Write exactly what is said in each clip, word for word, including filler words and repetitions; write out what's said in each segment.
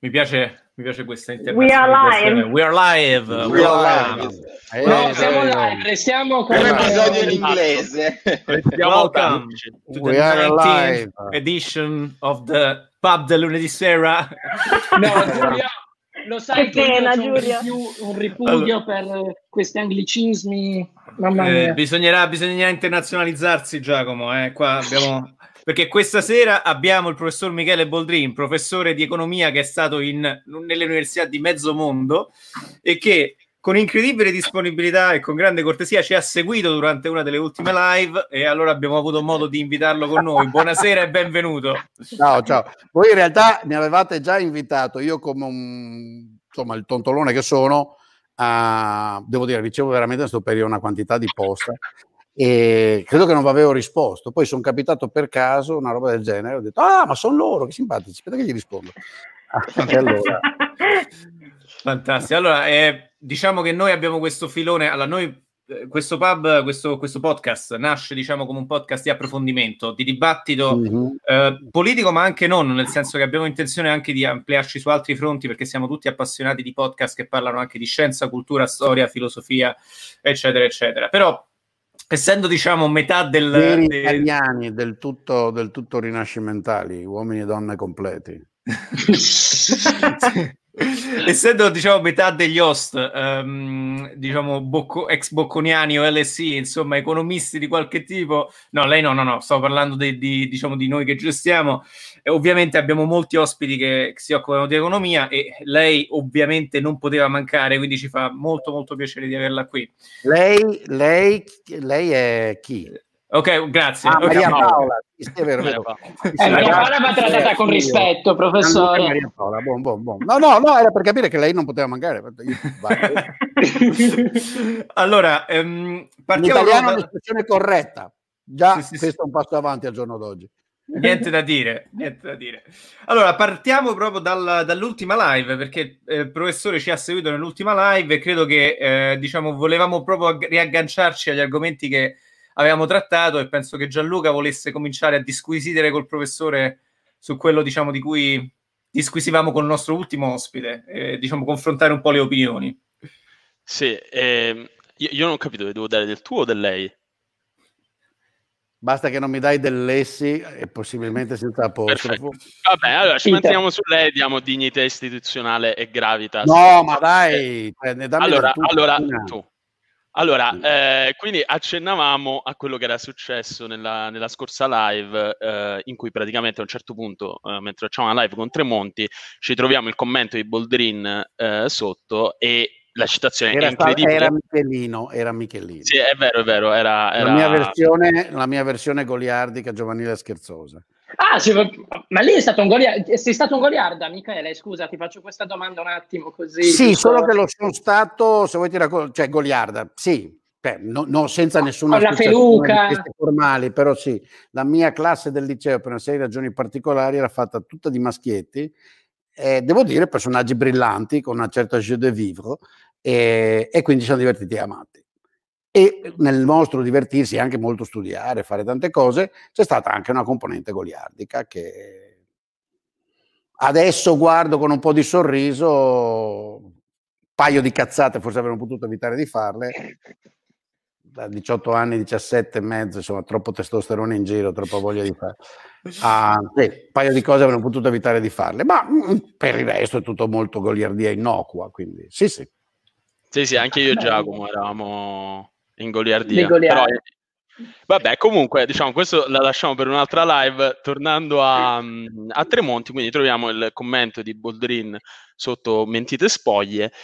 Mi piace, mi piace questa We are live. We are live. We, We are live. live. No, eh, siamo live, restiamo con un episodio in inglese. Welcome to We the are nineteenth live. edition of the Pub del lunedì sera. No, Giulia, lo sai che pena, che Giulia. Un, un ripudio allora, per questi anglicismi. Mamma mia. Eh, bisognerà, bisognerà internazionalizzarsi, Giacomo. Eh. Qua abbiamo... Perché questa sera abbiamo il professor Michele Boldrin, professore di economia che è stato in, nelle università di mezzo mondo e che con incredibile disponibilità e con grande cortesia ci ha seguito durante una delle ultime live e allora abbiamo avuto modo di invitarlo con noi. Buonasera e benvenuto. Ciao, ciao. Voi in realtà mi avevate già invitato, io come un, insomma, il tontolone che sono, uh, devo dire, ricevo veramente questo periodo una quantità di posta. E credo che non vi avevo risposto, poi sono capitato per caso una roba del genere, ho detto ah ma sono loro, che simpatici, aspetta che gli rispondo. E allora... Fantastico, allora eh, diciamo che noi abbiamo questo filone, allora noi eh, questo pub, questo, questo podcast nasce diciamo come un podcast di approfondimento, di dibattito mm-hmm. eh, politico ma anche non, nel senso che abbiamo intenzione anche di ampliarci su altri fronti perché siamo tutti appassionati di podcast che parlano anche di scienza, cultura, storia, filosofia eccetera eccetera, però essendo diciamo metà del veri de... italiani del tutto, del tutto rinascimentali, uomini e donne completi. Essendo diciamo metà degli host um, diciamo bocco, ex bocconiani o L S I, insomma economisti di qualche tipo, no lei no no no stavo parlando di, di, diciamo di noi che gestiamo e ovviamente abbiamo molti ospiti che, che si occupano di economia e lei ovviamente non poteva mancare, quindi ci fa molto molto piacere di averla qui. Lei, lei, lei è chi? Ok, grazie. Ah, okay. Maria Paola, sì, è vero, Maria Paola, eh, Maria Paola va trattata con rispetto, professore. Maria Paola, buon, buon, buon. No, no, no, era per capire che lei non poteva mancare. Allora, ehm, partiamo in italiano da... è un'espressione corretta. Già, sì, sì, questo sì. è un passo avanti al giorno d'oggi. Niente da dire, niente da dire. Allora, partiamo proprio dal, dall'ultima live, perché eh, il professore ci ha seguito nell'ultima live e credo che, eh, diciamo, volevamo proprio riagganciarci agli argomenti che avevamo trattato e penso che Gianluca volesse cominciare a disquisire col professore su quello, diciamo, di cui disquisivamo col nostro ultimo ospite, e, diciamo, confrontare un po' le opinioni. Sì, ehm, io, io non ho capito, devo dare del tuo o del lei? Basta che non mi dai dell'essi e possibilmente senza apostrofo. Vabbè, allora ci manteniamo su lei, diamo dignità istituzionale e gravitas. No, ma dai, ne dammi allora, tu. allora tu. Allora, eh, quindi accennavamo a quello che era successo nella, nella scorsa live, eh, in cui praticamente a un certo punto, eh, mentre facciamo una live con Tremonti, ci troviamo il commento di Boldrin eh, sotto e la citazione era è incredibile. Era Michelino, era Michelino. Sì, è vero, è vero. Era, era... La, mia versione, la mia versione goliardica, giovanile e scherzosa. Ah, sì, ma lì è stato un goliarda, sei stato un goliarda, Michele? Scusa, ti faccio questa domanda un attimo così. Sì, giusto... solo che lo sono stato, se vuoi ti racconto, cioè goliarda, sì, cioè, no, no, senza nessuna con la feluca formali, però sì, la mia classe del liceo per una serie di ragioni particolari era fatta tutta di maschietti, eh, devo dire personaggi brillanti con una certa jeu de vivre e, e quindi siamo divertiti e amati. E nel nostro divertirsi, anche molto studiare, fare tante cose, c'è stata anche una componente goliardica che adesso guardo con un po' di sorriso, un paio di cazzate forse avremmo potuto evitare di farle, da diciotto anni, diciassette e mezzo, insomma troppo testosterone in giro, troppa voglia di fare. Ah, sì, un paio di cose avremmo potuto evitare di farle, ma per il resto è tutto molto goliardia innocua, quindi sì sì. Sì sì, anche io e Giacomo eravamo in goliardia, però vabbè, comunque diciamo questo la lasciamo per un'altra live. Tornando a, a Tremonti, quindi troviamo il commento di Boldrin sotto Mentite spoglie,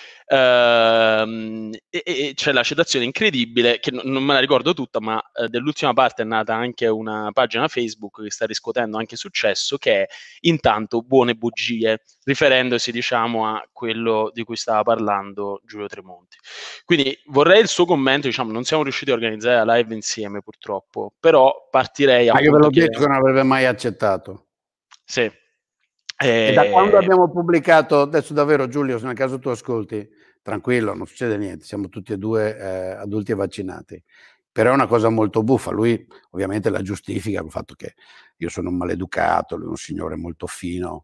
ehm, e, e c'è la citazione incredibile che non, non me la ricordo tutta, ma eh, dell'ultima parte è nata anche una pagina Facebook che sta riscuotendo anche successo, che è intanto buone bugie, riferendosi diciamo a quello di cui stava parlando Giulio Tremonti. Quindi vorrei il suo commento, diciamo non siamo riusciti a organizzare la live insieme purtroppo, però partirei a ma io ve l'ho detto che non avrebbe mai accettato. Sì. E da quando abbiamo pubblicato, adesso davvero Giulio, se nel caso tu ascolti, tranquillo, non succede niente, siamo tutti e due eh, adulti e vaccinati, però è una cosa molto buffa, lui ovviamente la giustifica col fatto che io sono un maleducato, lui è un signore molto fino,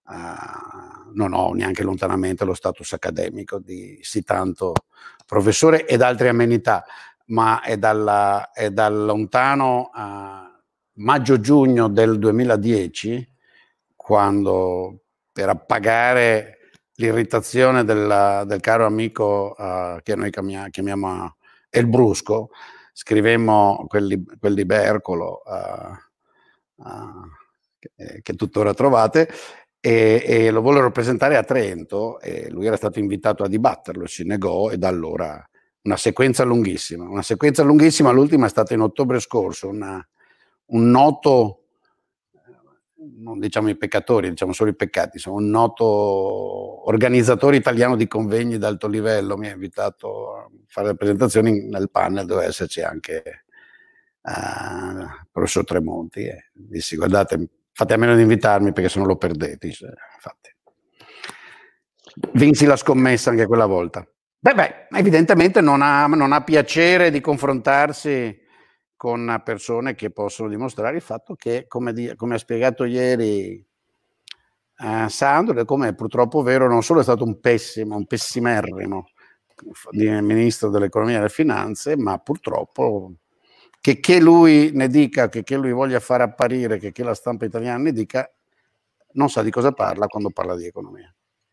uh, non ho neanche lontanamente lo status accademico di sì tanto professore ed altre amenità, ma è, dalla, è dal lontano uh, maggio-giugno del duemiladieci, quando per appagare l'irritazione del, del caro amico uh, che noi chiamiamo, chiamiamo El Brusco, scrivemmo quel, quel libercolo uh, uh, che, che tuttora trovate, e, e lo vollero presentare a Trento e lui era stato invitato a dibatterlo, si negò e da allora una sequenza lunghissima, una sequenza lunghissima, l'ultima è stata in ottobre scorso, una, un noto, non diciamo i peccatori, diciamo solo i peccati, insomma, un noto organizzatore italiano di convegni d'alto livello mi ha invitato a fare le presentazioni nel panel, doveva esserci anche uh, il professor Tremonti, e dissi guardate, fate a meno di invitarmi perché se no lo perdete. Infatti vinsi la scommessa anche quella volta. Beh, beh, evidentemente non ha, non ha piacere di confrontarsi con persone che possono dimostrare il fatto che, come, di, come ha spiegato ieri eh, Sandro, e come è purtroppo vero, non solo è stato un pessimo, un pessimerrimo ministro dell'economia e delle finanze, ma purtroppo che, che lui ne dica, che, che lui voglia fare apparire, che, che la stampa italiana ne dica, non sa di cosa parla quando parla di economia.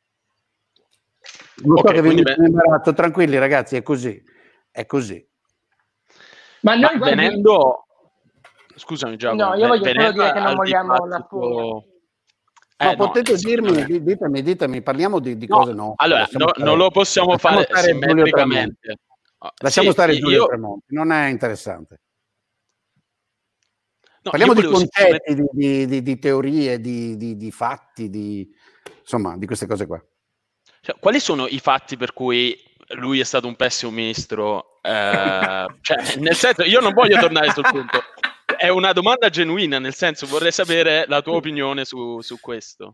Non okay, so che vi metto in imbarazzo, tranquilli ragazzi, è così, è così. Ma noi Ma venendo, scusami Giacomo, no, io voglio solo dire che non vogliamo una pugna. Eh, Ma no, potete dirmi, ditemi, ditemi, parliamo di, di no, cose no. Allora, no, stare, non lo possiamo fare simmetricamente. Lasciamo sì, stare Giulio io... Tremonti, non è interessante. No, parliamo di concetti, semplicemente... di, di, di teorie, di, di, di fatti, di, insomma, di queste cose qua. Cioè, quali sono i fatti per cui lui è stato un pessimo ministro? Eh, cioè, nel senso, io non voglio tornare sul punto. È una domanda genuina, nel senso, vorrei sapere la tua opinione su, su questo.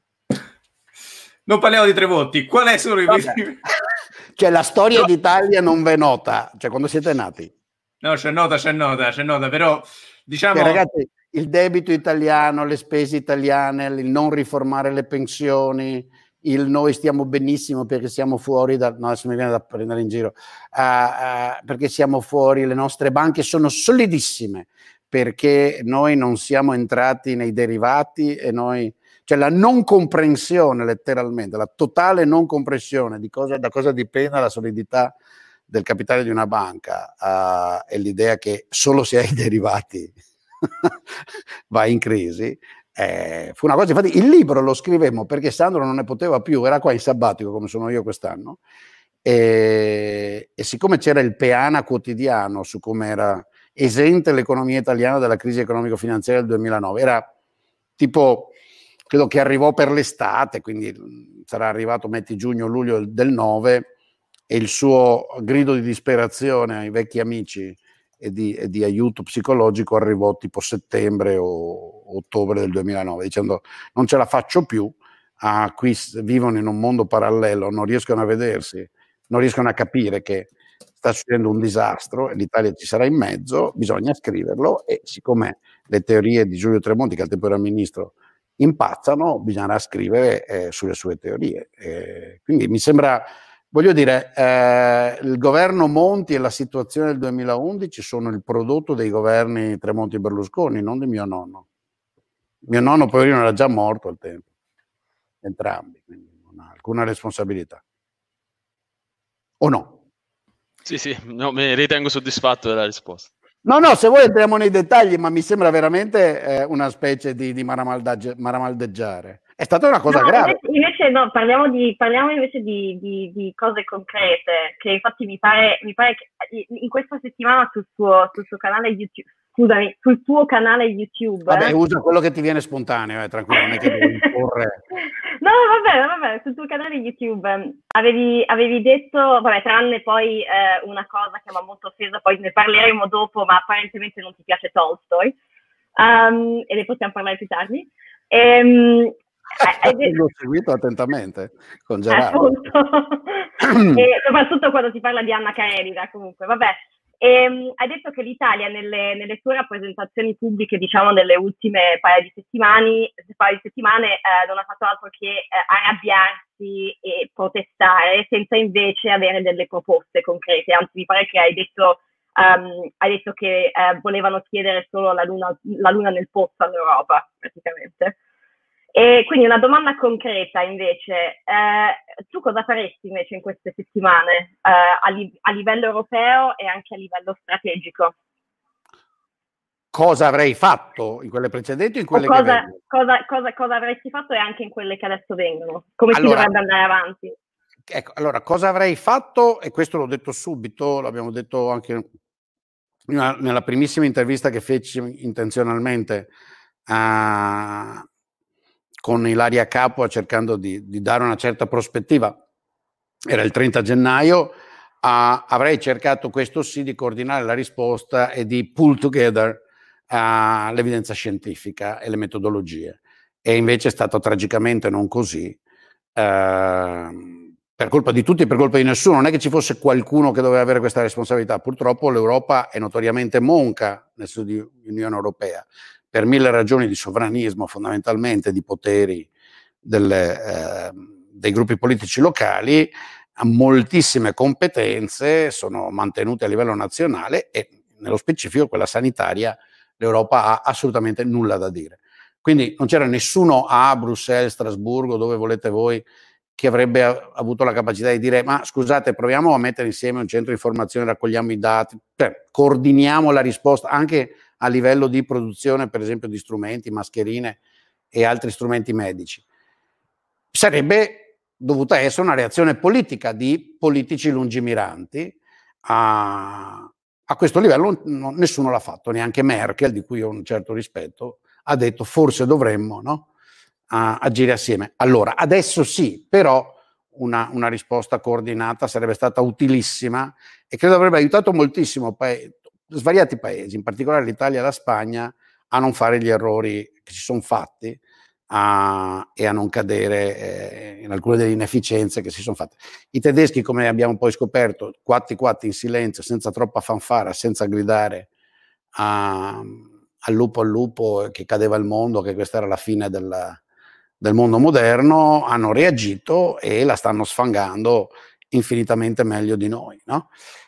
Non parliamo di Tremonti, qual è solo i primi? Cioè, la storia no. d'Italia non v'è nota, cioè quando siete nati. No, c'è nota, c'è nota, c'è nota, però diciamo... Cioè, ragazzi, il debito italiano, le spese italiane, il non riformare le pensioni, il noi stiamo benissimo perché siamo fuori da... No, adesso mi viene da prendere in giro. Uh, uh, perché siamo fuori, le nostre banche sono solidissime, perché noi non siamo entrati nei derivati e noi... Cioè la non comprensione, letteralmente, la totale non comprensione di cosa, da cosa dipende la solidità del capitale di una banca uh, e l'idea che solo se hai derivati va in crisi, eh, fu una cosa. Infatti il libro lo scrivemmo perché Sandro non ne poteva più, era qua in sabbatico come sono io quest'anno, e, e siccome c'era il Peana quotidiano su come era esente l'economia italiana dalla crisi economico-finanziaria del duemilanove, era tipo... credo che arrivò per l'estate, quindi sarà arrivato metti giugno-luglio del nove, e il suo grido di disperazione ai vecchi amici e di, e di aiuto psicologico arrivò tipo settembre o ottobre del duemilanove, dicendo non ce la faccio più, ah, qui vivono in un mondo parallelo, non riescono a vedersi, non riescono a capire che sta succedendo un disastro e l'Italia ci sarà in mezzo, bisogna scriverlo, e siccome le teorie di Giulio Tremonti, che al tempo era ministro, impazzano, bisognerà scrivere eh, sulle sue teorie. Eh, quindi mi sembra, voglio dire, eh, il governo Monti e la situazione del duemilaundici sono il prodotto dei governi Tremonti e Berlusconi, non di mio nonno. Mio nonno, poverino, era già morto al tempo, entrambi, quindi non ha alcuna responsabilità. O no? Sì, sì, no, mi ritengo soddisfatto della risposta. No, no, se vuoi entriamo nei dettagli, ma mi sembra veramente eh, una specie di, di maramaldeggiare. È stata una cosa no, grave. Invece, invece no, parliamo, di, parliamo invece di, di, di cose concrete, che infatti mi pare, mi pare che in questa settimana sul suo, sul suo canale YouTube, scusami, sul tuo canale YouTube. Vabbè, eh? usa quello che ti viene spontaneo, eh, tranquillo, non è che devi imporre. No, vabbè, vabbè, sul tuo canale YouTube avevi, avevi detto, vabbè, tranne poi eh, una cosa che mi ha molto offesa, poi ne parleremo dopo, ma apparentemente non ti piace Tolstoi, um, e ne possiamo parlare più tardi. Ehm, eh, L'ho seguito attentamente con Gerardo. E soprattutto quando si parla di Anna Karenina, comunque, vabbè. E um, hai detto che l'Italia nelle, nelle tue rappresentazioni pubbliche, diciamo nelle ultime paio di settimane, paio di settimane eh, non ha fatto altro che eh, arrabbiarsi e protestare senza invece avere delle proposte concrete. Anzi, mi pare che hai detto, um, hai detto che eh, volevano chiedere solo la luna, la luna nel pozzo all'Europa, praticamente. E quindi una domanda concreta invece, eh, tu cosa faresti invece in queste settimane eh, a, li- a livello europeo e anche a livello strategico? Cosa avrei fatto in quelle precedenti o in quelle o cosa, che vengono? Cosa, cosa, cosa avresti fatto e anche in quelle che adesso vengono? Come allora, si dovrebbe andare avanti? Ecco, allora, cosa avrei fatto? E questo l'ho detto subito, l'abbiamo detto anche nella primissima intervista che feci intenzionalmente a... con Ilaria Capua, cercando di, di dare una certa prospettiva, era il trenta gennaio, uh, avrei cercato questo sì di coordinare la risposta e di pull together uh, l'evidenza scientifica e le metodologie, e invece è stato tragicamente non così, uh, per colpa di tutti e per colpa di nessuno. Non è che ci fosse qualcuno che doveva avere questa responsabilità, purtroppo l'Europa è notoriamente monca nel sud dell'Unione Europea, per mille ragioni di sovranismo, fondamentalmente di poteri delle, eh, dei gruppi politici locali. Moltissime competenze sono mantenute a livello nazionale e nello specifico quella sanitaria l'Europa ha assolutamente nulla da dire. Quindi non c'era nessuno a Bruxelles, Strasburgo, dove volete voi, che avrebbe avuto la capacità di dire: ma scusate, proviamo a mettere insieme un centro di informazione, raccogliamo i dati, cioè, coordiniamo la risposta anche a livello di produzione, per esempio, di strumenti, mascherine e altri strumenti medici. Sarebbe dovuta essere una reazione politica di politici lungimiranti. A, a questo livello non, nessuno l'ha fatto, neanche Merkel, di cui ho un certo rispetto, ha detto forse dovremmo, no? A, agire assieme. Allora, adesso sì, però una, una risposta coordinata sarebbe stata utilissima e credo avrebbe aiutato moltissimo pa- svariati paesi, in particolare l'Italia e la Spagna, a non fare gli errori che si sono fatti a, e a non cadere eh, in alcune delle inefficienze che si sono fatte. I tedeschi, come abbiamo poi scoperto, quatti quatti in silenzio, senza troppa fanfara, senza gridare a, al lupo al lupo che cadeva il mondo, che questa era la fine del, del mondo moderno, hanno reagito e la stanno sfangando infinitamente meglio di noi, no?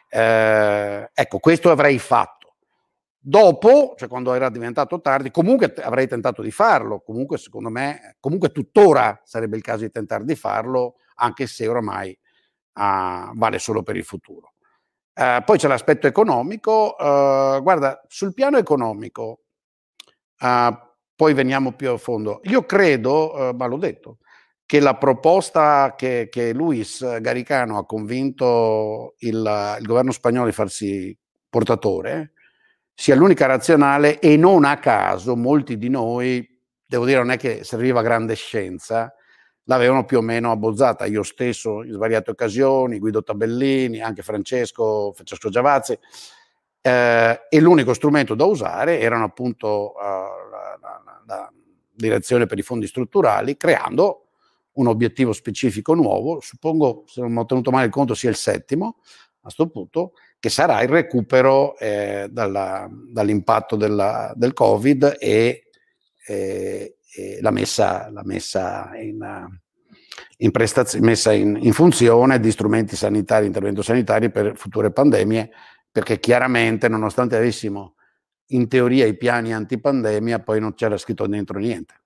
Eh, ecco, questo avrei fatto. Dopo, cioè quando era diventato tardi, comunque avrei tentato di farlo, comunque secondo me, comunque tuttora sarebbe il caso di tentare di farlo, anche se oramai uh, vale solo per il futuro. Uh, poi c'è l'aspetto economico, uh, guarda, sul piano economico, uh, poi veniamo più a fondo, io credo, uh, ma l'ho detto, che la proposta che, che Luis Garicano ha convinto il, il governo spagnolo di farsi portatore sia l'unica razionale, e non a caso molti di noi, devo dire, non è che serviva grande scienza, l'avevano più o meno abbozzata. Io stesso in svariate occasioni, Guido Tabellini, anche Francesco, Francesco Giavazzi, eh, e l'unico strumento da usare erano appunto uh, la, la, la direzione per i fondi strutturali, creando un obiettivo specifico nuovo, suppongo, se non ho tenuto male il conto, sia il settimo a questo punto, che sarà il recupero eh, dalla, dall'impatto della, del Covid e, e, e la messa, la messa, in, in, prestaz- messa in, in funzione di strumenti sanitari, intervento sanitari per future pandemie, perché chiaramente, nonostante avessimo in teoria i piani antipandemia, poi non c'era scritto dentro niente.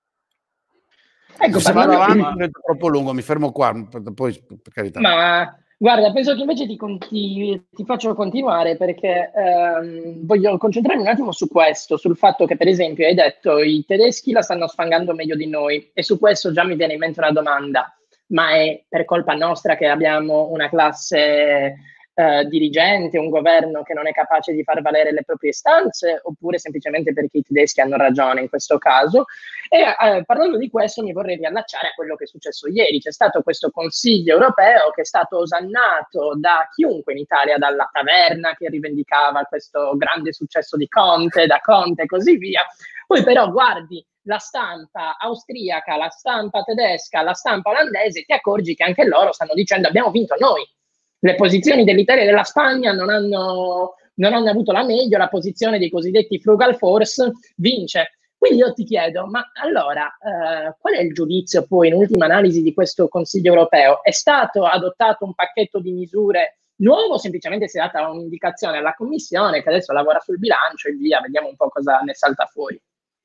Ecco, se vado avanti ma... è troppo lungo, mi fermo qua, poi per carità. Ma guarda, penso che invece ti, ti, ti faccio continuare, perché ehm, voglio concentrarmi un attimo su questo, sul fatto che, per esempio, hai detto i tedeschi la stanno sfangando meglio di noi, e su questo già mi viene in mente una domanda: ma è per colpa nostra che abbiamo una classe eh, dirigente, un governo che non è capace di far valere le proprie istanze, oppure semplicemente perché i tedeschi hanno ragione in questo caso? E eh, parlando di questo mi vorrei riallacciare a quello che è successo ieri. C'è stato questo Consiglio europeo che è stato osannato da chiunque in Italia, dalla Taverna che rivendicava questo grande successo di Conte, da Conte e così via. Poi però guardi la stampa austriaca, la stampa tedesca, la stampa olandese, ti accorgi che anche loro stanno dicendo: abbiamo vinto noi. Le posizioni dell'Italia e della Spagna non hanno non hanno avuto la meglio, la posizione dei cosiddetti frugal force vince. Quindi io ti chiedo, ma allora eh, qual è il giudizio poi in ultima analisi di questo Consiglio europeo? È stato adottato un pacchetto di misure nuovo o semplicemente si è data un'indicazione alla Commissione che adesso lavora sul bilancio e via, vediamo un po' cosa ne salta fuori?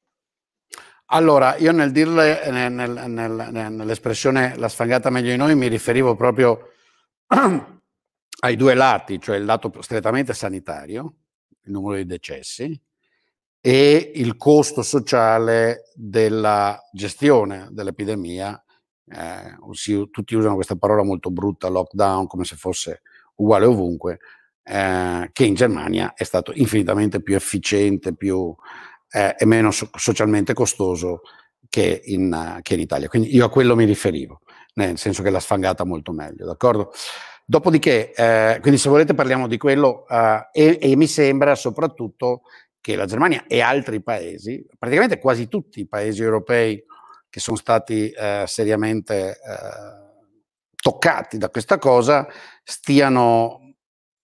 Allora, io nel dirle, nel, nel, nel, nell'espressione la sfangata meglio di noi, mi riferivo proprio ai due lati, cioè il lato strettamente sanitario, il numero di decessi, e il costo sociale della gestione dell'epidemia. Eh, si, tutti usano questa parola molto brutta, lockdown, come se fosse uguale ovunque, eh, che in Germania è stato infinitamente più efficiente, più eh, e meno so- socialmente costoso che in, uh, che in Italia. Quindi io a quello mi riferivo, nel senso che l'ha sfangata molto meglio, d'accordo? Dopodiché, eh, quindi se volete parliamo di quello, uh, e, e mi sembra soprattutto che la Germania e altri paesi, praticamente quasi tutti i paesi europei che sono stati eh, seriamente eh, toccati da questa cosa, stiano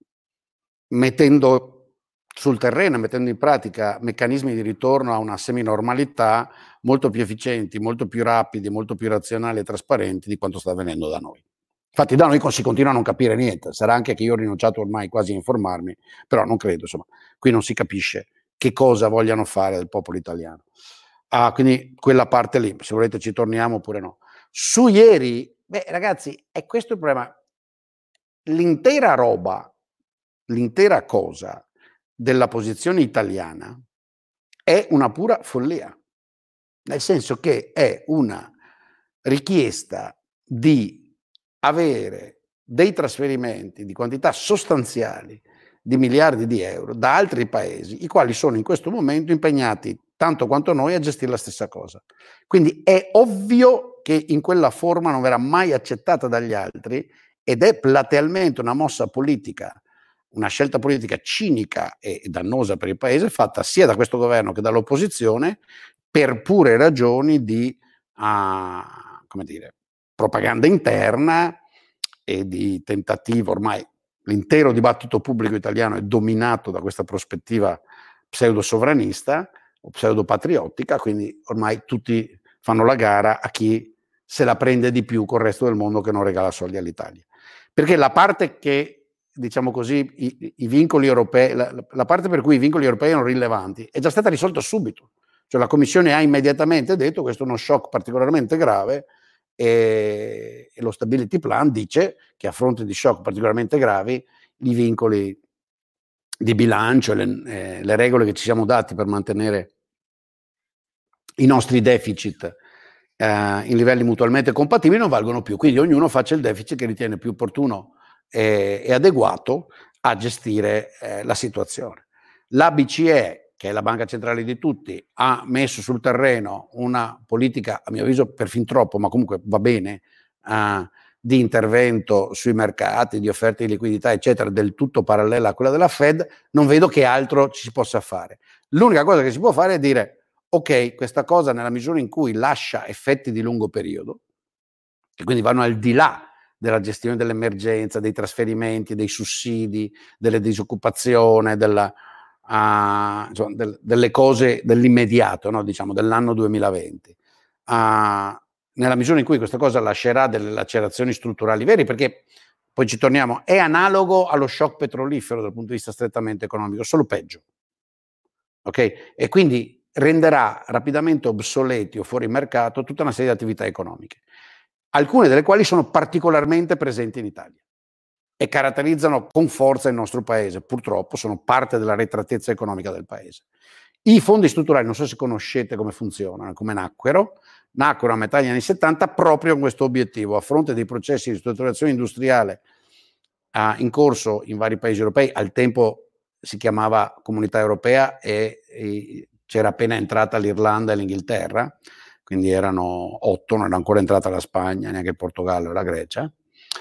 mettendo sul terreno, mettendo in pratica meccanismi di ritorno a una seminormalità molto più efficienti, molto più rapidi, molto più razionali e trasparenti di quanto sta avvenendo da noi. Infatti da noi si continua a non capire niente, sarà anche che io ho rinunciato ormai quasi a informarmi, però non credo, insomma, qui non si capisce che cosa vogliano fare del popolo italiano. Ah, quindi quella parte lì, se volete ci torniamo oppure no. Su ieri, beh ragazzi, è questo il problema. L'intera roba, l'intera cosa della posizione italiana è una pura follia, nel senso che è una richiesta di avere dei trasferimenti di quantità sostanziali di miliardi di euro da altri paesi, i quali sono in questo momento impegnati tanto quanto noi a gestire la stessa cosa. Quindi è ovvio che in quella forma non verrà mai accettata dagli altri ed è platealmente una mossa politica, una scelta politica cinica e dannosa per il paese, fatta sia da questo governo che dall'opposizione per pure ragioni di uh, come dire, propaganda interna e di tentativo. Ormai l'intero dibattito pubblico italiano è dominato da questa prospettiva pseudo-sovranista o pseudo-patriottica, quindi ormai tutti fanno la gara a chi se la prende di più col resto del mondo che non regala soldi all'Italia. Perché la parte che, diciamo così, i, i vincoli europei, la, la parte per cui i vincoli europei erano rilevanti è già stata risolta subito. Cioè la Commissione ha immediatamente detto che questo è uno shock particolarmente grave e, e lo Stability Plan dice che a fronte di shock particolarmente gravi i vincoli di bilancio, le, eh, le regole che ci siamo dati per mantenere i nostri deficit eh, in livelli mutualmente compatibili non valgono più, quindi ognuno faccia il deficit che ritiene più opportuno e, e adeguato a gestire eh, la situazione. La B C E, che è la banca centrale di tutti, ha messo sul terreno una politica, a mio avviso perfin troppo, ma comunque va bene, eh, di intervento sui mercati, di offerte di liquidità, eccetera, del tutto parallela a quella della Fed. Non vedo che altro ci si possa fare. L'unica cosa che si può fare è dire: ok, questa cosa nella misura in cui lascia effetti di lungo periodo, che quindi vanno al di là della gestione dell'emergenza, dei trasferimenti, dei sussidi, della disoccupazione, della, uh, insomma, del, delle cose dell'immediato, no? Diciamo dell'anno duemilaventi, uh, nella misura in cui questa cosa lascerà delle lacerazioni strutturali vere, perché poi ci torniamo, è analogo allo shock petrolifero dal punto di vista strettamente economico, solo peggio. Ok? E quindi renderà rapidamente obsoleti o fuori mercato tutta una serie di attività economiche, alcune delle quali sono particolarmente presenti in Italia e caratterizzano con forza il nostro paese, purtroppo sono parte della retratezza economica del paese. I fondi strutturali, non so se conoscete come funzionano, come nacquero, nacquero a metà degli anni settanta proprio con questo obiettivo, a fronte dei processi di ristrutturazione industriale uh, in corso in vari paesi europei. Al tempo si chiamava Comunità Europea e, e c'era appena entrata l'Irlanda e l'Inghilterra, quindi erano otto, non era ancora entrata la Spagna, neanche il Portogallo e la Grecia.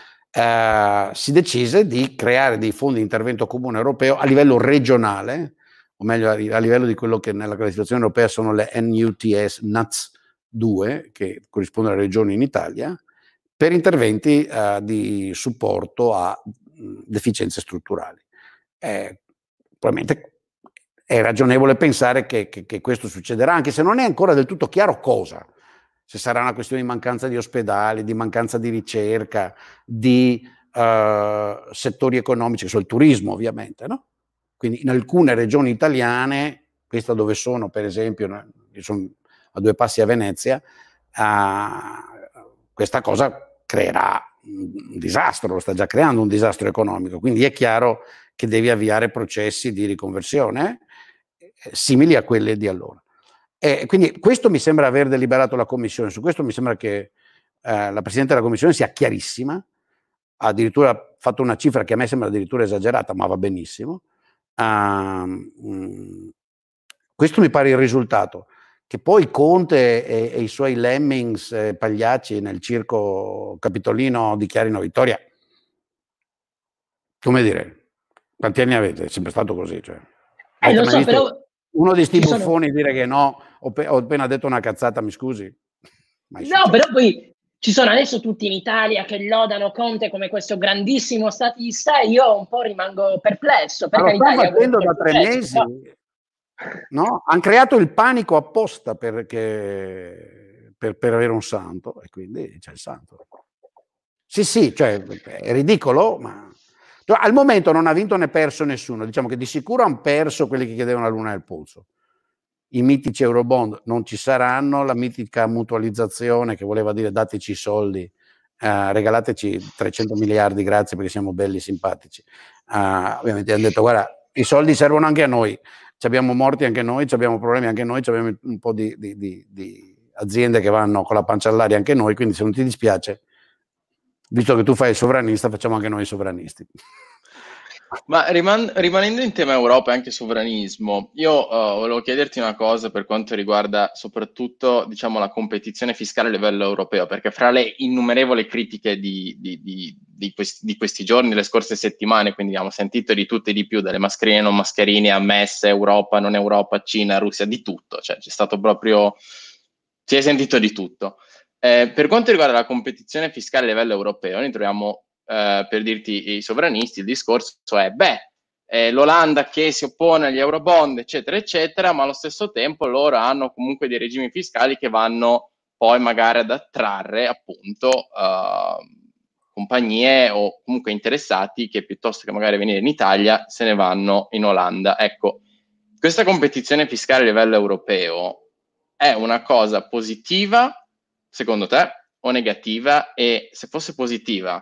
Uh, si decise di creare dei fondi di intervento comune europeo a livello regionale, o meglio a livello di quello che nella classificazione europea sono le N U T S, N U T S due, che corrispondono alle regioni in Italia, per interventi uh, di supporto a mh, deficienze strutturali. Eh, probabilmente è ragionevole pensare che, che, che questo succederà, anche se non è ancora del tutto chiaro cosa. Se sarà una questione di mancanza di ospedali, di mancanza di ricerca, di uh, settori economici, sul turismo ovviamente, no? Quindi in alcune regioni italiane, questa dove sono per esempio, io sono a due passi a Venezia, uh, questa cosa creerà un disastro, lo sta già creando un disastro economico, quindi è chiaro che devi avviare processi di riconversione eh, simili a quelli di allora. E quindi questo mi sembra aver deliberato la Commissione, su questo mi sembra che eh, la Presidente della Commissione sia chiarissima, ha addirittura fatto una cifra che a me sembra addirittura esagerata, ma va benissimo. Uh, questo mi pare il risultato. Che poi Conte e, e i suoi lemmings eh, pagliacci nel circo capitolino dichiarino vittoria, come dire, quanti anni avete? È sempre stato così, cioè. Eh, lo so, però uno di sti buffoni sono... dire che no, ho, ho appena detto una cazzata, mi scusi? Mai no, successo. Però poi ci sono adesso tutti in Italia che lodano Conte come questo grandissimo statista e io un po' rimango perplesso. Per ma lo stanno facendo da tre mesi. No? No? Hanno creato il panico apposta perché, per, per avere un santo e quindi c'è il santo. Sì, sì, cioè è ridicolo, ma cioè, al momento non ha vinto né perso nessuno. Diciamo che di sicuro hanno perso quelli che chiedevano la luna nel polso. I mitici Eurobond non ci saranno, la mitica mutualizzazione che voleva dire dateci i soldi, eh, regalateci trecento miliardi, grazie perché siamo belli simpatici. Uh, ovviamente hanno detto guarda, i soldi servono anche a noi. Ci abbiamo morti anche noi, ci abbiamo problemi anche noi, ci abbiamo un po' di, di, di, di aziende che vanno con la pancia all'aria anche noi, quindi se non ti dispiace, visto che tu fai il sovranista, facciamo anche noi i sovranisti. Ma riman- rimanendo in tema Europa e anche sovranismo, io uh, volevo chiederti una cosa per quanto riguarda soprattutto, diciamo, la competizione fiscale a livello europeo, perché fra le innumerevoli critiche di, di, di, di, questi, di questi giorni, le scorse settimane, quindi abbiamo sentito di tutto e di più, dalle mascherine, non mascherine, ammesse, Europa, non Europa, Cina, Russia, di tutto, cioè c'è stato proprio, si è sentito di tutto. Eh, per quanto riguarda la competizione fiscale a livello europeo, noi troviamo Uh, per dirti i sovranisti, il discorso è beh, eh, l'Olanda che si oppone agli eurobond eccetera eccetera, ma allo stesso tempo loro hanno comunque dei regimi fiscali che vanno poi magari ad attrarre appunto uh, compagnie o comunque interessati che piuttosto che magari venire in Italia se ne vanno in Olanda. Ecco, questa competizione fiscale a livello europeo è una cosa positiva secondo te o negativa? E se fosse positiva,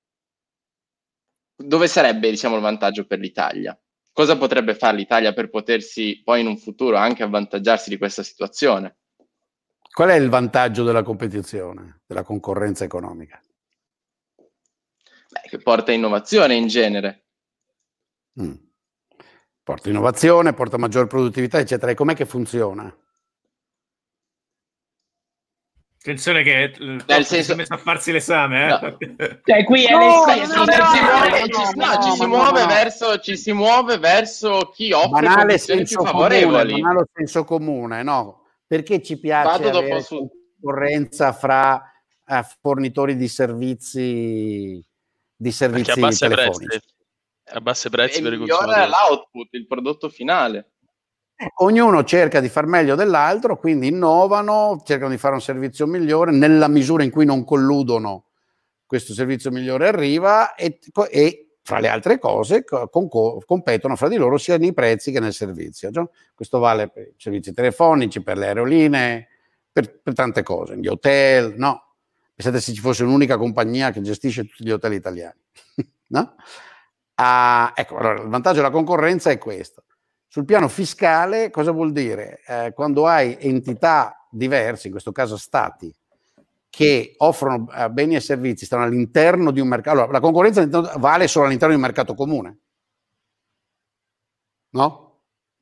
dove sarebbe, diciamo, il vantaggio per l'Italia? Cosa potrebbe fare l'Italia per potersi poi in un futuro anche avvantaggiarsi di questa situazione? Qual è il vantaggio della competizione, della concorrenza economica? Beh, che porta innovazione in genere. Mm. Porta innovazione, porta maggior produttività, eccetera. E com'è che funziona? Attenzione che il Nel senso... si è messo a farsi l'esame, eh? No. Cioè, qui è no, l'esame, no, no, ci si muove verso ci si muove verso chi offre banale condizioni più comune, favorevoli. Banale senso comune, no? Perché ci piace Vado dopo avere su... concorrenza fra uh, fornitori di servizi di servizi a basse telefonici. Prezzi, a basse prezzi e per i migliora consumatori. l'output, il prodotto finale. Ognuno cerca di far meglio dell'altro, quindi innovano, cercano di fare un servizio migliore, nella misura in cui non colludono questo servizio migliore arriva e, e fra le altre cose con, competono fra di loro sia nei prezzi che nel servizio. Cioè, questo vale per i servizi telefonici, per le aerolinee, per, per tante cose, gli hotel, no? Pensate se ci fosse un'unica compagnia che gestisce tutti gli hotel italiani, no? Ah, ecco, allora il vantaggio della concorrenza è questo. Sul piano fiscale cosa vuol dire? Eh, quando hai entità diverse, in questo caso stati, che offrono eh, beni e servizi, stanno all'interno di un mercato. Allora, la concorrenza vale solo all'interno di un mercato comune, no?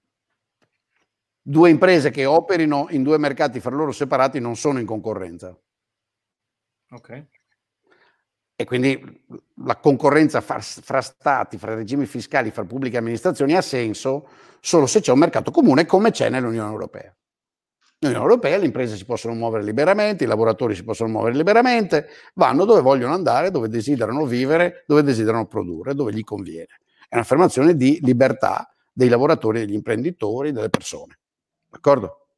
Due imprese che operino in due mercati fra loro separati non sono in concorrenza. Ok. E quindi la concorrenza fra, fra stati, fra regimi fiscali, fra pubbliche amministrazioni ha senso solo se c'è un mercato comune come c'è nell'Unione Europea. Nell'Unione Europea le imprese si possono muovere liberamente, i lavoratori si possono muovere liberamente, vanno dove vogliono andare, dove desiderano vivere, dove desiderano produrre, dove gli conviene. È un'affermazione di libertà dei lavoratori, degli imprenditori, delle persone. D'accordo?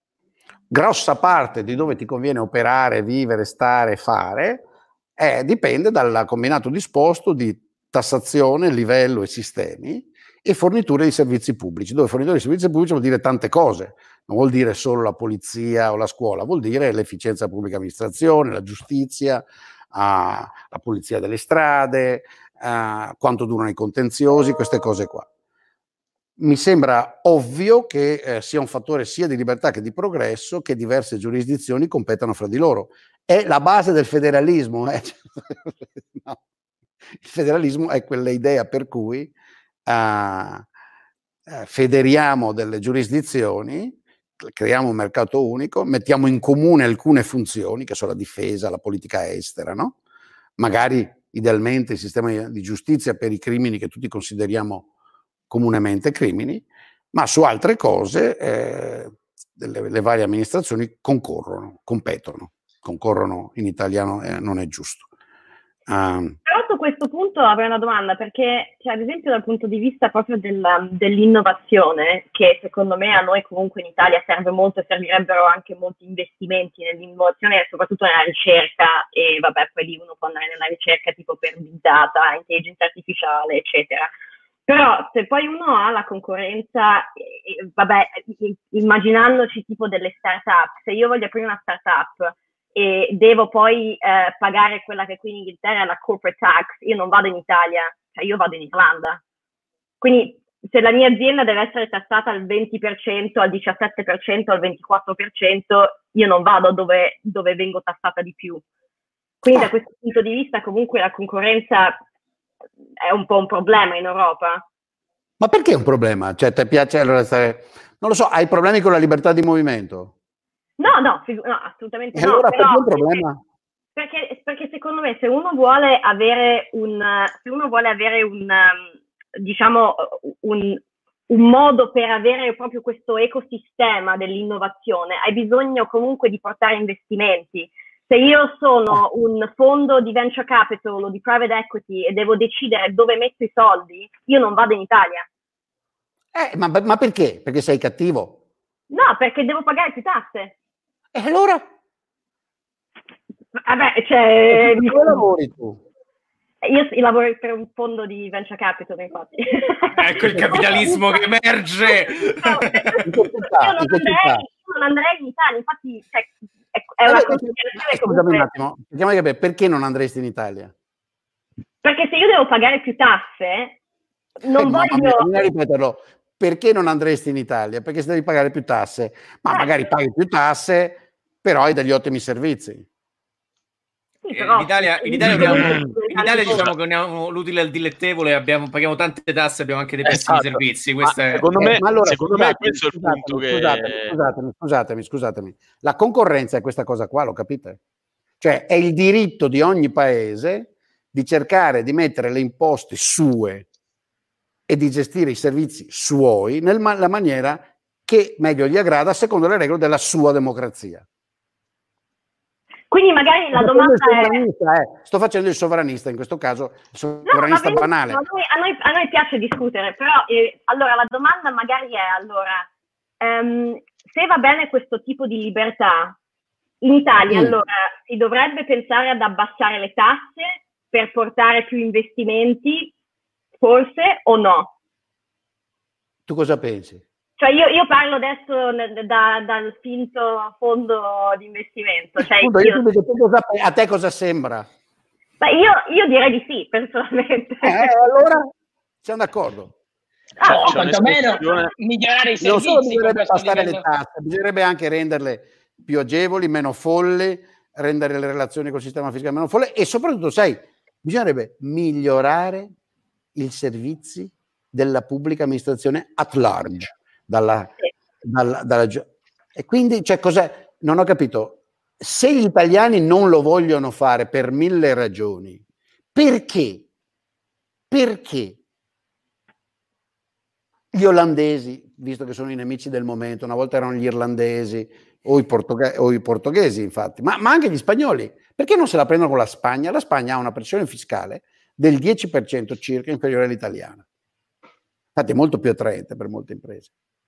Grossa parte di dove ti conviene operare, vivere, stare, fare, eh, dipende dal combinato disposto di tassazione, livello e sistemi e forniture di servizi pubblici, dove forniture di servizi pubblici vuol dire tante cose, non vuol dire solo la polizia o la scuola, vuol dire l'efficienza della pubblica amministrazione, la giustizia, uh, la pulizia delle strade, uh, quanto durano i contenziosi, queste cose qua. Mi sembra ovvio che eh, sia un fattore sia di libertà che di progresso che diverse giurisdizioni competano fra di loro. È la base del federalismo. Eh? No. Il federalismo è quella idea per cui Uh, uh, federiamo delle giurisdizioni, creiamo un mercato unico, mettiamo in comune alcune funzioni che sono la difesa, la politica estera, no? Magari idealmente il sistema di giustizia per i crimini che tutti consideriamo comunemente crimini, ma su altre cose eh, delle, le varie amministrazioni concorrono, competono, concorrono in italiano eh, non è giusto. Um, Però su questo punto avrei una domanda, perché cioè, ad esempio dal punto di vista proprio del, dell'innovazione, che secondo me a noi comunque in Italia serve molto e servirebbero anche molti investimenti nell'innovazione, soprattutto nella ricerca, e vabbè poi lì uno può andare nella ricerca tipo per big data, intelligenza artificiale eccetera. Però se poi uno ha la concorrenza, eh, vabbè, immaginandoci tipo delle start-up, se io voglio aprire una start-up e devo poi eh, pagare quella che qui in Inghilterra è la corporate tax, io non vado in Italia, cioè io vado in Irlanda. Quindi se la mia azienda deve essere tassata al venti per cento, al diciassette per cento, al ventiquattro per cento, io non vado dove, dove vengo tassata di più. Quindi da questo punto di vista comunque la concorrenza è un po' un problema in Europa. Ma perché è un problema? Cioè ti piace allora stare... Non lo so, hai problemi con la libertà di movimento? No, no, no, assolutamente e no. Allora però, perché è un problema? Perché, perché secondo me se uno vuole avere un, se uno vuole avere un, diciamo, un, un modo per avere proprio questo ecosistema dell'innovazione, hai bisogno comunque di portare investimenti. Se io sono un fondo di venture capital o di private equity e devo decidere dove metto i soldi, io non vado in Italia. Eh, ma, ma perché? Perché sei cattivo? No, perché devo pagare più tasse. E allora? Vabbè, cioè... Dove lavori tu? Io lavoro per un fondo di venture capital, infatti. Ecco il capitalismo che emerge! No, io, non andrei, io non andrei in Italia, infatti cioè, è, è una considerazione. Scusami un attimo, cerchiamo di capire, perché non andresti in Italia? Perché se io devo pagare più tasse, non eh, voglio... Non ripeterlo. Perché non andresti in Italia? Perché se devi pagare più tasse, ma eh. magari paghi più tasse, però hai degli ottimi servizi. Sì, però, in Italia, in Italia, abbiamo, in Italia diciamo che abbiamo l'utile al dilettevole, abbiamo, paghiamo tante tasse, abbiamo anche dei pessimi esatto. servizi. Ma è... Secondo me, eh, ma allora, secondo scusatemi, me questo è il punto che... Scusatemi, scusatemi, scusatemi, scusatemi. La concorrenza è questa cosa qua, lo capite? Cioè è il diritto di ogni paese di cercare di mettere le imposte sue e di gestire i servizi suoi nella maniera che meglio gli aggrada secondo le regole della sua democrazia. Quindi magari la sto domanda è... Eh, sto facendo il sovranista in questo caso, il sovranista no, banale. A noi, a, noi, a noi piace discutere, però eh, allora la domanda magari è allora um, se va bene questo tipo di libertà in Italia, mm. allora si dovrebbe pensare ad abbassare le tasse per portare più investimenti, forse, o no? Tu cosa pensi? Cioè io, io parlo adesso da, dal finto fondo di investimento. Cioè Appunto, io, io dico, tu cosa, a te cosa sembra? Ma io, io direi di sì, personalmente. Eh, allora siamo d'accordo. Ah, no, quantomeno migliorare i servizi. Non solo bisognerebbe passare le tasse, bisognerebbe anche renderle più agevoli, meno folli, rendere le relazioni col sistema fiscale meno folli e soprattutto, sai, bisognerebbe migliorare i servizi della pubblica amministrazione at large. Dalla, dalla, dalla, e quindi cioè, cos'è? Non ho capito. Se gli italiani non lo vogliono fare per mille ragioni, perché? Perché gli olandesi, visto che sono i nemici del momento, una volta erano gli irlandesi o i, portoghe- o i portoghesi, infatti, ma, ma anche gli spagnoli, perché non se la prendono con la Spagna? La Spagna ha una pressione fiscale del dieci per cento circa inferiore all'italiana. Infatti è molto più attraente per molte imprese.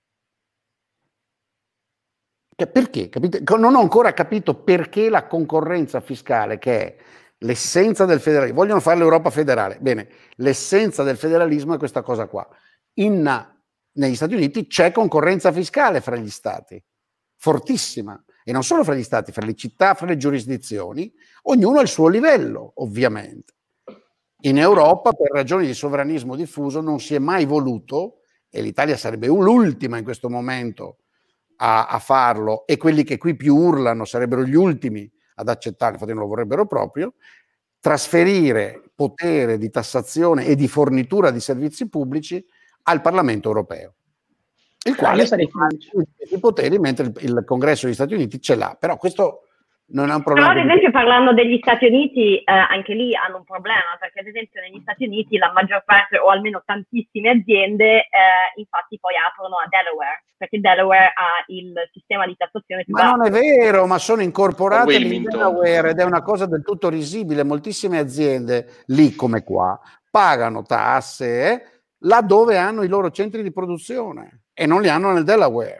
Perché? Capite? Non ho ancora capito perché la concorrenza fiscale, che è l'essenza del federalismo, vogliono fare l'Europa federale. Bene, l'essenza del federalismo è questa cosa qua. In, negli Stati Uniti c'è concorrenza fiscale fra gli stati, fortissima, e non solo fra gli stati, fra le città, fra le giurisdizioni, ognuno ha il suo livello, ovviamente. In Europa, per ragioni di sovranismo diffuso, non si è mai voluto, e l'Italia sarebbe l'ultima in questo momento a, a farlo, e quelli che qui più urlano sarebbero gli ultimi ad accettare, infatti non lo vorrebbero proprio, trasferire potere di tassazione e di fornitura di servizi pubblici al Parlamento europeo, il quale ha i poteri, mentre il, il Congresso degli Stati Uniti ce l'ha. Però questo non è un problema. Però ad esempio parlando degli Stati Uniti, eh, anche lì hanno un problema, perché ad esempio negli Stati Uniti la maggior parte, o almeno tantissime aziende, eh, infatti poi aprono a Delaware, perché Delaware ha il sistema di tassazione più basso. Ma non è vero, ma sono incorporate in Delaware ed è una cosa del tutto risibile. Moltissime aziende, lì come qua, pagano tasse eh, laddove hanno i loro centri di produzione e non li hanno nel Delaware.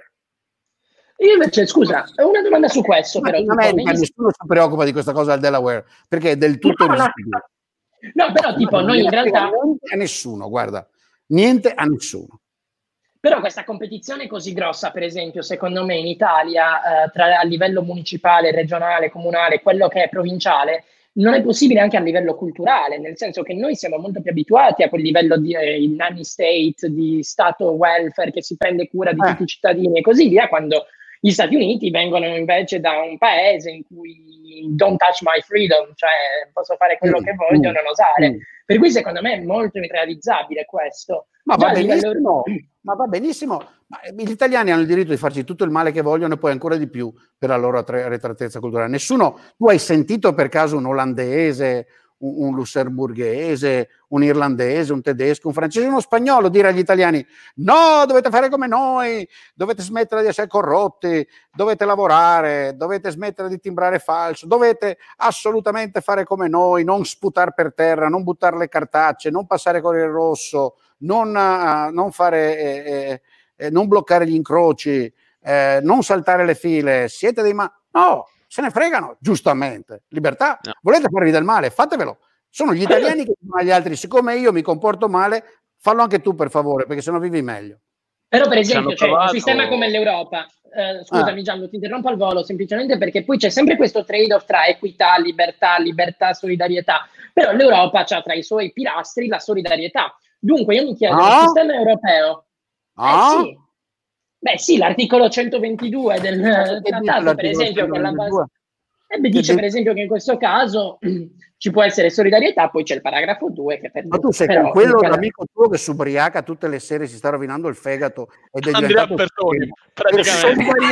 Io invece, scusa, ho una domanda su questo. Ma però in America negli... nessuno si preoccupa di questa cosa del Delaware, perché è del tutto no, risibile. No, però tipo no, noi in realtà... Niente a nessuno, guarda, niente a nessuno. Però questa competizione così grossa, per esempio, secondo me in Italia, eh, tra a livello municipale, regionale, comunale, quello che è provinciale, non è possibile anche a livello culturale, nel senso che noi siamo molto più abituati a quel livello di eh, nanny state, di stato welfare che si prende cura di eh. tutti i cittadini e così via, quando gli Stati Uniti vengono invece da un paese in cui don't touch my freedom, cioè posso fare quello mm, che voglio, mm, non osare. Mm. Per cui secondo me è molto irrealizzabile questo. Ma va, benissimo, livello... ma va benissimo, ma gli italiani hanno il diritto di farci tutto il male che vogliono e poi ancora di più per la loro arretratezza culturale. Nessuno, tu hai sentito per caso un olandese, un, un lussemburghese, un irlandese, un tedesco, un francese, uno spagnolo dire agli italiani no, dovete fare come noi, dovete smettere di essere corrotti, dovete lavorare, dovete smettere di timbrare falso, dovete assolutamente fare come noi, non sputare per terra, non buttare le cartacce, non passare con il rosso, non, uh, non fare eh, eh, non bloccare gli incroci, eh, non saltare le file, siete dei ma... no, se ne fregano, giustamente, libertà, no. Volete farvi del male, fatevelo, sono gli italiani che dicono agli altri, siccome io mi comporto male, fallo anche tu per favore, perché sennò vivi meglio. Però per esempio c'è un sistema come l'Europa, eh, scusami ah. Gianlu, ti interrompo al volo, semplicemente perché poi c'è sempre questo trade-off tra equità, libertà, libertà, solidarietà, però l'Europa ha tra i suoi pilastri la solidarietà. Dunque io mi chiedo, ah? il sistema europeo, ah? eh sì, beh sì, l'articolo centoventidue del eh, trattato, per esempio, che la base, eh, beh, dice per esempio che in questo caso ci può essere solidarietà, poi c'è il paragrafo due che per ma tu sei però, quello per... l'amico tuo che subriaca tutte le sere, si sta rovinando il fegato ed è Andrea Bertoni, praticamente.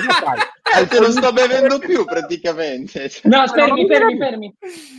Te lo sto bevendo più praticamente. No, fermi, fermi, fermi.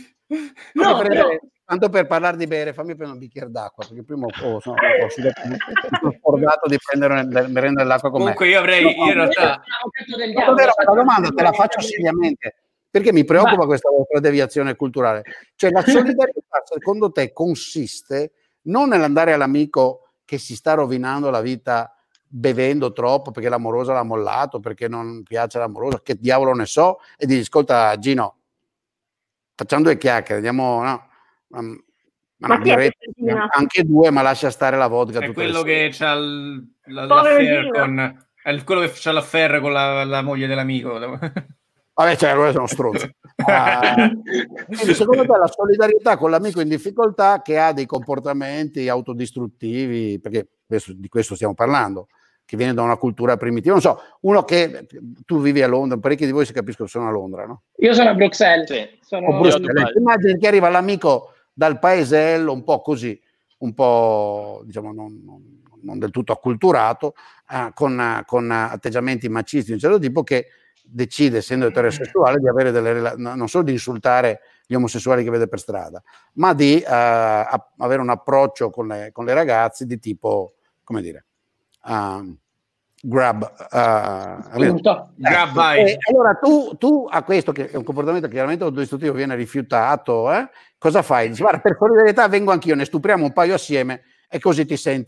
No, però... tanto per parlare di bere, fammi prendere un bicchiere d'acqua, perché prima oh, sono, ho sono scordato di prendere merenda dell'acqua con Comunque me. io avrei, io in realtà... No, davvero, la domanda te la faccio seriamente, perché mi preoccupa Ma... questa vostra deviazione culturale. Cioè la solidarietà, secondo te, consiste non nell'andare all'amico che si sta rovinando la vita bevendo troppo perché l'amorosa l'ha mollato, perché non piace l'amorosa, che diavolo ne so, e dici, ascolta Gino, facciamo due chiacchiere, andiamo... No, Um, ma ma direte, anche due, ma lascia stare la vodka. È quello che c'ha l'affair con è quello che c'ha l'affair con la, la moglie dell'amico. Vabbè, cioè, allora sono stronzo. Uh, quindi, secondo te la solidarietà con l'amico in difficoltà che ha dei comportamenti autodistruttivi, perché questo, di questo stiamo parlando, che viene da una cultura primitiva, non so, uno che tu vivi a Londra, parecchi di voi si capiscono che sono a Londra, no? Io sono a Bruxelles. Sì. Sono... O Bruxelles. Immagini che arriva l'amico dal paesello, un po' così, un po' diciamo non, non, non del tutto acculturato, eh, con, con atteggiamenti macisti di un certo tipo, che decide, essendo eterosessuale, di avere delle non solo di insultare gli omosessuali che vede per strada, ma di uh, a, avere un approccio con le, con le ragazze di tipo, come dire, uh, grab, uh, grab eh, allora tu, tu a questo, che è un comportamento chiaramente autodistruttivo, viene rifiutato, eh? Cosa fai? Dici, guarda, per solidarietà vengo anch'io, ne stupriamo un paio assieme e così ti senti,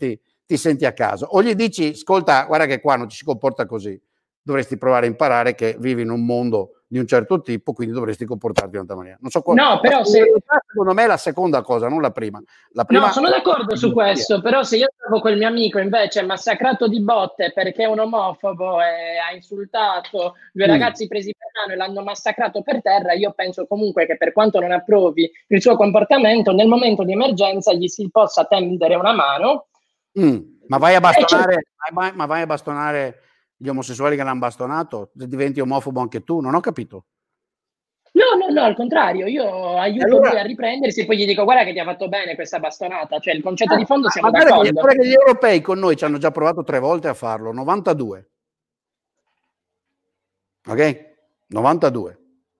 ti senti a casa. O gli dici, ascolta, guarda che qua non ci si comporta così, dovresti provare a imparare che vivi in un mondo di un certo tipo, quindi dovresti comportarti in un'altra maniera. Non so qual- no, però se... secondo me è la seconda cosa, non la prima. La prima no, sono d'accordo su questo, però se io trovo quel mio amico invece massacrato di botte perché è un omofobo e ha insultato due mm. ragazzi presi per mano e l'hanno massacrato per terra, io penso comunque che per quanto non approvi il suo comportamento, nel momento di emergenza gli si possa tendere una mano. Mm. Ma vai a bastonare, ma, ma vai a bastonare gli omosessuali che l'hanno bastonato? Diventi omofobo anche tu? Non ho capito. No, no, no, al contrario, io aiuto allora, lui a riprendersi e poi gli dico guarda che ti ha fatto bene questa bastonata, cioè il concetto ah, di fondo siamo d'accordo. Guarda che gli europei con noi ci hanno già provato tre volte a farlo, novantadue. Ok? novantadue.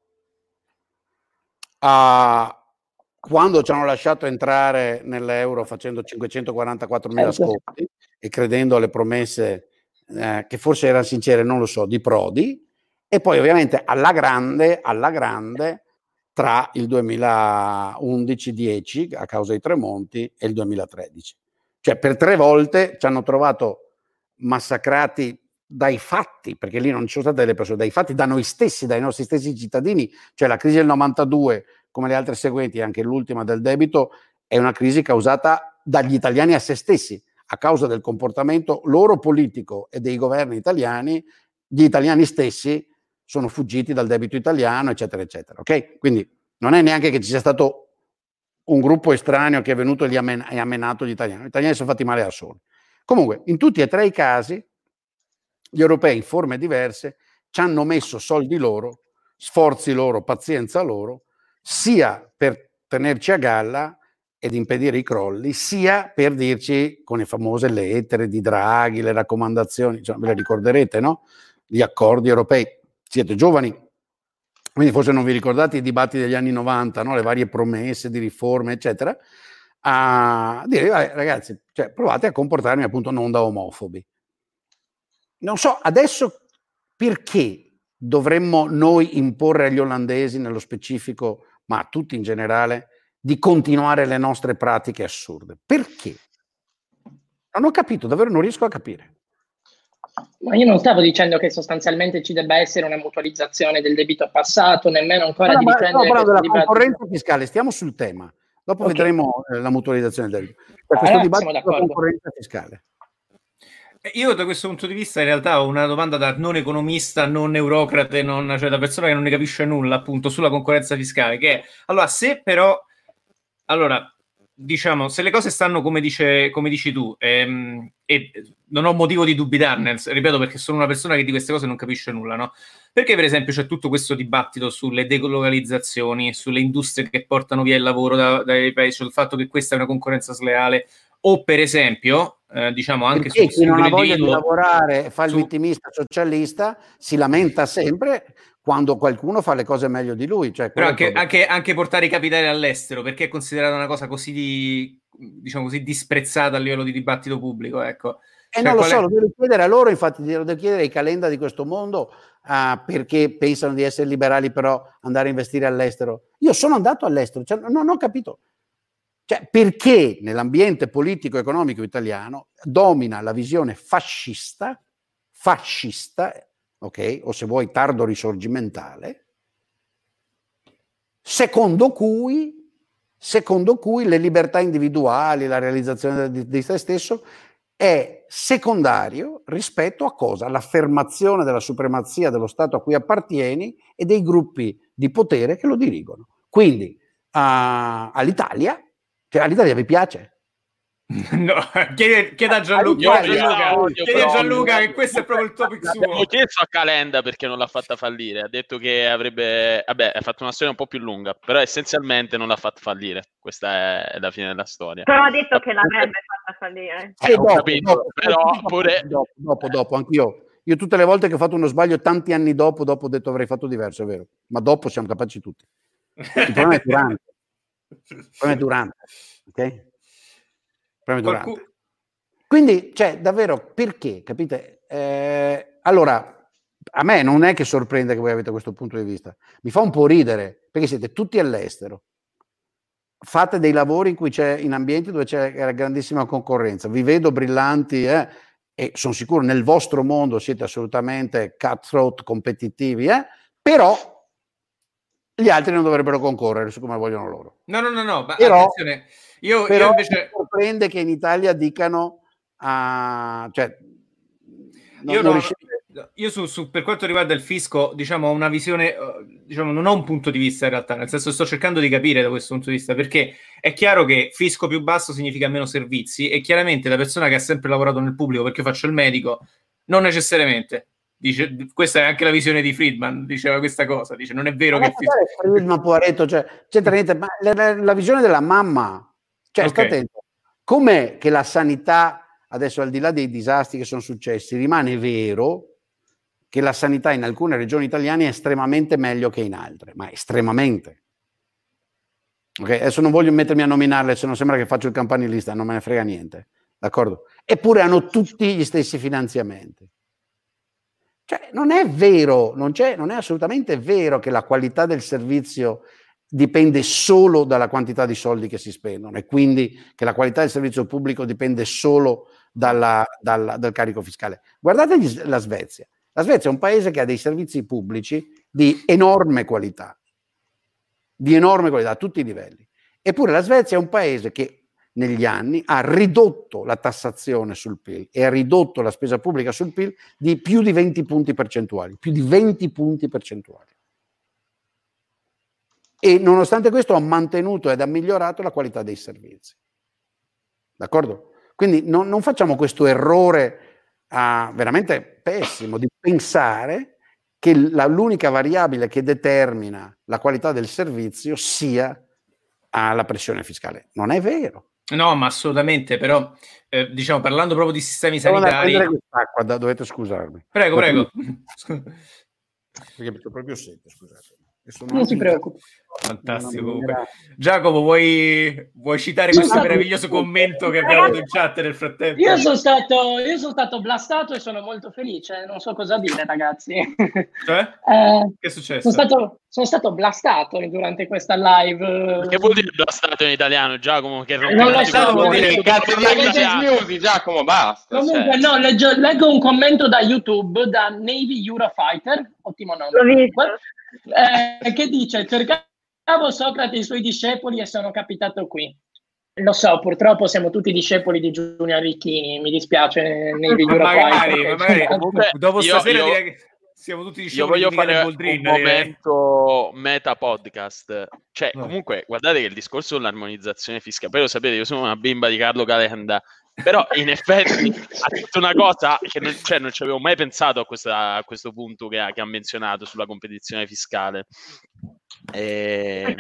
Uh, quando ci hanno lasciato entrare nell'euro facendo cinquecentoquarantaquattromila certo. scoppi e credendo alle promesse eh, che forse erano sincere, non lo so, di Prodi, e poi ovviamente alla grande, alla grande tra il duemilaundici dieci a causa di Tremonti e il duemilatredici. Cioè per tre volte ci hanno trovato massacrati dai fatti, perché lì non ci sono state delle persone, dai fatti, da noi stessi, dai nostri stessi cittadini. Cioè la crisi del novantadue, come le altre seguenti, anche l'ultima del debito, è una crisi causata dagli italiani a se stessi, a causa del comportamento loro politico e dei governi italiani. Gli italiani stessi sono fuggiti dal debito italiano, eccetera, eccetera. Ok? Quindi non è neanche che ci sia stato un gruppo estraneo che è venuto e ha menato gli italiani. Gli italiani sono fatti male da soli. Comunque, in tutti e tre i casi, gli europei in forme diverse ci hanno messo soldi loro, sforzi loro, pazienza loro, sia per tenerci a galla ed impedire i crolli, sia per dirci con le famose lettere di Draghi, le raccomandazioni, cioè, ve le ricorderete, no? Gli accordi europei. Siete giovani, quindi forse non vi ricordate i dibattiti degli anni novanta, no? Le varie promesse di riforme, eccetera, a dire, vabbè, ragazzi, cioè, provate a comportarmi appunto non da omofobi. Non so, adesso perché dovremmo noi imporre agli olandesi, nello specifico, ma a tutti in generale, di continuare le nostre pratiche assurde? Perché? Non ho capito, davvero non riesco a capire. Ma io non stavo dicendo che sostanzialmente ci debba essere una mutualizzazione del debito passato, nemmeno ancora no, di riprendere no, questo della dibattito. Concorrenza fiscale, stiamo sul tema. Dopo okay. vedremo eh, la mutualizzazione del debito. Per ah, questo dibattito sulla concorrenza fiscale. Io da questo punto di vista in realtà ho una domanda da non economista, non eurocrate, non, cioè da persona che non ne capisce nulla appunto sulla concorrenza fiscale, che è, allora se però, allora diciamo, se le cose stanno come, dice, come dici tu, ehm, e non ho motivo di dubitarne, ripeto perché sono una persona che di queste cose non capisce nulla, no? Perché per esempio c'è tutto questo dibattito sulle delocalizzazioni, sulle industrie che portano via il lavoro da, dai paesi, sul fatto che questa è una concorrenza sleale, o per esempio, eh, diciamo anche perché su chi non ha voglia di lavorare e fa il su... vittimista socialista si lamenta sempre quando qualcuno fa le cose meglio di lui. Cioè, però anche, anche, anche portare i capitali all'estero, perché è considerata una cosa così di, diciamo così, disprezzata a livello di dibattito pubblico, ecco. E cioè, non lo so, è... lo devo chiedere a loro, infatti lo devo chiedere ai calenda di questo mondo, uh, perché pensano di essere liberali però andare a investire all'estero. Io sono andato all'estero, cioè, non ho capito. Cioè, perché nell'ambiente politico-economico italiano domina la visione fascista, fascista, ok, o se vuoi tardo risorgimentale, secondo cui, secondo cui le libertà individuali, la realizzazione di, di se stesso è secondario rispetto a cosa? All'affermazione della supremazia dello Stato a cui appartieni e dei gruppi di potere che lo dirigono. Quindi uh, all'Italia, cioè all'Italia vi piace? No, chiede, chiede a Gianluca, Gianluca, chiede a Gianluca che questo è proprio il topic suo. Ho chiesto a Calenda perché non l'ha fatta fallire, ha detto che avrebbe, vabbè, ha fatto una storia un po' più lunga, però essenzialmente non l'ha fatta fallire, questa è la fine della storia. Però ha detto che l'avrebbe fatta fallire. Eh, ho dopo, capito, dopo, però dopo, pure... Dopo, dopo, dopo, anch'io. Io tutte le volte che ho fatto uno sbaglio tanti anni dopo, dopo ho detto avrei fatto diverso, è vero, ma dopo siamo capaci tutti. Il problema è durante. Il problema è durante, ok? Il problema è durante. Qualcuno... Quindi, cioè, davvero, perché? Capite? Eh, allora, a me non è che sorprende che voi avete questo punto di vista. Mi fa un po' ridere, perché siete tutti all'estero. fate dei lavori in cui c'è, in ambienti dove c'è grandissima concorrenza, vi vedo brillanti, eh, e sono sicuro nel vostro mondo siete assolutamente cutthroat, competitivi, eh, però gli altri non dovrebbero concorrere su come vogliono loro. No, no, no, no, ma però, attenzione, io, però io invece... mi sorprende che in Italia dicano, uh, cioè, non, io non no, riuscite... Io su, su, per quanto riguarda il fisco, diciamo, ho una visione, diciamo, non ho un punto di vista in realtà, nel senso sto cercando di capire da questo punto di vista, perché è chiaro che fisco più basso significa meno servizi, e chiaramente la persona che ha sempre lavorato nel pubblico, perché io faccio il medico, non necessariamente. Dice, questa è anche la visione di Friedman, diceva questa cosa, dice non è vero ma che fisco... Friedman, poveretto, cioè, c'entra niente, ma la, la, la visione della mamma, cioè, okay. Sta attento, com'è che la sanità, adesso al di là dei disastri che sono successi, rimane vero che la sanità in alcune regioni italiane è estremamente meglio che in altre, ma estremamente. Okay? Adesso non voglio mettermi a nominarle, se non sembra che faccio il campanilista, non me ne frega niente, d'accordo? Eppure hanno tutti gli stessi finanziamenti. Cioè, non è vero, non, c'è, non è assolutamente vero che la qualità del servizio dipende solo dalla quantità di soldi che si spendono e quindi che la qualità del servizio pubblico dipende solo dalla, dalla, dal carico fiscale. Guardate gli, la Svezia. La Svezia è un paese che ha dei servizi pubblici di enorme qualità, di enorme qualità a tutti i livelli. Eppure la Svezia è un paese che negli anni ha ridotto la tassazione sul P I L e ha ridotto la spesa pubblica sul P I L di più di venti punti percentuali, più di venti punti percentuali. E nonostante questo ha mantenuto ed ha migliorato la qualità dei servizi. D'accordo? Quindi non, non facciamo questo errore Uh, veramente pessimo di pensare che la, l'unica variabile che determina la qualità del servizio sia uh, la pressione fiscale. Non è vero. No, ma assolutamente, però eh, diciamo parlando proprio di sistemi sanitari... Acqua, da, dovete scusarmi. Prego, prego. Perché c'ho proprio sete, scusate. Non si preoccupi. Fantastico. Comunque. Giacomo, vuoi, vuoi citare questo stato... meraviglioso commento che abbiamo avuto in chat nel frattempo? Io sono stato, io sono stato blastato e sono molto felice, non so cosa dire, ragazzi. Cioè? Eh, che è successo? Sono stato, sono stato blastato durante questa live. Che vuol dire blastato in italiano, Giacomo? Che non lo so, vuol dire che cazzo di news, Giacomo, basta. Comunque, cioè. no, leggo, leggo un commento da YouTube da Navy Eurofighter, ottimo nome. Eh, che dice: cercavo Socrate e i suoi discepoli e sono capitato qui. Lo so, purtroppo siamo tutti discepoli di Giulia Ricchini, mi dispiace nei ma magari, ma magari comunque, dopo stasera io, direi che siamo tutti discepoli. Io voglio di fare Boldrin, un momento meta podcast, cioè no. Comunque guardate che il discorso dell'armonizzazione fiscale, poi lo sapete, io sono una bimba di Carlo Calenda, però in effetti ha detto una cosa che non, cioè, non ci avevo mai pensato a, questa, a questo punto che ha, che ha menzionato sulla competizione fiscale. E...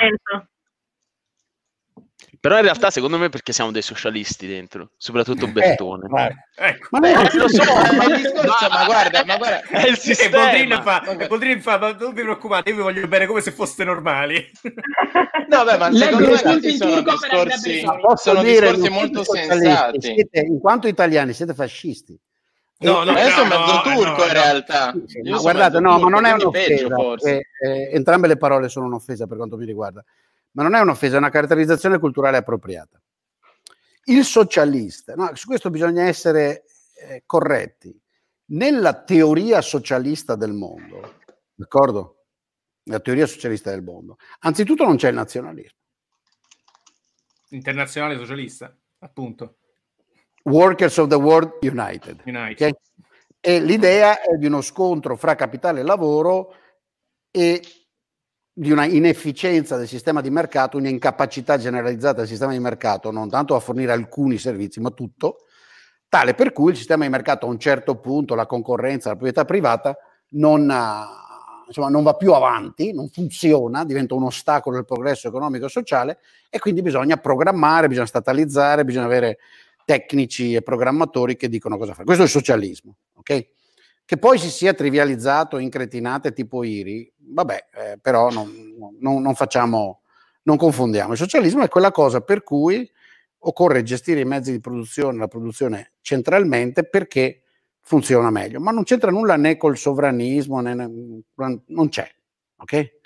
Però in realtà secondo me perché siamo dei socialisti dentro, soprattutto Bertone. Eh, ecco. Ma, Beh, lo so, ma, il discorso, ma guarda, ma guarda, è il sistema. E Boldrin fa, e Boldrin fa, ma non vi preoccupate, io vi voglio bene come se foste normali. No, beh, ma secondo me questi sono discorsi, sono discorsi molto sensati. Siete, in quanto italiani siete fascisti. No, no, io sono mezzo no, turco no, in realtà. Sì, ma guardate, no, turco, ma non è un'offesa. Eh, eh, entrambe le parole sono un'offesa per quanto mi riguarda. Ma non è un'offesa, è una caratterizzazione culturale appropriata. Il socialista, no, su questo bisogna essere eh, corretti. Nella teoria socialista del mondo, d'accordo? Nella teoria socialista del mondo, anzitutto non c'è il nazionalismo. Internazionale socialista, appunto. Workers of the World United. United. Okay? E l'idea è di uno scontro fra capitale e lavoro e di una inefficienza del sistema di mercato, un'incapacità generalizzata del sistema di mercato, non tanto a fornire alcuni servizi, ma tutto, tale per cui il sistema di mercato a un certo punto, la concorrenza, la proprietà privata, non, insomma, non va più avanti, non funziona, diventa un ostacolo al progresso economico e sociale e quindi bisogna programmare, bisogna statalizzare, bisogna avere tecnici e programmatori che dicono cosa fare. Questo è il socialismo, ok? Che poi si sia trivializzato in cretinate tipo I R I, vabbè, eh, però non, non, non facciamo, non confondiamo. Il socialismo è quella cosa per cui occorre gestire i mezzi di produzione, la produzione centralmente perché funziona meglio, ma non c'entra nulla né col sovranismo, né, né, non c'è, ok?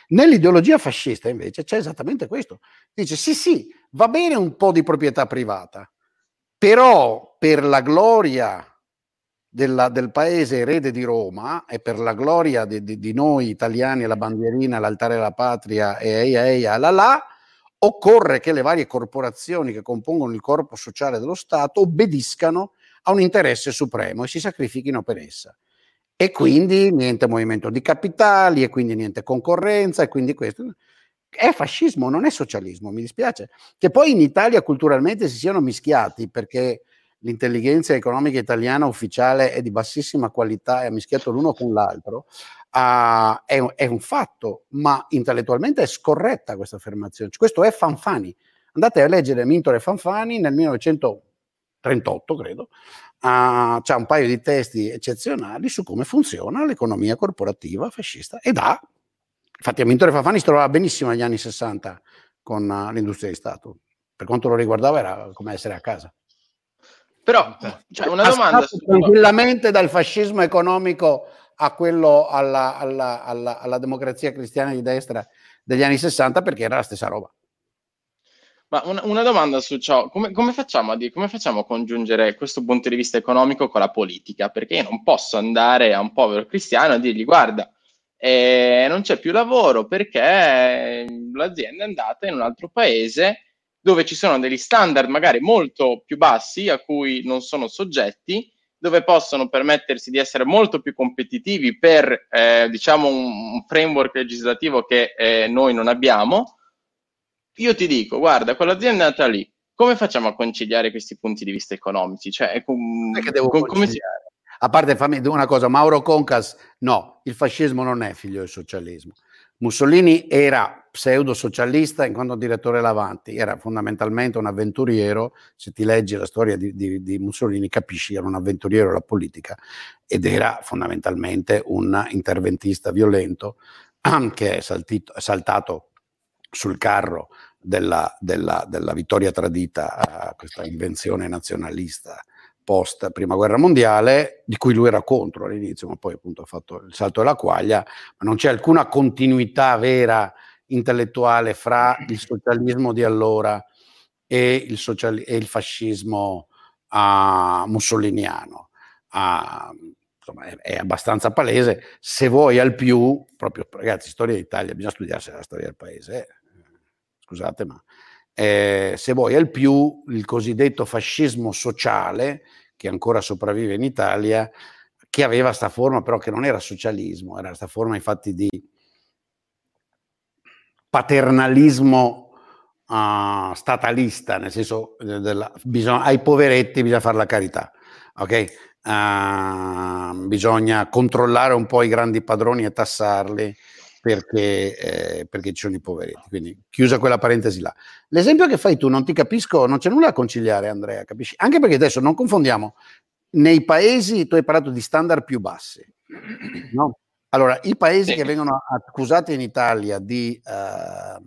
Nell'ideologia fascista invece c'è esattamente questo. Dice sì sì, va bene un po' di proprietà privata, però per la gloria della, del paese erede di Roma e per la gloria di, di, di noi italiani, la bandierina, l'altare della patria e eia eia la la, occorre che le varie corporazioni che compongono il corpo sociale dello Stato obbediscano a un interesse supremo e si sacrifichino per essa. E quindi niente movimento di capitali, e quindi niente concorrenza, e quindi questo è fascismo, non è socialismo, mi dispiace. Che poi in Italia culturalmente si siano mischiati, perché l'intelligenza economica italiana ufficiale è di bassissima qualità e ha mischiato l'uno con l'altro, uh, è, è un fatto, ma intellettualmente è scorretta questa affermazione. Questo è Fanfani. Andate a leggere Mintore Fanfani nel millenovecentotrentotto, credo. Uh, c'ha un paio di testi eccezionali su come funziona l'economia corporativa fascista ed ha, infatti Amintore Fanfani si trovava benissimo negli anni sessanta con uh, l'industria di Stato, per quanto lo riguardava era come essere a casa. Però cioè, una domanda su... tranquillamente dal fascismo economico a quello alla, alla, alla, alla democrazia cristiana di destra degli anni sessanta, perché era la stessa roba. Ma una, una domanda su ciò, come, come, facciamo a dire, come facciamo a congiungere questo punto di vista economico con la politica? Perché io non posso andare a un povero cristiano e dirgli guarda, eh, non c'è più lavoro perché l'azienda è andata in un altro paese dove ci sono degli standard magari molto più bassi a cui non sono soggetti, dove possono permettersi di essere molto più competitivi per eh, diciamo un, un framework legislativo che eh, noi non abbiamo. Io ti dico, guarda, quell'azienda è andata lì, come facciamo a conciliare questi punti di vista economici? Cioè, com- è che devo com- come si... A parte, fammi dire una cosa, Mauro Concas, no, il fascismo non è figlio del socialismo. Mussolini era pseudo-socialista in quanto direttore Lavanti, era fondamentalmente un avventuriero. Se ti leggi la storia di, di, di Mussolini capisci che era un avventuriero della politica ed era fondamentalmente un interventista violento che è saltito, saltato sul carro della, della, della vittoria tradita a questa invenzione nazionalista post prima guerra mondiale, di cui lui era contro all'inizio, ma poi appunto ha fatto il salto della quaglia, ma non c'è alcuna continuità vera intellettuale fra il socialismo di allora e il, sociali- e il fascismo uh, mussoliniano. Uh, insomma, è, è abbastanza palese. Se vuoi al più, proprio ragazzi, storia d'Italia, bisogna studiarsi la storia del paese, eh. Scusate, ma eh, se vuoi al più il cosiddetto fascismo sociale, che ancora sopravvive in Italia, che aveva sta forma però che non era socialismo, era sta forma infatti di paternalismo uh, statalista, nel senso della, bisogna, ai poveretti bisogna fare la carità, ok? Uh, bisogna controllare un po' i grandi padroni e tassarli perché, eh, perché ci sono i poveretti. Quindi chiusa quella parentesi là. L'esempio che fai tu non ti capisco, non c'è nulla da conciliare, Andrea, capisci? Anche perché adesso non confondiamo, nei paesi tu hai parlato di standard più bassi, no? Allora, i paesi sì. che vengono accusati in Italia di, uh,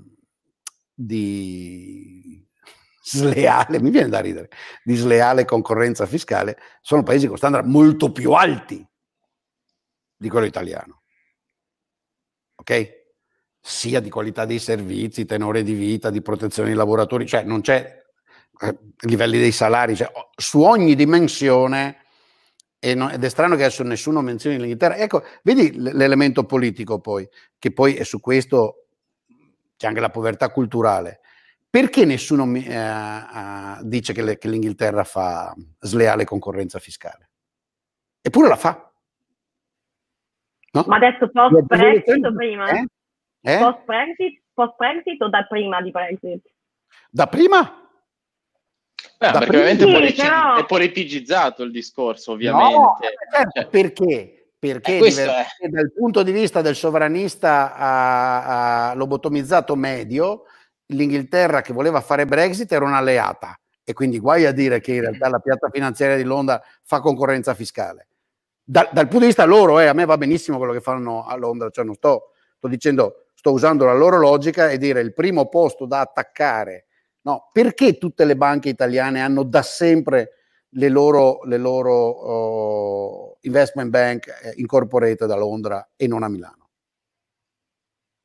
di sleale, mi viene da ridere, di sleale concorrenza fiscale, sono paesi con standard molto più alti di quello italiano. Ok? Sia di qualità dei servizi, tenore di vita, di protezione dei lavoratori, cioè non c'è eh, livelli dei salari, cioè, su ogni dimensione, e non, ed è strano che adesso nessuno menzioni l'Inghilterra. Ecco, vedi l'elemento politico poi, che poi è su questo c'è anche la povertà culturale. Perché nessuno eh, eh, dice che, le, che l'Inghilterra fa sleale concorrenza fiscale? Eppure la fa. No? Ma adesso post-Brexit o prima? Eh? Eh? Post-Brexit, post-Brexit o da prima di Brexit? Da prima? Beh, da perché prima? ovviamente Sì, è, politici- però... è politicizzato il discorso, ovviamente. No, certo, cioè, perché? Perché è... dal punto di vista del sovranista a, a lobotomizzato medio, l'Inghilterra che voleva fare Brexit era un'alleata, e quindi guai a dire che in realtà la piazza finanziaria di Londra fa concorrenza fiscale. Da, dal punto di vista loro, eh, a me va benissimo quello che fanno a Londra, cioè non sto, sto dicendo, sto usando la loro logica e dire il primo posto da attaccare, no? Perché tutte le banche italiane hanno da sempre le loro, le loro uh, investment bank eh, incorporated a Londra e non a Milano?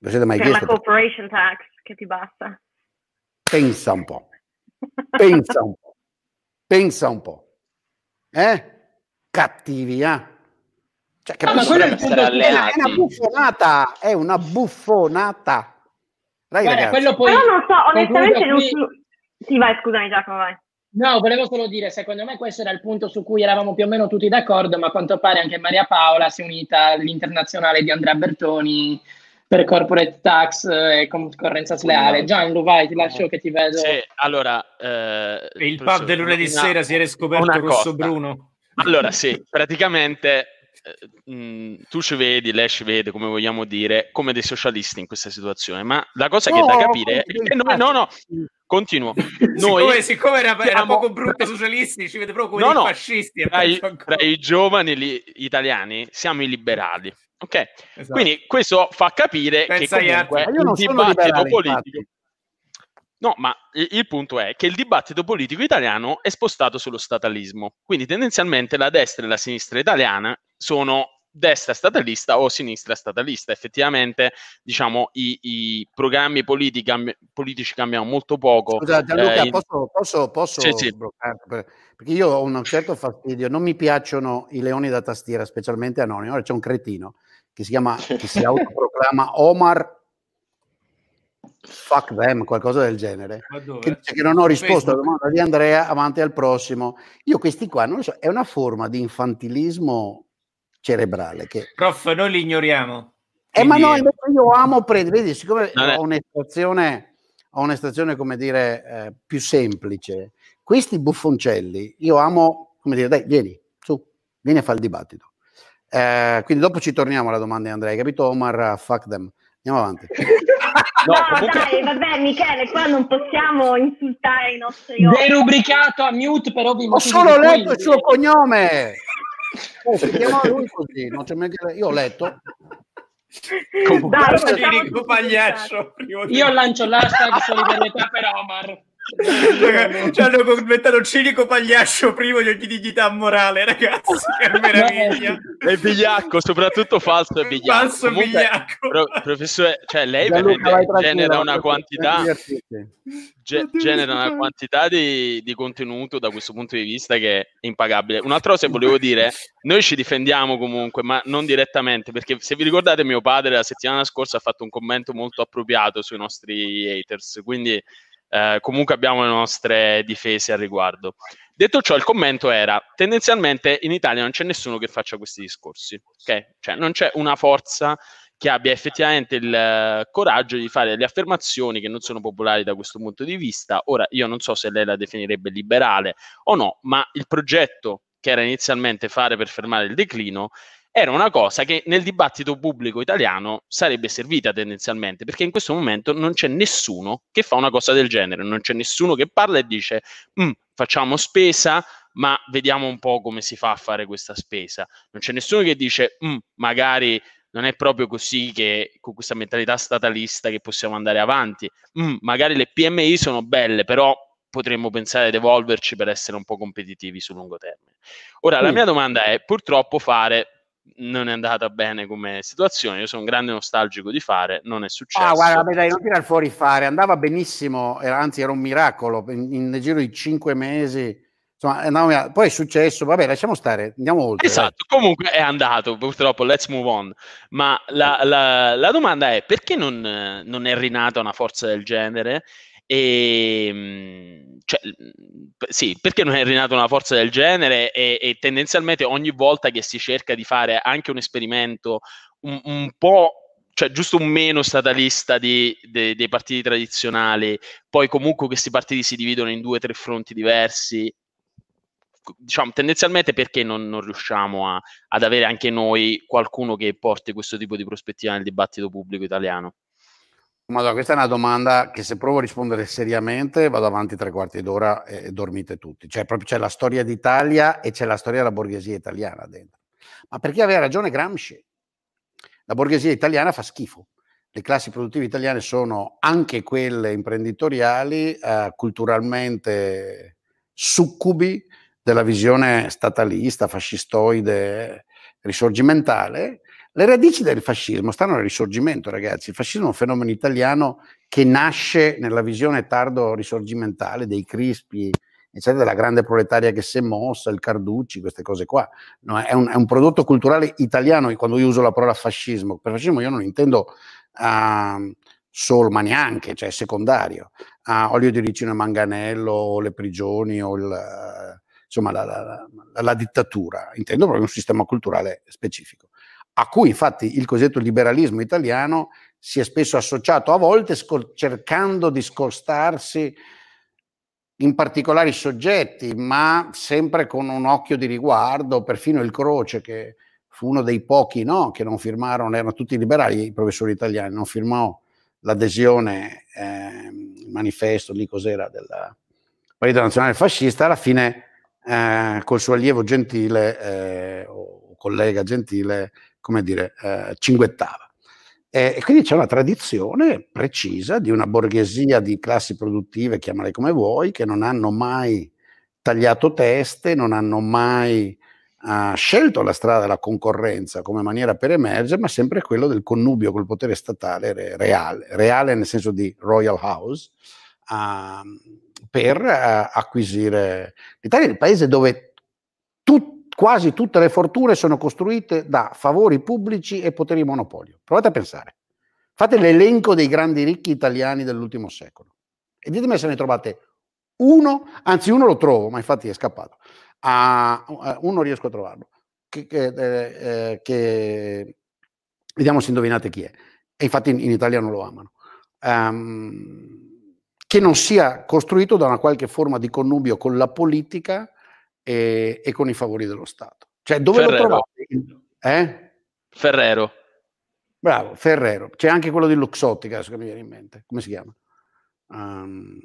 Lo siete mai per chiesto? la corporation tax che ti basta. Pensa un po', pensa un po', pensa un po', eh? Cattivi, eh? Cioè, che Ah, ma quello è il punto, è, una, è una buffonata, è una buffonata. Dai, Guarda, quello poi, però non so, onestamente non qui... so... Sì, vai, scusami Giacomo, vai. No, volevo solo dire, secondo me questo era il punto su cui eravamo più o meno tutti d'accordo, ma a quanto pare anche Maria Paola si è unita all'internazionale di Andrea Bertoni per corporate tax e concorrenza sleale. Gianlu, vai, ti lascio che ti vedo. Sì, allora... Eh, il pub del lunedì una, sera si è riscoperto rosso-bruno. Allora, sì, praticamente... Mm, tu ci vedi, lei ci vede, come vogliamo dire, come dei socialisti in questa situazione, ma la cosa no, che è da capire è che noi, no, no, continuo. Noi siccome, siccome era, era siamo, poco brutto socialisti, ci vede proprio come no, dei no, fascisti. Tra i, tra i giovani li, italiani siamo i liberali, ok? Esatto. Quindi questo fa capire Pensa che comunque il dibattito politico... Infatti. No, ma il, il punto è che il dibattito politico italiano è spostato sullo statalismo. Quindi tendenzialmente la destra e la sinistra italiana sono destra statalista o sinistra statalista. Effettivamente, diciamo, i, i programmi politici, politici cambiano molto poco. Scusa, Gianluca, eh, in... posso, posso, posso sì, sì. Perché io ho un certo fastidio. Non mi piacciono i leoni da tastiera, specialmente anonimi. Ora c'è un cretino che si chiama, che si autoproclama Omar Fuck them, qualcosa del genere, che dice che non ho risposto alla domanda di Andrea, avanti al prossimo. Io questi qua, non lo so, è una forma di infantilismo cerebrale che... Prof, noi li ignoriamo. Eh, ma no, invece io amo prendere, vedi, siccome ho un'estrazione, ho un'estrazione, come dire, eh, più semplice, questi buffoncelli, io amo, come dire, dai, vieni, su, vieni a fare il dibattito. Eh, quindi dopo ci torniamo alla domanda di Andrea, hai capito, Omar? Fuck them. Andiamo avanti. No, no comunque... dai, vabbè, Michele, qua non possiamo insultare i nostri occhi. Derubricato a mute per ovvi motivi. Ho solo letto il suo cognome. Oh, si chiama lui così, non c'è neanche... Io ho letto. Comunque, dai, Cinico Pagliaccio. Io lancio l'hashtag solidarietà per Omar. Ci hanno commentato Cinico Pagliaccio primo di ogni dignità morale, ragazzi, che meraviglia. È vigliacco, soprattutto falso e vigliacco. Falso Comunque, vigliacco. Pro, professore, cioè lei veramente genera una quantità ge, genera una quantità di, di contenuto da questo punto di vista che è impagabile. Un'altra cosa che volevo dire, noi ci difendiamo comunque, ma non direttamente, perché se vi ricordate mio padre la settimana scorsa ha fatto un commento molto appropriato sui nostri haters, quindi Eh, comunque abbiamo le nostre difese al riguardo. Detto ciò, il commento era: tendenzialmente in Italia non c'è nessuno che faccia questi discorsi, ok? Cioè non c'è una forza che abbia effettivamente il uh, coraggio di fare delle affermazioni che non sono popolari da questo punto di vista. Ora, io non so se lei la definirebbe liberale o no, ma il progetto che era inizialmente fare per fermare il declino era una cosa che nel dibattito pubblico italiano sarebbe servita tendenzialmente, perché in questo momento non c'è nessuno che fa una cosa del genere, non c'è nessuno che parla e dice facciamo spesa, ma vediamo un po' come si fa a fare questa spesa. Non c'è nessuno che dice magari non è proprio così che con questa mentalità statalista che possiamo andare avanti, mm, magari le P M I sono belle, però potremmo pensare ad evolverci per essere un po' competitivi sul lungo termine. Ora, mm. la mia domanda è, purtroppo fare non è andata bene come situazione, io sono un grande nostalgico di fare, non è successo. Ah, guarda, vabbè, dai, non tirare fuori fare, andava benissimo, era, anzi era un miracolo, in, in nel giro di cinque mesi, insomma, andava, poi è successo, vabbè, lasciamo stare, andiamo oltre. Esatto, dai. Comunque è andato, purtroppo, let's move on, ma la, la, la domanda è, perché non, non è rinata una forza del genere? E cioè, sì, perché non è rinata una forza del genere e, e tendenzialmente ogni volta che si cerca di fare anche un esperimento un, un po', cioè giusto un meno statalista di, de, dei partiti tradizionali, poi comunque questi partiti si dividono in due o tre fronti diversi, diciamo tendenzialmente perché non, non riusciamo a, ad avere anche noi qualcuno che porti questo tipo di prospettiva nel dibattito pubblico italiano? Madonna, questa è una domanda che se provo a rispondere seriamente vado avanti tre quarti d'ora e, e dormite tutti. Cioè proprio c'è la storia d'Italia e c'è la storia della borghesia italiana dentro. Ma perché aveva ragione Gramsci? La borghesia italiana fa schifo. Le classi produttive italiane sono anche quelle imprenditoriali eh, culturalmente succubi della visione statalista, fascistoide, risorgimentale. Le radici del fascismo stanno nel Risorgimento, ragazzi. Il fascismo è un fenomeno italiano che nasce nella visione tardo risorgimentale dei Crispi, eccetera, della grande proletaria che si è mossa, il Carducci, queste cose qua. No, è, un, è un prodotto culturale italiano. Quando io uso la parola fascismo, per fascismo io non intendo uh, solo, ma neanche, cioè secondario, uh, olio di ricino e manganello, o le prigioni, o il, uh, insomma la, la, la, la dittatura. Intendo proprio un sistema culturale specifico, a cui infatti il cosiddetto liberalismo italiano si è spesso associato, a volte scol- cercando di scostarsi in particolari soggetti, ma sempre con un occhio di riguardo. Perfino il Croce, che fu uno dei pochi no, che non firmarono, erano tutti liberali, i professori italiani, non firmò l'adesione, eh, il manifesto, lì cos'era, della Partito Nazionale Fascista, alla fine eh, col suo allievo Gentile, eh, o collega Gentile, come dire, eh, cinguettava. E quindi c'è una tradizione precisa di una borghesia di classi produttive, chiamale come vuoi, che non hanno mai tagliato teste, non hanno mai uh, scelto la strada della concorrenza come maniera per emergere, ma sempre quello del connubio col potere statale re- reale, reale nel senso di Royal House, uh, per uh, acquisire l'Italia, è il paese dove tutti quasi tutte le fortune sono costruite da favori pubblici e poteri di monopolio. Provate a pensare. Fate l'elenco dei grandi ricchi italiani dell'ultimo secolo e ditemi se ne trovate uno, anzi uno lo trovo, ma infatti è scappato. Uh, uno riesco a trovarlo. Che, che, eh, che... Vediamo se indovinate chi è. E infatti in, in Italia non lo amano. Um, che non sia costruito da una qualche forma di connubio con la politica E, e con i favori dello Stato. Cioè, dove Ferrero. Lo trovate? Eh? Ferrero. Bravo, Ferrero. C'è anche quello di Luxottica, adesso che mi viene in mente. Come si chiama? Um...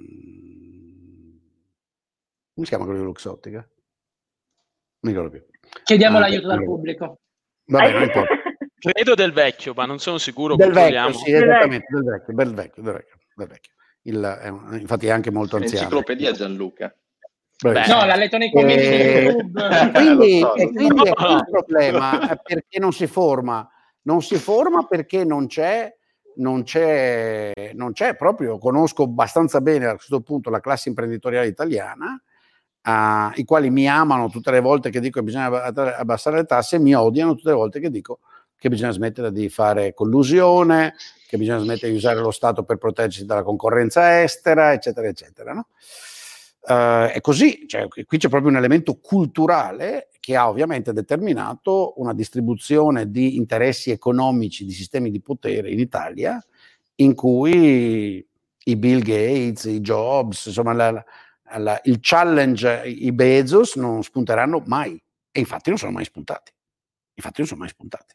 Come si chiama quello di Luxottica? Non mi ricordo più. Chiediamo ah, l'aiuto dal pubblico. Vabbè, non importa. Credo del vecchio, ma non sono sicuro. Del vecchio, sì, esattamente, del vecchio, del vecchio, del vecchio. Del vecchio. Il, è, infatti è anche molto anziano. Enciclopedia Gianluca. Beh, no, la letto nei commenti eh, di YouTube. E quindi, so, e quindi è il problema, perché non si forma, non si forma perché non c'è, non c'è, non c'è proprio, conosco abbastanza bene a questo punto la classe imprenditoriale italiana, uh, i quali mi amano tutte le volte che dico che bisogna abbassare le tasse, e mi odiano tutte le volte che dico che bisogna smettere di fare collusione, che bisogna smettere di usare lo Stato per proteggersi dalla concorrenza estera, eccetera, eccetera, no? Uh, è così, cioè, qui c'è proprio un elemento culturale che ha ovviamente determinato una distribuzione di interessi economici, di sistemi di potere in Italia, in cui i Bill Gates, i Jobs, insomma la, la, il challenge, i Bezos non spunteranno mai, e infatti non sono mai spuntati, infatti non sono mai spuntati.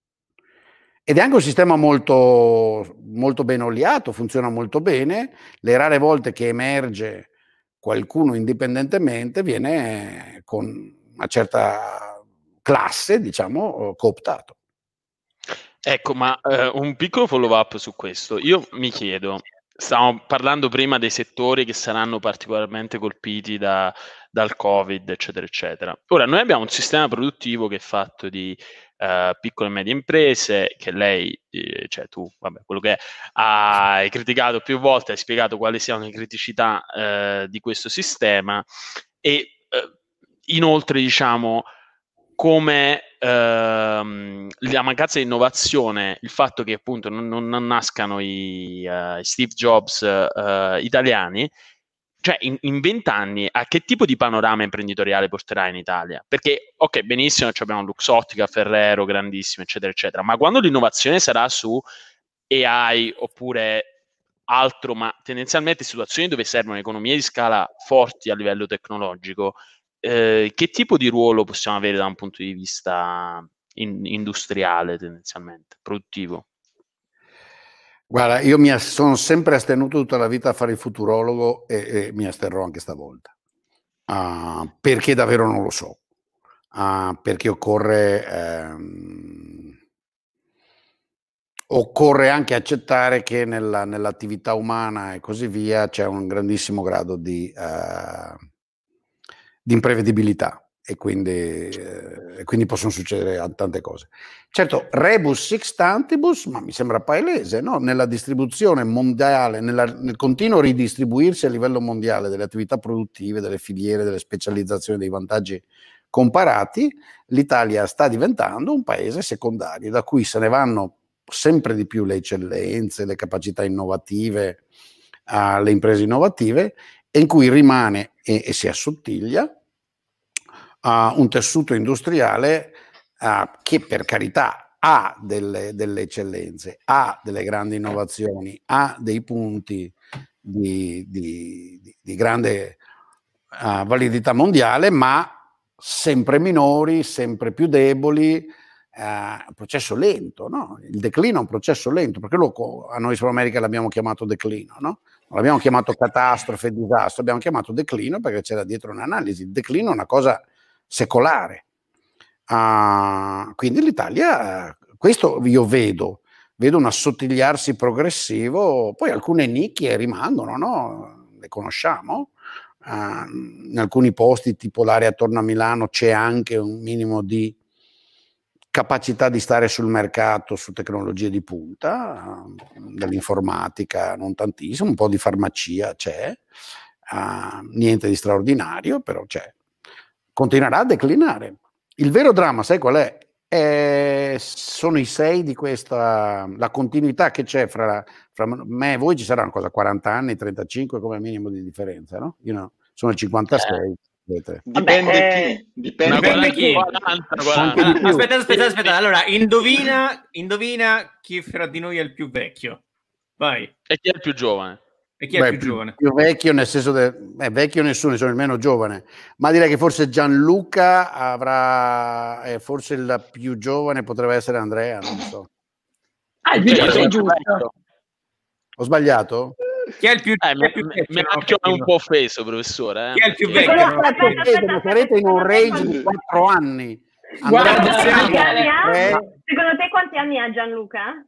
Ed è anche un sistema molto, molto ben oliato, funziona molto bene, le rare volte che emerge qualcuno indipendentemente viene con una certa classe, diciamo, cooptato. Ecco, ma eh, un piccolo follow up su questo. Io mi chiedo, stavamo parlando prima dei settori che saranno particolarmente colpiti da, dal Covid, eccetera, eccetera. Ora, noi abbiamo un sistema produttivo che è fatto di uh, piccole e medie imprese, che lei, eh, cioè tu, vabbè, quello che è, hai criticato più volte, hai spiegato quali siano le criticità eh, di questo sistema e eh, inoltre, diciamo, come ehm, la mancanza di innovazione, il fatto che appunto non, non nascano i uh, Steve Jobs uh, italiani, cioè in vent'anni a che tipo di panorama imprenditoriale porterà in Italia? Perché, ok, benissimo, abbiamo Luxottica, Ferrero, grandissimo, eccetera, eccetera, ma quando l'innovazione sarà su A I oppure altro, ma tendenzialmente situazioni dove servono economie di scala forti a livello tecnologico, Eh, che tipo di ruolo possiamo avere da un punto di vista in, industriale, tendenzialmente, produttivo? Guarda, io mi sono sempre astenuto tutta la vita a fare il futurologo e, e mi asterrò anche stavolta, uh, perché davvero non lo so, uh, perché occorre, ehm, occorre anche accettare che nella, nell'attività umana e così via c'è un grandissimo grado di, uh, di imprevedibilità. e quindi, eh, quindi possono succedere tante cose. Certo, rebus sixtantibus, ma mi sembra palese, no? Nella distribuzione mondiale, nella, nel continuo ridistribuirsi a livello mondiale delle attività produttive, delle filiere, delle specializzazioni, dei vantaggi comparati, l'Italia sta diventando un paese secondario, da cui se ne vanno sempre di più le eccellenze, le capacità innovative, uh, le imprese innovative, e in cui rimane e, e si assottiglia Uh, un tessuto industriale uh, che per carità ha delle, delle eccellenze, ha delle grandi innovazioni, ha dei punti di, di, di, di grande uh, validità mondiale, ma sempre minori, sempre più deboli, uh, un processo lento, no? Il declino è un processo lento, perché lo, a noi in Sud America l'abbiamo chiamato declino, no? Non l'abbiamo chiamato catastrofe, disastro, abbiamo chiamato declino perché c'era dietro un'analisi. Il declino è una cosa secolare. Uh, quindi l'Italia, questo io vedo, vedo un assottigliarsi progressivo, poi alcune nicchie rimangono, no? Le conosciamo, uh, in alcuni posti tipo l'area attorno a Milano c'è anche un minimo di capacità di stare sul mercato su tecnologie di punta, uh, dall'informatica non tantissimo, un po' di farmacia c'è, uh, niente di straordinario, però c'è. Continuerà a declinare. Il vero dramma, sai qual è? Eh, sono i sei di questa, la continuità che c'è fra, fra me e voi. Ci saranno cosa, quaranta anni, trentacinque come minimo di differenza, no? Io no, sono il cinquantasei. Eh. Dipende Vabbè, chi. Dipende, dipende chi. quaranta, quaranta. Ah, aspetta, aspetta, aspetta. Allora, indovina, indovina chi fra di noi è il più vecchio. Vai. E chi è il più giovane? E chi è Beh, più, più giovane? Più vecchio nel senso del eh, vecchio nessuno, sono il meno giovane, ma direi che forse Gianluca avrà, eh, forse il più giovane potrebbe essere Andrea, non so. Ah, il più giovane è giusto. Ho sbagliato? Chi è il più, eh, chi è il più mi, vecchio? Mi ha anche un po' offeso, professore. Eh? Chi è il più Perché... vecchio? Sarete in un range di quattro anni. Guarda, quanti anni ha? Eh, Secondo te quanti anni ha Gianluca?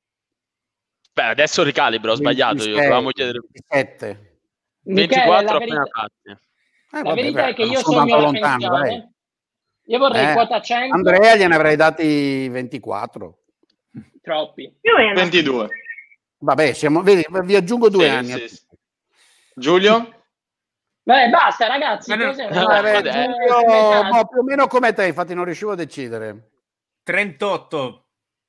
Beh, adesso ricalibro, ho sbagliato io, dovevamo chiedere ventisette. ventiquattro appena fatti. Eh, la vabbè, verità beh, è che io sono sogno la lontano, pensione. dai. Io vorrei Eh, quota cento. Andrea gliene avrei dati ventiquattro. Troppi. Più o meno. ventidue. Vabbè, siamo, vedi, vi aggiungo due Sì, anni. sì, sì. Giulio? Beh, basta ragazzi. Ma no, cos'è? no, Una- vabbè, eh, Io, metà. no, più o meno come te, infatti non riuscivo a decidere. trentotto.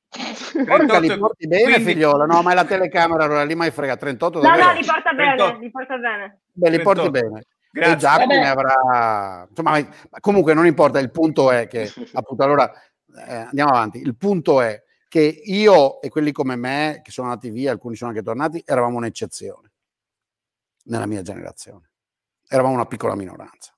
Porca, li porti bene, quindi... figliola? No, ma è la telecamera, allora lì mai frega. trentotto No, davvero? no, li porta bene, trentotto. li porta bene. Beh, li porti trentotto. bene. Grazie. E Giacomo Vabbè. ne avrà... Insomma, ma comunque non importa, il punto è che, appunto, allora, eh, andiamo avanti. Il punto è che io e quelli come me, che sono andati via, alcuni sono anche tornati, eravamo un'eccezione nella mia generazione. Eravamo una piccola minoranza.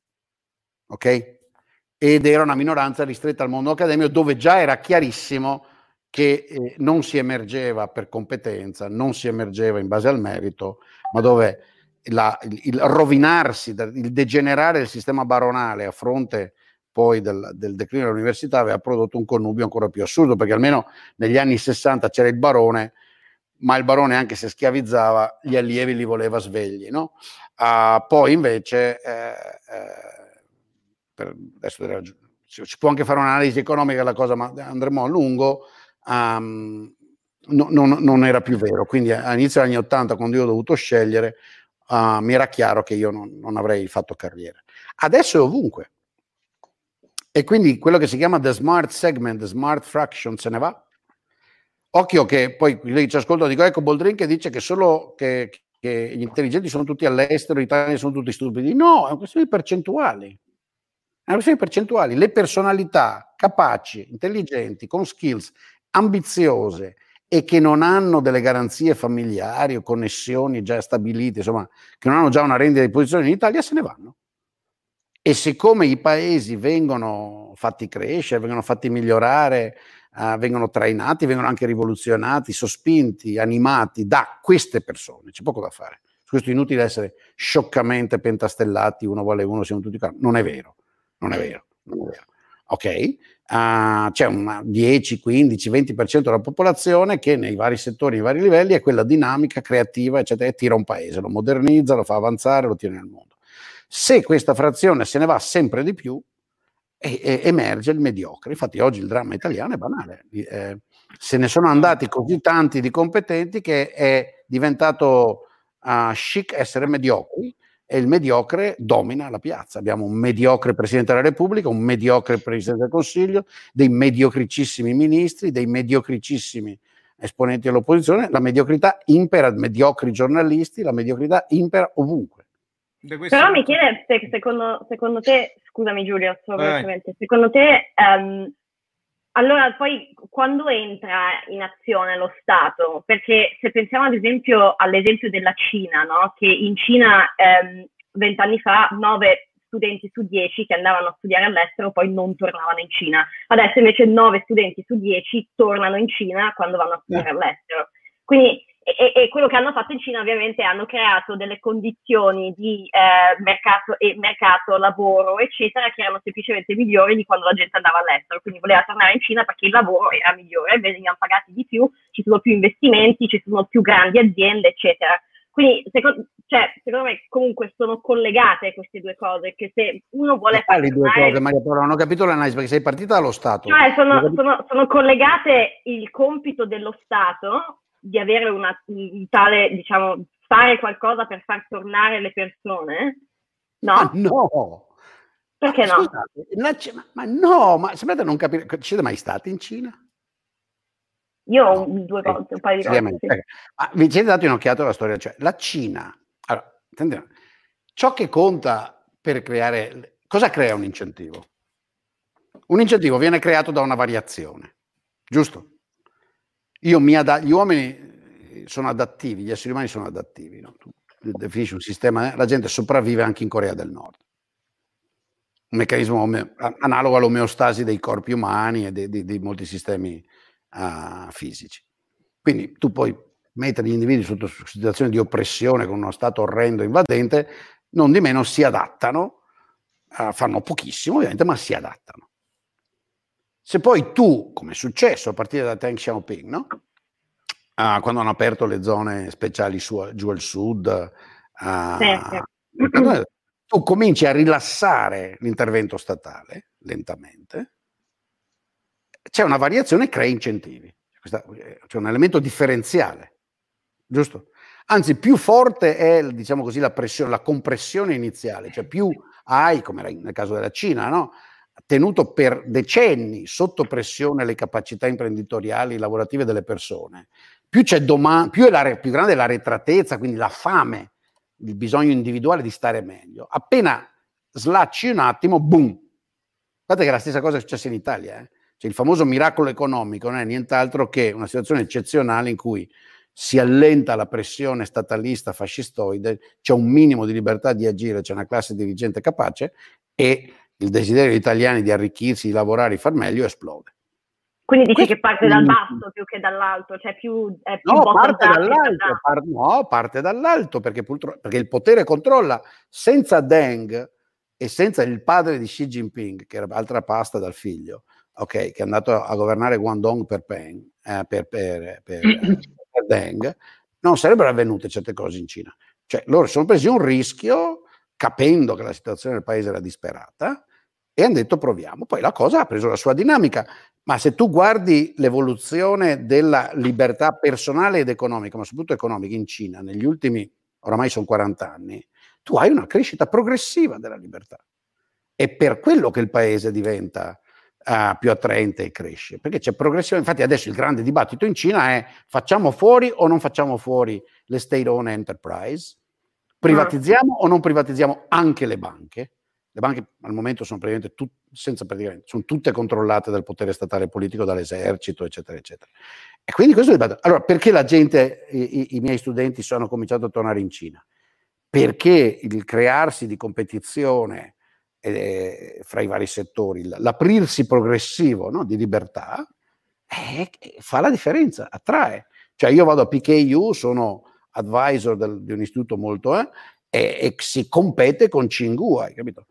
Ok? Ed era una minoranza ristretta al mondo accademico, dove già era chiarissimo che eh, non si emergeva per competenza, non si emergeva in base al merito, ma dove la, il, il rovinarsi, il degenerare del sistema baronale a fronte poi del, del declino dell'università aveva prodotto un connubio ancora più assurdo, perché almeno negli anni sessanta c'era il barone, ma il barone, anche se schiavizzava, gli allievi li voleva svegli, no? Uh, poi invece eh, eh, per adesso si può anche fare un'analisi economica della cosa, ma andremo a lungo. Um, no, non, non era più vero, quindi all'inizio degli anni ottanta, quando io ho dovuto scegliere, uh, mi era chiaro che io non, non avrei fatto carriera. Adesso è ovunque, e quindi quello che si chiama the smart segment, the smart fraction se ne va. Occhio che poi quelli che ci ascoltano dicono, ecco Boldrin che dice che solo che, che gli intelligenti sono tutti all'estero, gli italiani sono tutti stupidi. No, è una questione di percentuali. È una questione di percentuali. Le personalità capaci, intelligenti, con skills ambiziose e che non hanno delle garanzie familiari o connessioni già stabilite, insomma, che non hanno già una rendita di posizione in Italia, se ne vanno. E siccome i paesi vengono fatti crescere, vengono fatti migliorare, uh, vengono trainati, vengono anche rivoluzionati, sospinti, animati da queste persone, c'è poco da fare. Su questo è inutile essere scioccamente pentastellati, uno vuole uno, siamo tutti qua. Non è vero, non è vero, non è vero. Ok? Uh, c'è un dieci, quindici, venti per cento della popolazione che nei vari settori, nei vari livelli è quella dinamica, creativa, eccetera, e tira un paese, lo modernizza, lo fa avanzare, lo tiene nel mondo. Se questa frazione se ne va sempre di più, e, e emerge il mediocre. Infatti oggi il dramma italiano è banale, eh, se ne sono andati così tanti di competenti che è diventato uh, chic essere mediocri, e il mediocre domina la piazza. Abbiamo un mediocre Presidente della Repubblica, un mediocre Presidente del Consiglio, dei mediocricissimi ministri, dei mediocricissimi esponenti dell'opposizione. La mediocrità impera, mediocri giornalisti, la mediocrità impera ovunque. Però mi chiede se secondo, secondo te, scusami Giulio, eh. secondo te, um, allora poi quando entra in azione lo Stato? Perché se pensiamo ad esempio all'esempio della Cina, no? Che in Cina vent'anni um, fa nove studenti su dieci che andavano a studiare all'estero poi non tornavano in Cina. Adesso invece nove studenti su dieci tornano in Cina quando vanno a studiare eh. all'estero. Quindi E, e quello che hanno fatto in Cina ovviamente hanno creato delle condizioni di eh, mercato e mercato, lavoro, eccetera, che erano semplicemente migliori di quando la gente andava all'estero. Quindi voleva tornare in Cina perché il lavoro era migliore, venivano pagati di più, ci sono più investimenti, ci sono più grandi aziende, eccetera. Quindi secondo, cioè, secondo me comunque sono collegate queste due cose, che se uno vuole fare le due cose, Maria Paola, non ho capito l'analisi perché sei partita dallo Stato. Cioè, sono, sono, sono collegate il compito dello Stato di avere una un tale, diciamo, fare qualcosa per far tornare le persone, no? Ah, no! Perché ma, no? Scusate, ma, ma no, ma sembrate non capire, ci siete mai stati in Cina? Io ho no. due volte, eh, un paio di volte. Sì. Ma vi siete dati un'occhiata alla storia? Cioè, la Cina, allora, attendiamo, ciò che conta per creare, cosa crea un incentivo? Un incentivo viene creato da una variazione, giusto? Io mi ad- gli uomini sono adattivi, gli esseri umani sono adattivi, no? Tu definisci un sistema, la gente sopravvive anche in Corea del Nord. Un meccanismo ome- analogo all'omeostasi dei corpi umani e di, di, di molti sistemi uh, fisici. Quindi tu puoi mettere gli individui sotto situazioni di oppressione con uno stato orrendo invadente, non di meno si adattano, uh, fanno pochissimo ovviamente, ma si adattano. Se poi tu, come è successo a partire da Deng Xiaoping, no? Uh, quando hanno aperto le zone speciali su, giù al sud, uh, sì, sì. tu cominci a rilassare l'intervento statale lentamente, c'è una variazione, crea incentivi. Questa, c'è un elemento differenziale, giusto? Anzi, più forte è, diciamo così, la pressione, la compressione iniziale, cioè più hai, come era nel caso della Cina, no? Tenuto per decenni sotto pressione le capacità imprenditoriali, lavorative delle persone, più c'è domanda, più è la, più grande è la retratezza, quindi la fame, il bisogno individuale di stare meglio. Appena slacci un attimo, boom. Guardate che è la stessa cosa è successa in Italia, eh? Cioè, il famoso miracolo economico non è nient'altro che una situazione eccezionale in cui si allenta la pressione statalista fascistoide, c'è un minimo di libertà di agire, c'è una classe dirigente capace e il desiderio degli italiani di arricchirsi, di lavorare, di far meglio esplode. Quindi dici Questo che parte dal basso più che dall'alto, cioè più, è più no, parte dall'alto, par- no, parte dall'alto perché, perché il potere controlla. Senza Deng e senza il padre di Xi Jinping, che era altra pasta dal figlio, ok, che è andato a governare Guangdong per, Peng, eh, per, per, per, per Deng, non sarebbero avvenute certe cose in Cina. Cioè loro sono presi un rischio capendo che la situazione del paese era disperata e hanno detto proviamo. Poi la cosa ha preso la sua dinamica, ma se tu guardi l'evoluzione della libertà personale ed economica, ma soprattutto economica in Cina negli ultimi, oramai sono quaranta anni, tu hai una crescita progressiva della libertà. È per quello che il paese diventa uh, più attraente e cresce, perché c'è progressione. Infatti adesso il grande dibattito in Cina è facciamo fuori o non facciamo fuori le state-owned enterprise? Privatizziamo ah. o non privatizziamo anche le banche? Le banche al momento sono praticamente, tut, senza praticamente sono tutte controllate dal potere statale e politico, dall'esercito, eccetera, eccetera. E quindi questo è il dibattito. Allora, perché la gente, i, i miei studenti sono cominciato a tornare in Cina? Perché il crearsi di competizione eh, fra i vari settori, l'aprirsi progressivo, no, di libertà, eh, fa la differenza, attrae. Cioè io vado a P K U, sono advisor del, di un istituto molto eh, e, e si compete con Tsinghua, hai capito?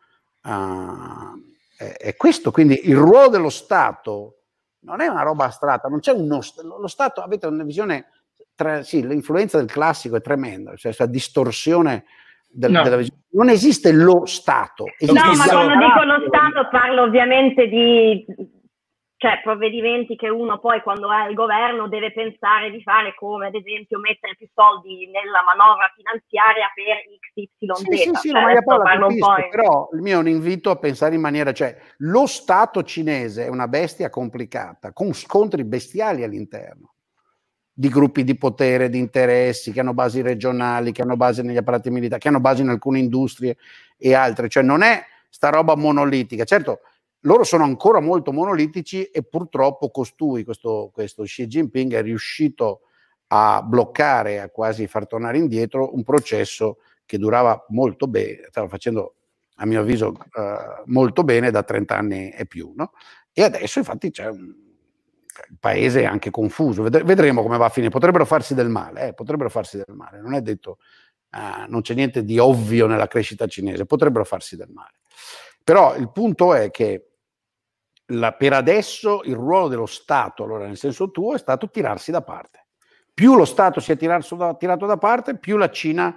Uh, è, è questo, quindi il ruolo dello Stato non è una roba astratta, non c'è uno lo Stato, avete una visione tra, sì, l'influenza del classico è tremenda, cioè questa distorsione del, no. della visione. Non esiste lo Stato. Esiste no, ma quando dico lo Stato, Stato parlo ovviamente di cioè, provvedimenti che uno poi quando è al governo deve pensare di fare, come ad esempio mettere più soldi nella manovra finanziaria per X Y Z. Sì, sì, sì, cioè, Maria Paola, parlo un po'. però il mio è un invito a pensare in maniera, cioè lo Stato cinese è una bestia complicata, con scontri bestiali all'interno, di gruppi di potere, di interessi, che hanno basi regionali, che hanno basi negli apparati militari, che hanno basi in alcune industrie e altre, cioè non è sta roba monolitica. Certo, loro sono ancora molto monolitici e purtroppo costui, questo, questo Xi Jinping è riuscito a bloccare, a quasi far tornare indietro un processo che durava molto bene, stava facendo a mio avviso eh, molto bene da trenta anni e più, no? E adesso infatti c'è un il paese è anche confuso, vedremo come va a finire, potrebbero farsi del male, eh, potrebbero farsi del male, non è detto, eh, non c'è niente di ovvio nella crescita cinese, potrebbero farsi del male. Però il punto è che la, per adesso il ruolo dello Stato, allora nel senso tuo, è stato tirarsi da parte. Più lo Stato si è tirato da, tirato da parte, più la Cina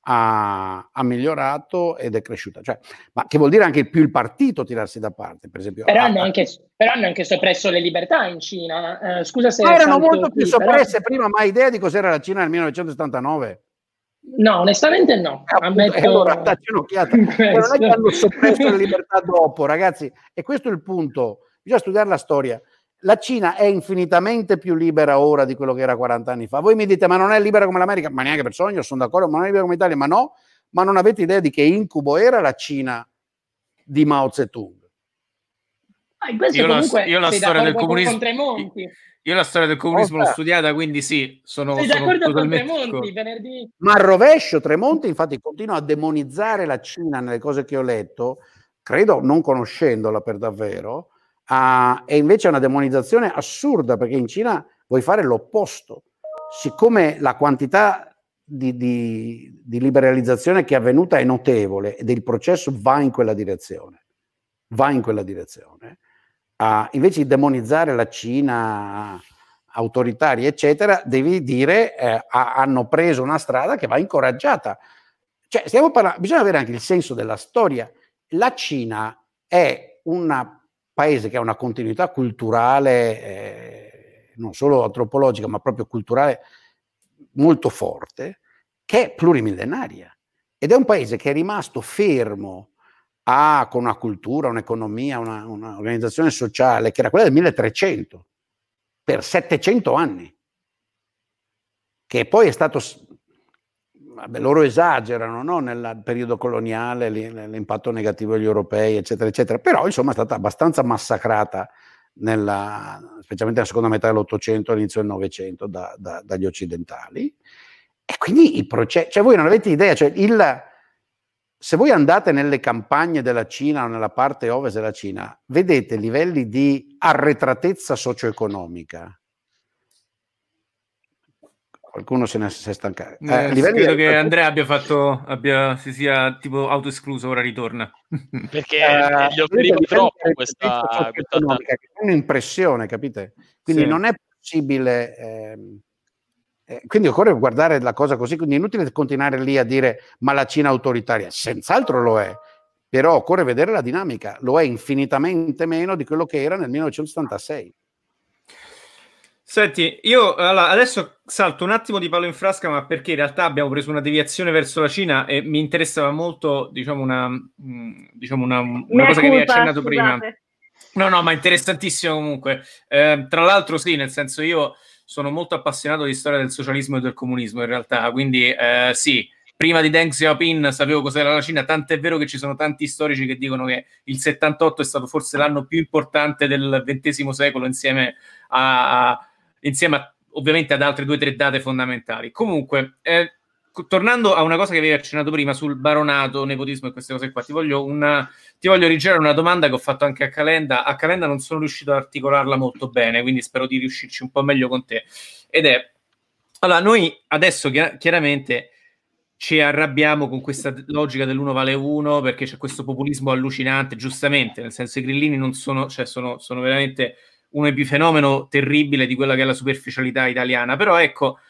ha, ha migliorato ed è cresciuta. Cioè, ma che vuol dire anche più il partito tirarsi da parte, per esempio. Però, ah, hanno, anche, però hanno anche soppresso le libertà in Cina. Eh, scusa se... erano molto più qui, soppresse però... prima, ma hai idea di cos'era la Cina nel millenovecentosettantanove? No, onestamente no. Eh, appunto, Ammetto... allora dacci un'occhiata. Non è che hanno soppresso le libertà dopo, ragazzi, e questo è il punto. Bisogna studiare la storia. La Cina è infinitamente più libera ora di quello che era quaranta anni fa. Voi mi dite, ma non è libera come l'America? Ma neanche per sogno, sono d'accordo, ma non è libera come l'Italia, ma no, ma non avete idea di che incubo era la Cina di Mao Zedong. Ah, questo io, comunque la, io la storia del comunismo io la storia del comunismo l'ho studiata, quindi sì, sono, sei sono d'accordo con totalmente Tremonti venerdì? Ma al rovescio Tremonti infatti continua a demonizzare la Cina nelle cose che ho letto, credo non conoscendola per davvero, uh, e invece è una demonizzazione assurda, perché in Cina vuoi fare l'opposto. Siccome la quantità di, di, di liberalizzazione che è avvenuta è notevole ed il processo va in quella direzione, va in quella direzione, uh, invece di demonizzare la Cina autoritaria, eccetera, devi dire eh, hanno preso una strada che va incoraggiata. Cioè, stiamo parlando, bisogna avere anche il senso della storia. La Cina è un paese che ha una continuità culturale, eh, non solo antropologica, ma proprio culturale molto forte, che è plurimillenaria. Ed è un paese che è rimasto fermo a, con una cultura, un'economia, una, un'organizzazione sociale che era quella del milletrecento, per settecento anni, che poi è stato, vabbè, loro esagerano, no? Nel periodo coloniale l'impatto negativo degli europei, eccetera, eccetera, però insomma è stata abbastanza massacrata, nella, specialmente nella seconda metà dell'Ottocento, all'inizio del Novecento, da, da, dagli occidentali, e quindi i processi, cioè voi non avete idea, cioè il... Se voi andate nelle campagne della Cina o nella parte ovest della Cina, vedete livelli di arretratezza socio-economica. Qualcuno se ne si è stancato. Eh, eh, credo che Andrea abbia fatto, abbia, si sia tipo autoescluso, ora ritorna. Perché eh, gli offriva troppo questa, questa che è un'impressione, capite? Quindi sì. Non è possibile... Eh, Eh, quindi occorre guardare la cosa così, quindi è inutile continuare lì a dire ma la Cina autoritaria, senz'altro lo è, però occorre vedere la dinamica, lo è infinitamente meno di quello che era nel millenovecentosettantasei. Senti, io allora, adesso salto un attimo di palo in frasca, ma perché in realtà abbiamo preso una deviazione verso la Cina e mi interessava molto, diciamo, una, diciamo una, una cosa che vi hai accennato prima. No, no, ma interessantissimo comunque. Eh, tra l'altro sì, nel senso io sono molto appassionato di storia del socialismo e del comunismo in realtà, quindi eh, sì, prima di Deng Xiaoping sapevo cos'era la Cina, tant'è vero che ci sono tanti storici che dicono che il settantotto è stato forse l'anno più importante del ventesimo secolo insieme a, a insieme a, ovviamente ad altre due o tre date fondamentali. Comunque, eh, tornando a una cosa che avevi accennato prima sul baronato, nepotismo e queste cose qua, ti voglio, una, ti voglio rigirare una domanda che ho fatto anche a Calenda. A Calenda non sono riuscito ad articolarla molto bene, quindi spero di riuscirci un po' meglio con te. Ed è, allora, noi adesso chiar- chiaramente ci arrabbiamo con questa logica dell'uno vale uno, perché c'è questo populismo allucinante, giustamente, nel senso i grillini non sono, cioè sono, sono veramente un epifenomeno terribile di quella che è la superficialità italiana, però ecco,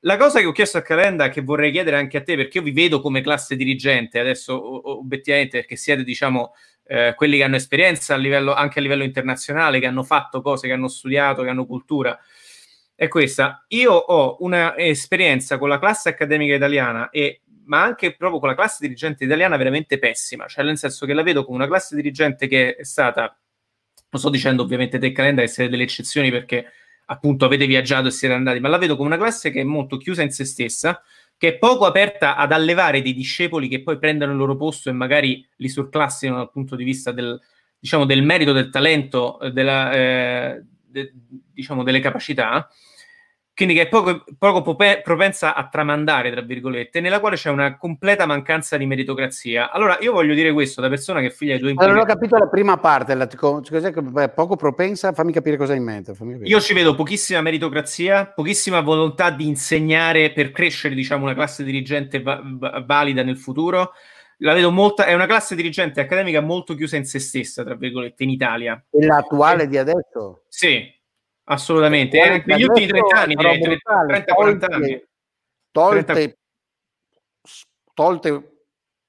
la cosa che ho chiesto a Calenda, che vorrei chiedere anche a te, perché io vi vedo come classe dirigente adesso, obiettivamente, perché siete, diciamo, eh, quelli che hanno esperienza a livello, anche a livello internazionale, che hanno fatto cose, che hanno studiato, che hanno cultura, è questa. Io ho una esperienza con la classe accademica italiana, e, ma anche proprio con la classe dirigente italiana veramente pessima, cioè nel senso che la vedo come una classe dirigente che è stata, non sto dicendo ovviamente te Calenda che siete delle eccezioni perché appunto avete viaggiato e siete andati, ma la vedo come una classe che è molto chiusa in se stessa, che è poco aperta ad allevare dei discepoli che poi prendano il loro posto e magari li surclassino dal punto di vista del, diciamo, del merito, del talento, della, eh, de, diciamo, delle capacità, quindi che è poco, poco propensa a tramandare, tra virgolette, nella quale c'è una completa mancanza di meritocrazia. Allora, io voglio dire questo da persona che è figlia di due impiegati. Allora, non ho capito la prima parte, la, cos'è che beh, poco propensa, fammi capire cosa hai in mente. Io ci vedo pochissima meritocrazia, pochissima volontà di insegnare per crescere, diciamo, una classe dirigente va- va- valida nel futuro. La vedo molta, è una classe dirigente accademica molto chiusa in se stessa, tra virgolette, in Italia. E l'attuale eh, di adesso? Sì. Assolutamente, e anche negli ultimi trenta anni, direi, trenta quaranta anni. Tolte, trenta... tolte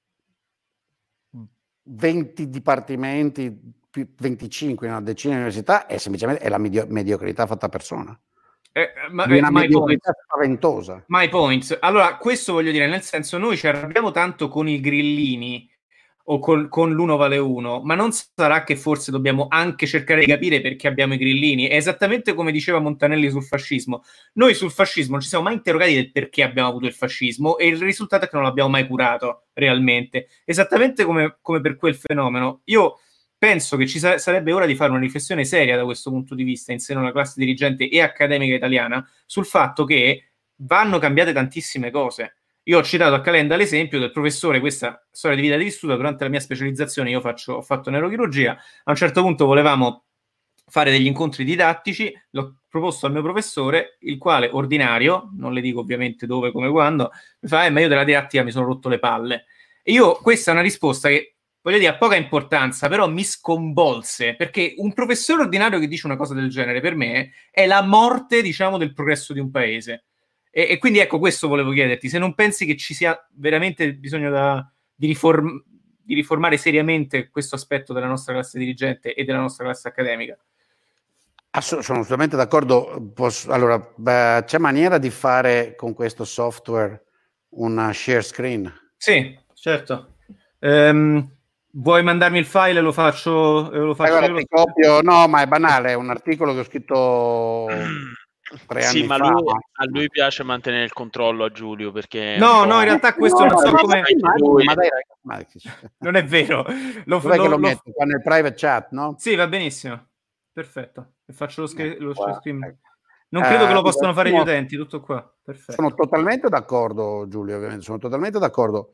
venti dipartimenti, venticinque in una decina di università, è semplicemente è la medio- mediocrità fatta persona. Eh, ma, di una my mediocrità point. spaventosa. My point. Allora, questo voglio dire, nel senso, noi ci arrabbiamo tanto con i grillini o con, con l'uno vale uno, ma non sarà che forse dobbiamo anche cercare di capire perché abbiamo i grillini? È esattamente come diceva Montanelli sul fascismo. Noi sul fascismo non ci siamo mai interrogati del perché abbiamo avuto il fascismo e il risultato è che non l'abbiamo mai curato realmente. Esattamente come, come per quel fenomeno. Io penso che ci sa- sarebbe ora di fare una riflessione seria da questo punto di vista in seno alla classe dirigente e accademica italiana sul fatto che vanno cambiate tantissime cose. Io ho citato a Calenda l'esempio del professore, questa storia di vita di studio, durante la mia specializzazione io faccio, ho fatto neurochirurgia, a un certo punto volevamo fare degli incontri didattici, l'ho proposto al mio professore, il quale ordinario, non le dico ovviamente dove, come, quando, mi fa, eh, ma io della didattica mi sono rotto le palle. E io, questa è una risposta che, voglio dire, ha poca importanza, però mi sconvolse, perché un professore ordinario che dice una cosa del genere, per me, è la morte, diciamo, del progresso di un paese. E, e quindi ecco, questo volevo chiederti, se non pensi che ci sia veramente bisogno da, di, riform, di riformare seriamente questo aspetto della nostra classe dirigente e della nostra classe accademica. Sono assolutamente d'accordo. Posso, allora, beh, c'è maniera di fare con questo software una share screen? Sì, certo. Um, vuoi mandarmi il file e lo faccio? E lo faccio allora, io, ti lo... copio. No, ma è banale, è un articolo che ho scritto... Tre sì, anni ma fa, lui, ma... a lui piace mantenere il controllo a Giulio perché no, no, in realtà questo no, non so come lui... ma dai, ma... non è vero. Lo, Dov'è lo, che lo, lo metto qua nel private chat, no? Sì, va benissimo. Perfetto. E faccio lo, screen, lo wow. screen. Non credo uh, che lo possano fare sono, gli utenti, tutto qua. Perfetto. Sono totalmente d'accordo, Giulio, ovviamente, sono totalmente d'accordo.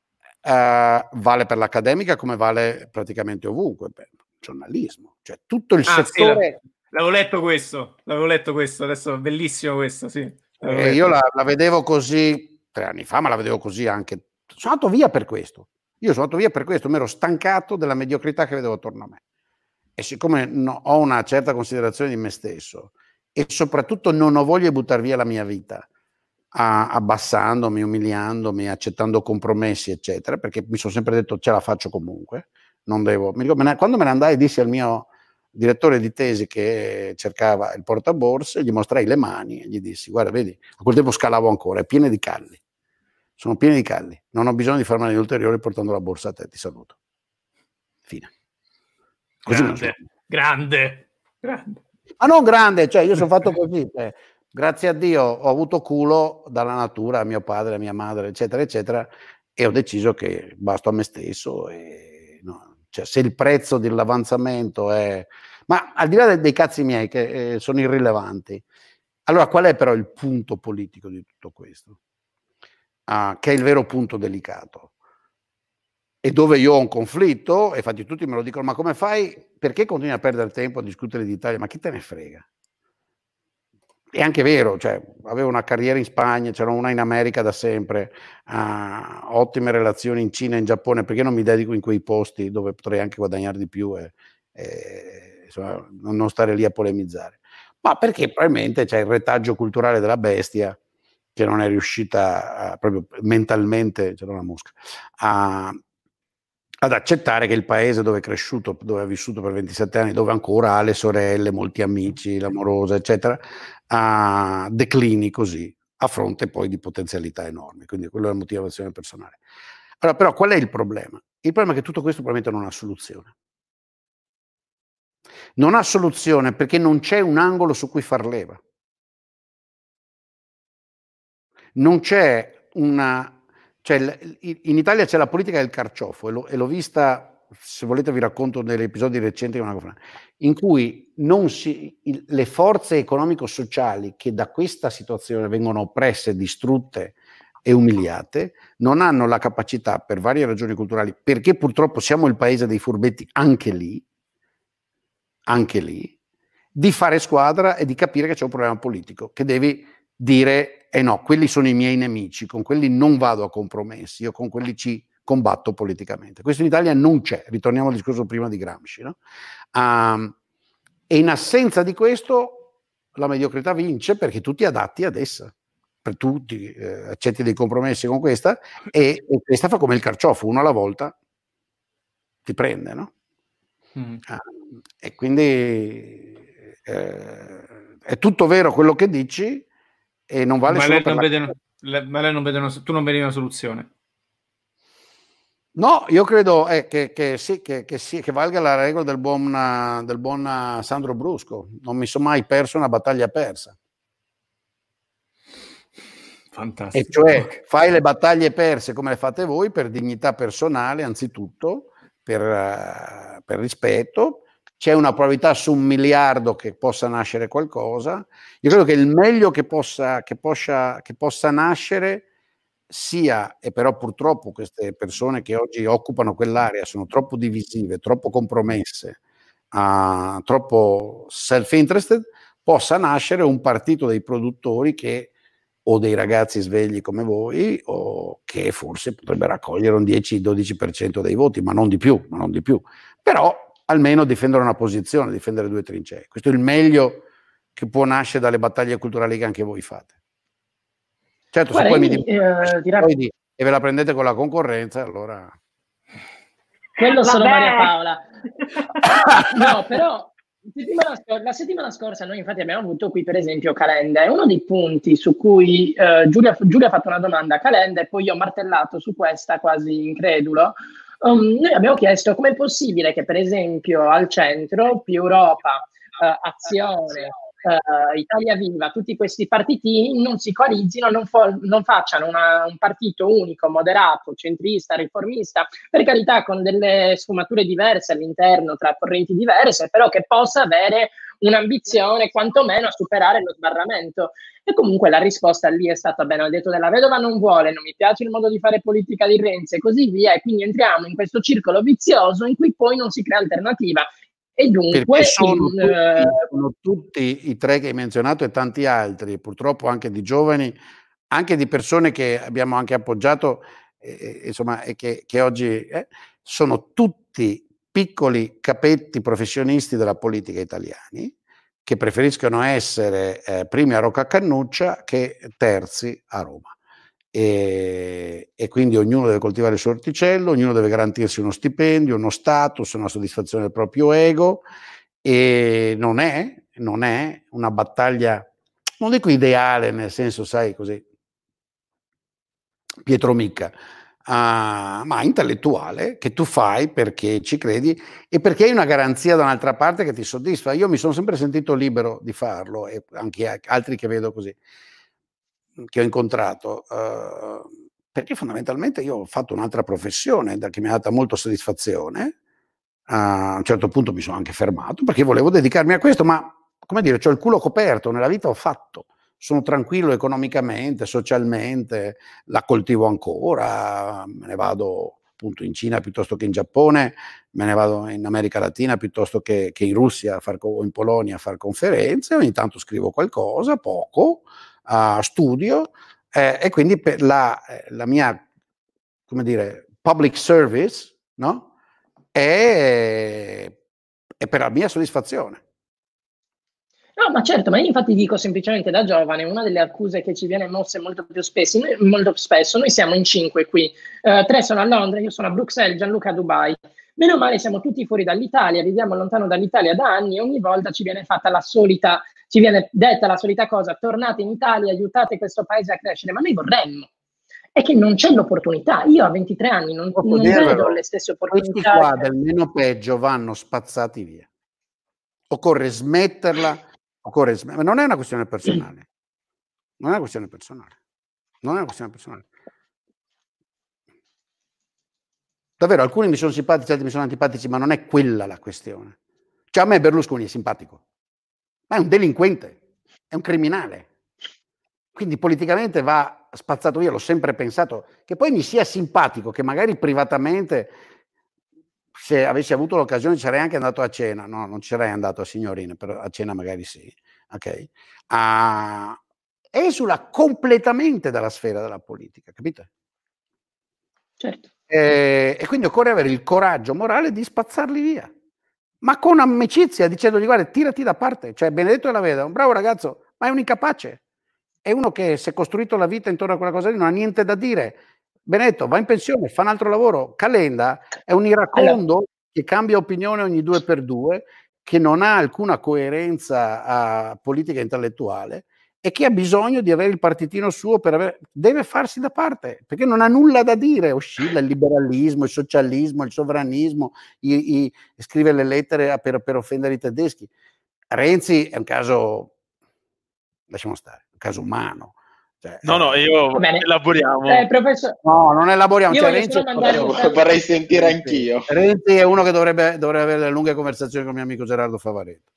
Uh, vale per l'accademica come vale praticamente ovunque, per il giornalismo. Cioè tutto il ah, settore... Sì, l'avevo letto questo, l'avevo letto questo, adesso è bellissimo questo, sì. Eh, io la, la vedevo così tre anni fa, ma la vedevo così anche. Sono andato via per questo. Io sono andato via per questo, mi ero stancato della mediocrità che vedevo attorno a me. E siccome no, ho una certa considerazione di me stesso e soprattutto non ho voglia di buttare via la mia vita a, abbassandomi, umiliandomi, accettando compromessi, eccetera, perché mi sono sempre detto ce la faccio comunque. Non devo. Mi ricordo, me ne, quando me ne andai dissi al mio direttore di tesi che cercava il portaborse, gli mostrai le mani e gli dissi, guarda, vedi, a quel tempo scalavo ancora, è piene di calli, sono piene di calli, non ho bisogno di farmene gli ulteriori portando la borsa a te, ti saluto. Fine. Così grande, grande, grande. Ma non grande, cioè io sono fatto così, cioè, grazie a Dio ho avuto culo dalla natura, a mio padre, a mia madre, eccetera, eccetera, e ho deciso che basto a me stesso e... no. Cioè, se il prezzo dell'avanzamento è... Ma al di là dei, dei cazzi miei, che eh, sono irrilevanti, allora qual è però il punto politico di tutto questo? Ah, che è il vero punto delicato. E dove io ho un conflitto, e infatti tutti me lo dicono, ma come fai? Perché continui a perdere tempo a discutere di Italia? Ma chi te ne frega? È anche vero, cioè, avevo una carriera in Spagna, c'era una in America da sempre, uh, ottime relazioni in Cina e in Giappone, perché non mi dedico in quei posti dove potrei anche guadagnare di più e, e insomma, non stare lì a polemizzare? Ma perché probabilmente c'è il retaggio culturale della bestia che non è riuscita a, proprio mentalmente, c'era una mosca, a, ad accettare che il paese dove è cresciuto, dove ha vissuto per ventisette anni, dove ancora ha le sorelle, molti amici, l'amorosa, eccetera, a declini così, a fronte poi di potenzialità enormi. Quindi quella è la motivazione personale. Allora, però, qual è il problema? Il problema è che tutto questo probabilmente non ha soluzione. Non ha soluzione perché non c'è un angolo su cui far leva. Non c'è una... Cioè, in Italia c'è la politica del carciofo, e, lo, e l'ho vista, se volete vi racconto degli episodi recenti, in cui non si, il, le forze economico-sociali che da questa situazione vengono oppresse, distrutte e umiliate, non hanno la capacità, per varie ragioni culturali, perché purtroppo siamo il paese dei furbetti anche lì, anche lì, di fare squadra e di capire che c'è un problema politico, che devi dire, eh no, quelli sono i miei nemici, con quelli non vado a compromessi, io con quelli ci combatto politicamente. Questo in Italia non c'è, ritorniamo al discorso prima di Gramsci, no? Um, e in assenza di questo la mediocrità vince perché tu ti adatti ad essa, per tutti eh, accetti dei compromessi con questa e, e questa fa come il carciofo, uno alla volta ti prende, no? Mm. Uh, e quindi eh, è tutto vero quello che dici, e non vale ma solo lei per non la... vede una, le, ma lei non vede una, tu non vedi una soluzione? No, io credo eh, che, che, sì, che, che, sì, che valga la regola del buon, del buon Sandro Brusco. Non mi sono mai perso una battaglia persa. Fantastico. E cioè fai le battaglie perse come le fate voi, per dignità personale anzitutto, per, uh, per rispetto. C'è una probabilità su un miliardo che possa nascere qualcosa. Io credo che il meglio che possa, che possa, che possa nascere sia, e però purtroppo queste persone che oggi occupano quell'area sono troppo divisive, troppo compromesse, uh, troppo self-interested, possa nascere un partito dei produttori che, o dei ragazzi svegli come voi, o che forse potrebbe raccogliere un dieci dodici per cento dei voti, ma non di più, ma non di più. Però almeno difendere una posizione, difendere due trincee. Questo è il meglio che può nascere dalle battaglie culturali che anche voi fate. Certo, se poi mi dite eh, di, e ve la prendete con la concorrenza, allora... Quello solo Vabbè. Maria Paola. No, però settimana scor- la settimana scorsa noi infatti abbiamo avuto qui per esempio Calenda, è uno dei punti su cui eh, Giulia, Giulia ha fatto una domanda a Calenda e poi io ho martellato su questa quasi incredulo. Um, noi abbiamo chiesto com'è possibile che per esempio al centro, più Europa, uh, Azione, uh, Italia Viva, tutti questi partitini non si coalizzino, non, fo- non facciano una, un partito unico, moderato, centrista, riformista, per carità con delle sfumature diverse all'interno tra correnti diverse, però che possa avere un'ambizione quantomeno a superare lo sbarramento. E comunque la risposta lì è stata: bene, ho detto della vedova non vuole, non mi piace il modo di fare politica di Renzi e così via, e quindi entriamo in questo circolo vizioso in cui poi non si crea alternativa. E dunque sono, in, tutti, eh... sono tutti i tre che hai menzionato e tanti altri, purtroppo anche di giovani, anche di persone che abbiamo anche appoggiato, eh, insomma, e che, che oggi eh, sono tutti piccoli capetti professionisti della politica italiani che preferiscono essere eh, primi a Rocca Cannuccia che terzi a Roma. E, e quindi ognuno deve coltivare il suo orticello, ognuno deve garantirsi uno stipendio, uno status, una soddisfazione del proprio ego, e non è, non è una battaglia, non dico ideale, nel senso, sai, così, Pietro Micca, Uh, ma intellettuale, che tu fai perché ci credi e perché hai una garanzia da un'altra parte che ti soddisfa. Io mi sono sempre sentito libero di farlo, e anche altri che vedo così, che ho incontrato, uh, perché fondamentalmente io ho fatto un'altra professione da che mi ha data molta soddisfazione. Uh, a un certo punto mi sono anche fermato perché volevo dedicarmi a questo, ma come dire, c'ho il culo coperto, nella vita ho fatto. Sono tranquillo economicamente, socialmente, la coltivo ancora, me ne vado appunto in Cina piuttosto che in Giappone, me ne vado in America Latina piuttosto che, che in Russia a far, o in Polonia a fare conferenze, ogni tanto scrivo qualcosa, poco, uh, studio, eh, e quindi per la, la mia, come dire, public service, no? È, è per la mia soddisfazione. No, ma certo, ma io infatti dico semplicemente da giovane, una delle accuse che ci viene mosse molto più spesso, noi, molto spesso, noi siamo in cinque qui, uh, tre sono a Londra, io sono a Bruxelles, Gianluca a Dubai. Meno male siamo tutti fuori dall'Italia, viviamo lontano dall'Italia da anni e ogni volta ci viene fatta la solita, ci viene detta la solita cosa, tornate in Italia, aiutate questo paese a crescere, ma noi vorremmo. È che non c'è l'opportunità. Io a ventitré anni non, non vedo le stesse opportunità. Questi qua del meno peggio vanno spazzati via. Occorre smetterla, occorre smetterla. Non è una questione personale. Non è una questione personale. Non è una questione personale. Davvero, alcuni mi sono simpatici, altri mi sono antipatici, ma non è quella la questione. Cioè, a me Berlusconi è simpatico, ma è un delinquente, è un criminale. Quindi politicamente va spazzato via, l'ho sempre pensato. Che poi mi sia simpatico, che magari privatamente, se avessi avuto l'occasione, ci sarei anche andato a cena. No, non ci sarei andato a signorine, però a cena magari sì. Ok? Uh, esula completamente dalla sfera della politica, capite? Certo. E, e quindi occorre avere il coraggio morale di spazzarli via, ma con amicizia, dicendogli guarda, tirati da parte. Cioè, Benedetto della Vedova, un bravo ragazzo, ma è un incapace. È uno che si è costruito la vita intorno a quella cosa lì, non ha niente da dire. Benedetto, va in pensione, fa un altro lavoro. Calenda è un iracondo allora, che cambia opinione ogni due per due, che non ha alcuna coerenza uh, politica e intellettuale e che ha bisogno di avere il partitino suo per avere... deve farsi da parte, perché non ha nulla da dire. Oscilla il liberalismo, il socialismo, il sovranismo, i, i, scrive le lettere per, per offendere i tedeschi. Renzi è un caso, lasciamo stare, un caso umano. Cioè, no, no, io bene. elaboriamo. Eh, professor... No, non elaboriamo. Cioè, Renzi è... vorrei sentire anch'io. Renzi è uno che dovrebbe, dovrebbe avere delle lunghe conversazioni con mio amico Gerardo Favaretto.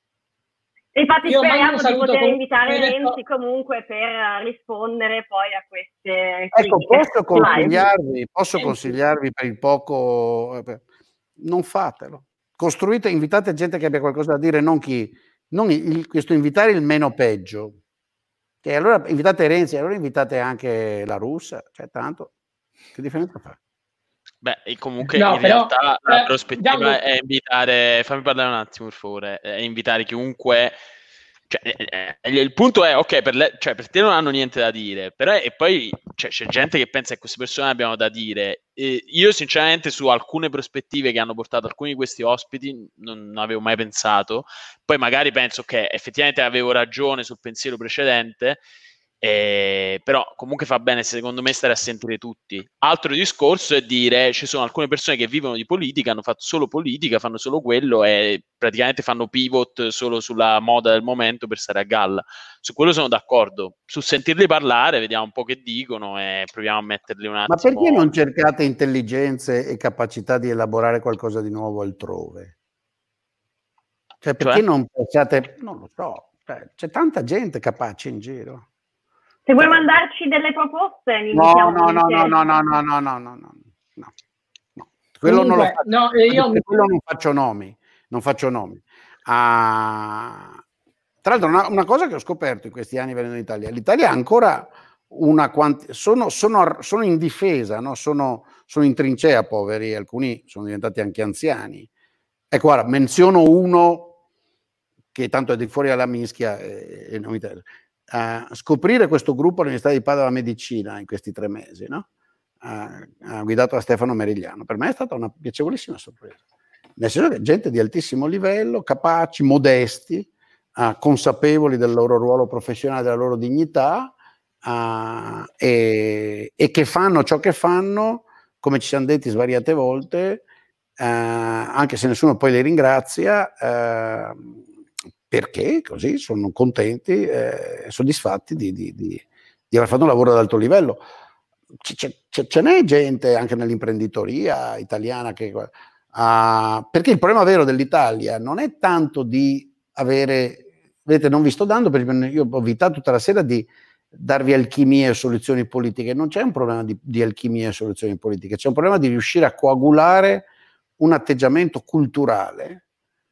Infatti io speriamo di poter con... invitare Renzi comunque per rispondere poi a queste ecco, posso consigliarvi, posso consigliarvi per il poco, non fatelo. Costruite, invitate gente che abbia qualcosa da dire, non chi, non il, questo invitare il meno peggio. Che allora invitate Renzi, allora invitate anche la Russa, cioè tanto, che differenza fa? Beh, e comunque no, in però, realtà la eh, prospettiva Gianlu... è invitare, fammi parlare un attimo per favore, è invitare chiunque, cioè, eh, eh, il punto è, ok, per, le, cioè, per te non hanno niente da dire, però e poi cioè, c'è gente che pensa che queste persone abbiano da dire, e io sinceramente su alcune prospettive che hanno portato alcuni di questi ospiti non, non avevo mai pensato, poi magari penso che effettivamente avevo ragione sul pensiero precedente, Eh, però comunque fa bene secondo me stare a sentire tutti. Altro discorso è dire ci sono alcune persone che vivono di politica, hanno fatto solo politica, fanno solo quello e praticamente fanno pivot solo sulla moda del momento per stare a galla. Su quello sono d'accordo. Su sentirli parlare vediamo un po' che dicono e proviamo a metterli un attimo. Ma perché non cercate intelligenze e capacità di elaborare qualcosa di nuovo altrove? Cioè perché cioè? non pensate, non lo so, cioè, c'è tanta gente capace in giro. Se vuoi mandarci delle proposte, no, no, no, no, no, no, no, no, no, no, no, no, no. Quello Comunque, non lo faccio, no, io mi... quello non faccio nomi, non faccio nomi. Ah, tra l'altro, una, una cosa che ho scoperto in questi anni venendo in Italia, l'Italia ha ancora una quantità, sono, sono, sono in difesa, no? sono, sono in trincea, poveri, alcuni sono diventati anche anziani. Ecco, guarda, menziono uno che tanto è di fuori alla mischia e, e non mi interessa. Uh, scoprire questo gruppo all'Università di Padova Medicina in questi tre mesi, no? uh, guidato da Stefano Merigliano, per me è stata una piacevolissima sorpresa, nel senso che gente di altissimo livello, capaci, modesti, uh, consapevoli del loro ruolo professionale, della loro dignità uh, e, e che fanno ciò che fanno, come ci siamo detti svariate volte, uh, anche se nessuno poi li ringrazia, uh, perché così sono contenti e eh, soddisfatti di, di, di, di aver fatto un lavoro ad alto livello. C- c- ce n'è gente anche nell'imprenditoria italiana che, uh, perché il problema vero dell'Italia non è tanto di avere, vedete, non vi sto dando, perché io ho evitato tutta la sera di darvi alchimie e soluzioni politiche, non c'è un problema di, di alchimie e soluzioni politiche, c'è un problema di riuscire a coagulare un atteggiamento culturale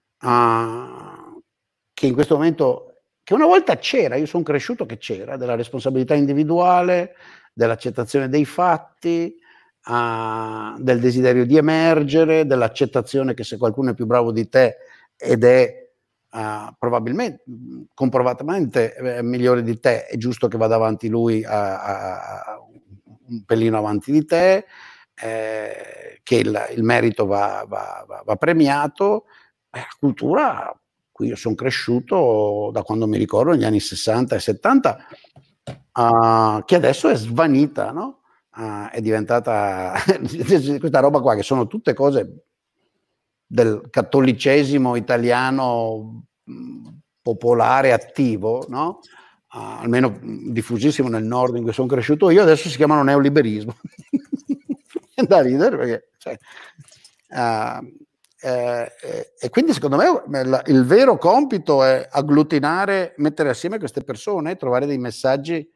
uh, che in questo momento, che una volta c'era, io sono cresciuto che c'era, della responsabilità individuale, dell'accettazione dei fatti, uh, del desiderio di emergere, dell'accettazione che se qualcuno è più bravo di te ed è uh, probabilmente, comprovatamente eh, migliore di te, è giusto che vada avanti lui a, a, a un pelino avanti di te, eh, che il, il merito va, va, va, va premiato. Eh, la cultura, qui io sono cresciuto da quando mi ricordo, negli anni sessanta e settanta, uh, che adesso è svanita, no? Uh, è diventata questa roba qua, che sono tutte cose del cattolicesimo italiano mh, popolare, attivo, no? Uh, almeno mh, diffusissimo nel nord in cui sono cresciuto io, adesso si chiamano neoliberismo. È da ridere perché... Cioè, uh, eh, eh, e quindi secondo me la, il vero compito è agglutinare, mettere assieme queste persone, trovare dei messaggi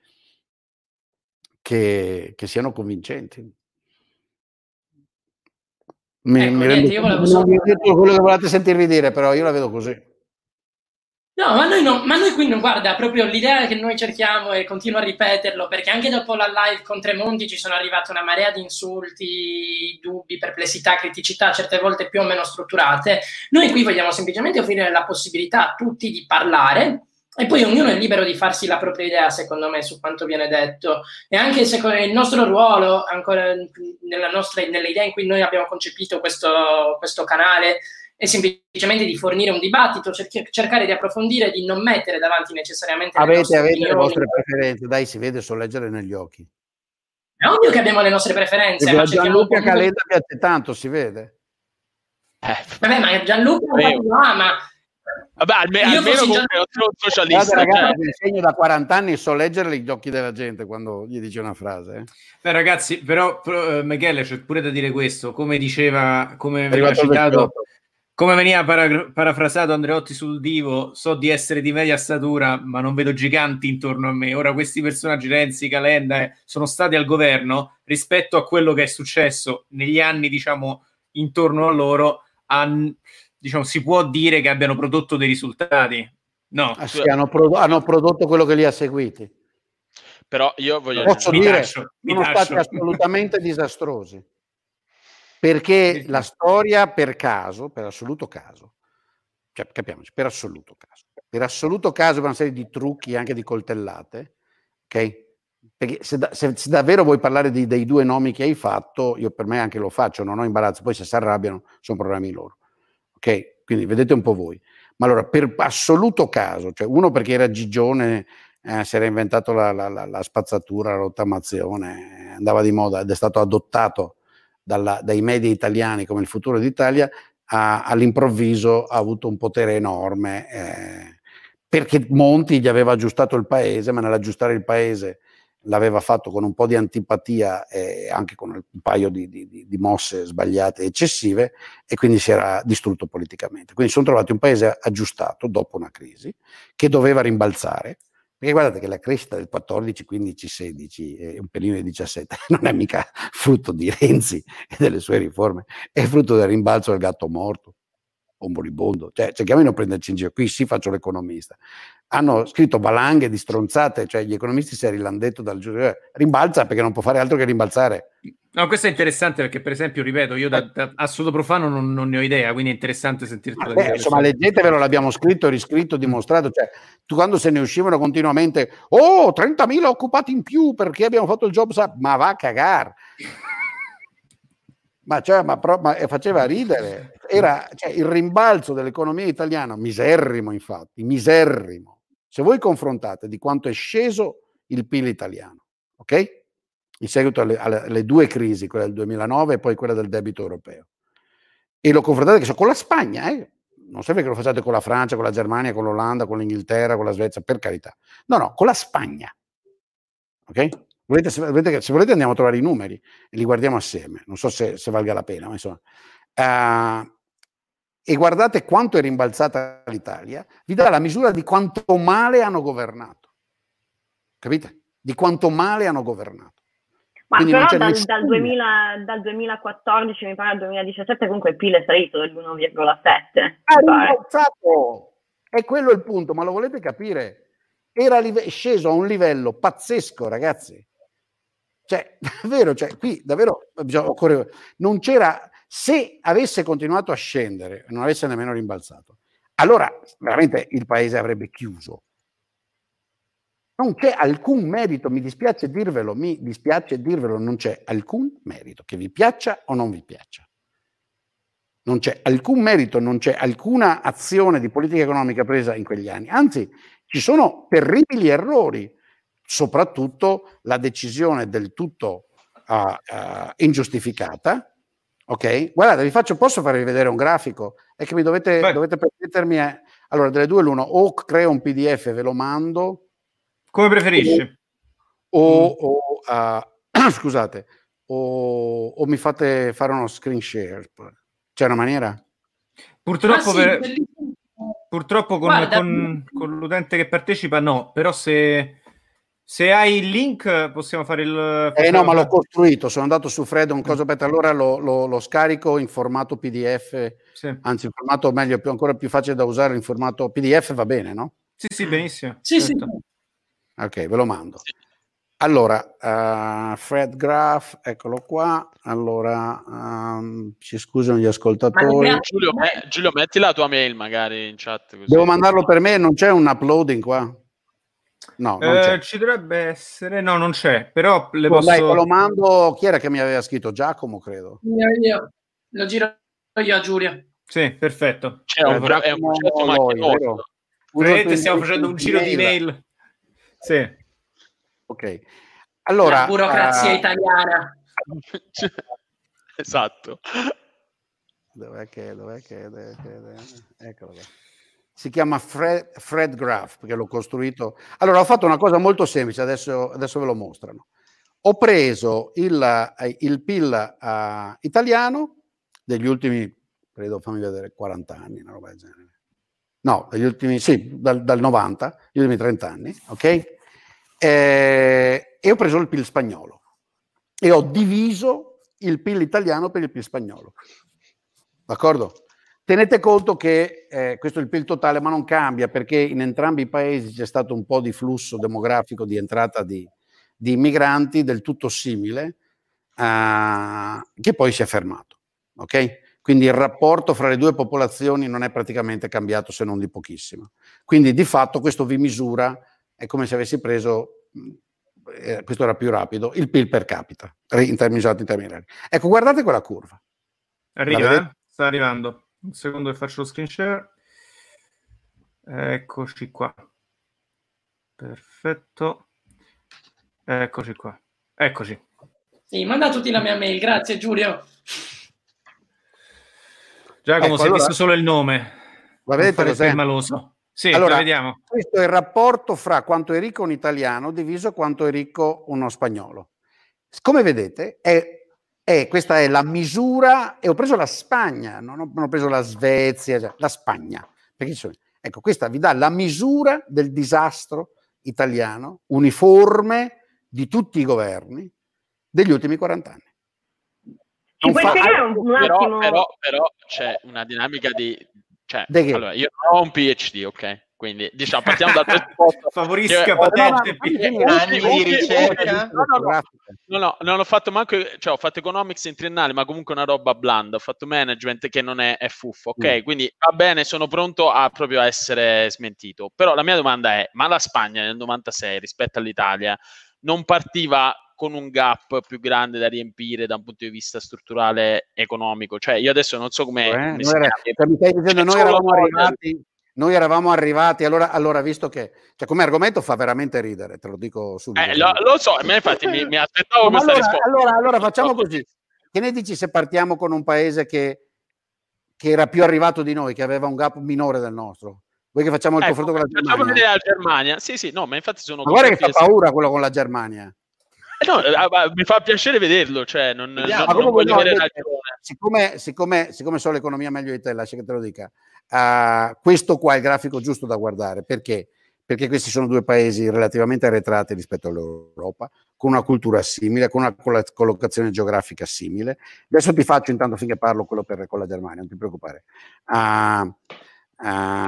che, che siano convincenti. Mi, ecco, mi niente, rendo, io volevo non solo... vi ho detto quello che volete sentirvi dire, però io la vedo così. No, ma noi, no, ma noi qui non, guarda, proprio l'idea che noi cerchiamo e continuo a ripeterlo, perché anche dopo la live con Tremonti ci sono arrivate una marea di insulti, dubbi, perplessità, criticità, certe volte più o meno strutturate. Noi qui vogliamo semplicemente offrire la possibilità a tutti di parlare, e poi ognuno è libero di farsi la propria idea, secondo me, su quanto viene detto. E anche secondo il nostro ruolo, ancora nella nostra, nelle idee in cui noi abbiamo concepito questo, questo canale, è semplicemente di fornire un dibattito, cerchi, cercare di approfondire, di non mettere davanti necessariamente le avete, nostre avete opinioni. Le vostre preferenze, dai, si vede, so leggere negli occhi. È ovvio che abbiamo le nostre preferenze, perché ma a Gianluca comunque... Calenda piace tanto, si vede. Eh. Vabbè, ma Gianluca lo ama. Vabbè, almeno, almeno comunque Gian... non socialista. Guarda, ragazzi, vi insegno da quaranta anni, so leggere gli occhi della gente quando gli dice una frase. Eh. Beh, ragazzi, però, però uh, Michele, c'è pure da dire questo, come diceva, come veniva citato, come veniva para- parafrasato Andreotti sul Divo, so di essere di media statura, ma non vedo giganti intorno a me. Ora questi personaggi, Renzi, Calenda, eh, sono stati al governo rispetto a quello che è successo negli anni, diciamo, intorno a loro, han, diciamo, si può dire che abbiano prodotto dei risultati. No. Ah, sì, hanno, prodo- hanno prodotto quello che li ha seguiti. Però io voglio Posso dire, dire, taccio, sono stati assolutamente disastrosi. Perché la storia, per caso, per assoluto caso, cioè capiamoci, per assoluto caso, per assoluto caso, per una serie di trucchi, anche di coltellate, ok? Perché se, da, se, se davvero vuoi parlare di, dei due nomi che hai fatto, io per me anche lo faccio, non ho imbarazzo, poi se si arrabbiano sono problemi loro, ok? Quindi vedete un po' voi. Ma allora, per assoluto caso, cioè uno perché era Gigione, eh, si era inventato la, la, la, la spazzatura, la rottamazione, andava di moda ed è stato adottato Dalla, dai media italiani come il futuro d'Italia, a, all'improvviso ha avuto un potere enorme eh, perché Monti gli aveva aggiustato il paese, ma nell'aggiustare il paese l'aveva fatto con un po' di antipatia e anche con un paio di, di, di mosse sbagliate e eccessive, e quindi si era distrutto politicamente. Quindi sono trovati un paese aggiustato dopo una crisi che doveva rimbalzare. Perché guardate che la crescita del quattordici, quindici, sedici e un pelino del diciassette non è mica frutto di Renzi e delle sue riforme, è frutto del rimbalzo del gatto morto o moribondo. Cioè, cerchiamo di non prenderci in giro. Qui sì faccio l'economista. Hanno scritto valanghe di stronzate, cioè gli economisti si è rilandetto dal giudice, rimbalza perché non può fare altro che rimbalzare. No, questo è interessante perché, per esempio, ripeto, io da, da assoluto profano non, non ne ho idea, quindi è interessante sentirtelo dire. Insomma, leggetevelo, l'abbiamo scritto, riscritto, dimostrato. Cioè, tu quando se ne uscivano continuamente, oh, trentamila occupati in più perché abbiamo fatto il Jobs Act, ma va a cagare. Ma, cioè, ma, pro, ma faceva ridere. Era cioè, il rimbalzo dell'economia italiana, miserrimo infatti, miserrimo. Se voi confrontate di quanto è sceso il P I L italiano, ok? In seguito alle, alle, alle due crisi, quella del duemilanove e poi quella del debito europeo, e lo confrontate che so, con la Spagna, eh? Non serve che lo facciate con la Francia, con la Germania, con l'Olanda, con l'Inghilterra, con la Svezia, per carità. No, no, con la Spagna. Ok? Volete, se, volete, se volete andiamo a trovare i numeri e li guardiamo assieme. Non so se, se valga la pena, ma insomma. Uh, e guardate quanto è rimbalzata l'Italia, vi dà la misura di quanto male hanno governato. Capite? Di quanto male hanno governato. Ma Quindi però dal, dal, duemila, dal duemilaquattordici mi pare al duemiladiciassette comunque il P I L è salito dell'uno virgola sette. Ha rimbalzato! È quello il punto, ma lo volete capire? Era live- sceso a un livello pazzesco, ragazzi. Cioè, davvero, cioè, qui davvero occorre, non c'era, se avesse continuato a scendere, non avesse nemmeno rimbalzato, allora veramente il paese avrebbe chiuso. Non c'è alcun merito, mi dispiace dirvelo, mi dispiace dirvelo, non c'è alcun merito, che vi piaccia o non vi piaccia. Non c'è alcun merito, non c'è alcuna azione di politica economica presa in quegli anni. Anzi, ci sono terribili errori, soprattutto la decisione del tutto uh, uh, ingiustificata. Ok? Guardate, vi faccio, posso farvi vedere un grafico? È che mi dovete, dovete permettermi. Eh, allora, delle due l'uno, o creo un P D F e ve lo mando. Come preferisci. O, mm. o uh, scusate, o, o mi fate fare uno screen share. C'è una maniera? Purtroppo, sì, per, purtroppo con, Guarda, con, con l'utente che partecipa no, però se, se hai il link possiamo fare il... Eh no, ma l'ho costruito, sono andato su Fred, un coso, aspetta, allora lo, lo, lo scarico in formato P D F, sì. Anzi in formato meglio, più, ancora più facile da usare, in formato P D F va bene, no? Sì, sì, benissimo. Sì, certo. sì. Ok, ve lo mando. Sì. Allora, uh, Fred Graph, eccolo qua. Allora, um, ci scusano gli ascoltatori. Giulio, me, Giulio, metti la tua mail magari in chat. Così. Devo mandarlo per me? Non c'è un uploading qua? No, non eh, c'è. Ci dovrebbe essere, no, non c'è. Però le oh, posso... Dai, lo mando. Chi era che mi aveva scritto? Giacomo, credo. Io, io. Lo giro io a Giulia. Sì, perfetto. C'è un, Giacomo, è un progetto macchinoso. Vedete, stiamo facendo un giro di mail. Sì. Ok. Allora, la burocrazia uh, italiana. Esatto. Dov'è che, dov'è che, dov'è che dov'è? Eccolo qua. Si chiama Fred, Fred Graph, perché l'ho costruito. Allora, ho fatto una cosa molto semplice, adesso, adesso ve lo mostrano. Ho preso il, il P I L uh, italiano degli ultimi, credo, fammi vedere, quaranta anni, una roba del genere. No, degli ultimi, sì, dal, dal novanta, gli ultimi trenta anni, ok? Eh, e ho preso il P I L spagnolo e ho diviso il P I L italiano per il P I L spagnolo, d'accordo? Tenete conto che eh, questo è il P I L totale, ma non cambia perché in entrambi i paesi c'è stato un po' di flusso demografico di entrata di, di immigranti del tutto simile, uh, che poi si è fermato, ok? Quindi il rapporto fra le due popolazioni non è praticamente cambiato se non di pochissimo. Quindi di fatto questo vi misura, è come se avessi preso, eh, questo era più rapido, il P I L per capita, in termini usati in termini reali. Ecco, guardate quella curva. Arriva, eh? Sta arrivando. Un secondo che faccio lo screen share. Eccoci qua. Perfetto. Eccoci qua. Eccoci. Sì, manda a tutti la mia mail. Grazie, Giulio. Giacomo, ecco, si è allora, visto solo il nome. La vedete cos'è? Il maloso. Sì, allora, la vediamo. Questo è il rapporto fra quanto è ricco un italiano diviso quanto è ricco uno spagnolo. Come vedete, è, è, questa è la misura, e ho preso la Spagna, non ho, non ho preso la Svezia, cioè, la Spagna. Perché sono, ecco, questa vi dà la misura del disastro italiano, uniforme di tutti i governi degli ultimi quaranta anni. Ci puoi spiegare un, un però, attimo? Però, però c'è una dinamica di... Cioè, allora, io non ho un P H D, ok? Quindi, diciamo, partiamo dal presupposto... Favorisca che, patente. No, anni di ricerca. No, no, no, no, no, non ho fatto manco... Cioè, ho fatto economics in triennale, ma comunque una roba blanda. Ho fatto management che non è, è fuffo, ok? Mm. Quindi, va bene, sono pronto a proprio a essere smentito. Però la mia domanda è, ma la Spagna nel novantasei rispetto all'Italia non partiva con un gap più grande da riempire da un punto di vista strutturale economico? Cioè, io adesso non so come... Eh, noi, era, cioè, mi stai dicendo, noi eravamo arrivati... Noi eravamo arrivati, allora, allora visto che, cioè, come argomento fa veramente ridere, te lo dico subito. Eh, lo, lo so, ma infatti mi, mi aspettavo questa allora, risposta. Allora, allora facciamo così. Che ne dici se partiamo con un paese che, che era più arrivato di noi, che aveva un gap minore del nostro? Vuoi che facciamo il ecco, confronto con la Germania? Facciamo vedere la Germania. Sì, sì, no, ma infatti sono... Ma guarda che fa paura quello con la Germania. Eh no, mi fa piacere vederlo, cioè non, non, ma non voglio no, avere ragione. Siccome, siccome, siccome so l'economia meglio di te, lascia che te lo dica, uh, questo qua è il grafico giusto da guardare. Perché? Perché questi sono due paesi relativamente arretrati rispetto all'Europa, con una cultura simile, con una collocazione geografica simile. Adesso ti faccio, intanto finché parlo, quello per, con la Germania, non ti preoccupare. Uh, uh,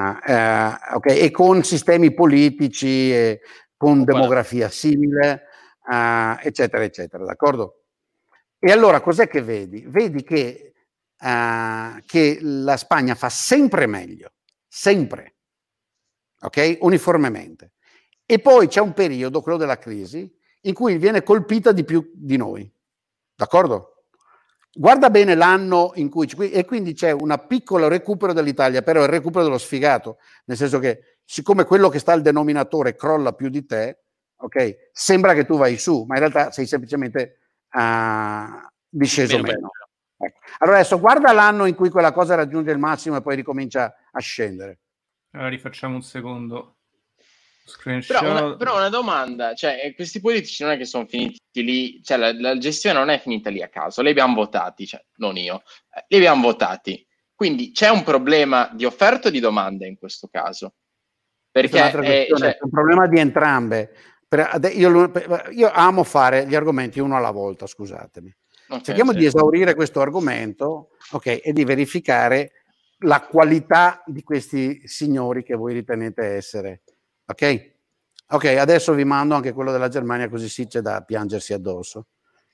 uh, okay. E con sistemi politici, e con demografia simile, Uh, eccetera eccetera, d'accordo? E allora cos'è che vedi? Vedi che, uh, che la Spagna fa sempre meglio, sempre, ok? Uniformemente. E poi c'è un periodo, quello della crisi, in cui viene colpita di più di noi, d'accordo? Guarda bene l'anno in cui, e quindi c'è un piccolo recupero dell'Italia, però è il recupero dello sfigato, nel senso che siccome quello che sta al denominatore crolla più di te, ok, sembra che tu vai su, ma in realtà sei semplicemente uh, disceso meno. meno. Ecco. Allora adesso guarda l'anno in cui quella cosa raggiunge il massimo e poi ricomincia a scendere. Allora rifacciamo un secondo. Però una, però una domanda, cioè questi politici non è che sono finiti lì, cioè la, la gestione non è finita lì a caso, li abbiamo votati, cioè non io, eh, li abbiamo votati, quindi c'è un problema di offerta o di domanda in questo caso? Perché è, cioè... è un problema di entrambe. Io, io amo fare gli argomenti uno alla volta, scusatemi. Okay, cerchiamo sì. di esaurire questo argomento, ok, e di verificare la qualità di questi signori che voi ritenete essere. Ok? Ok, adesso vi mando anche quello della Germania, così sì c'è da piangersi addosso.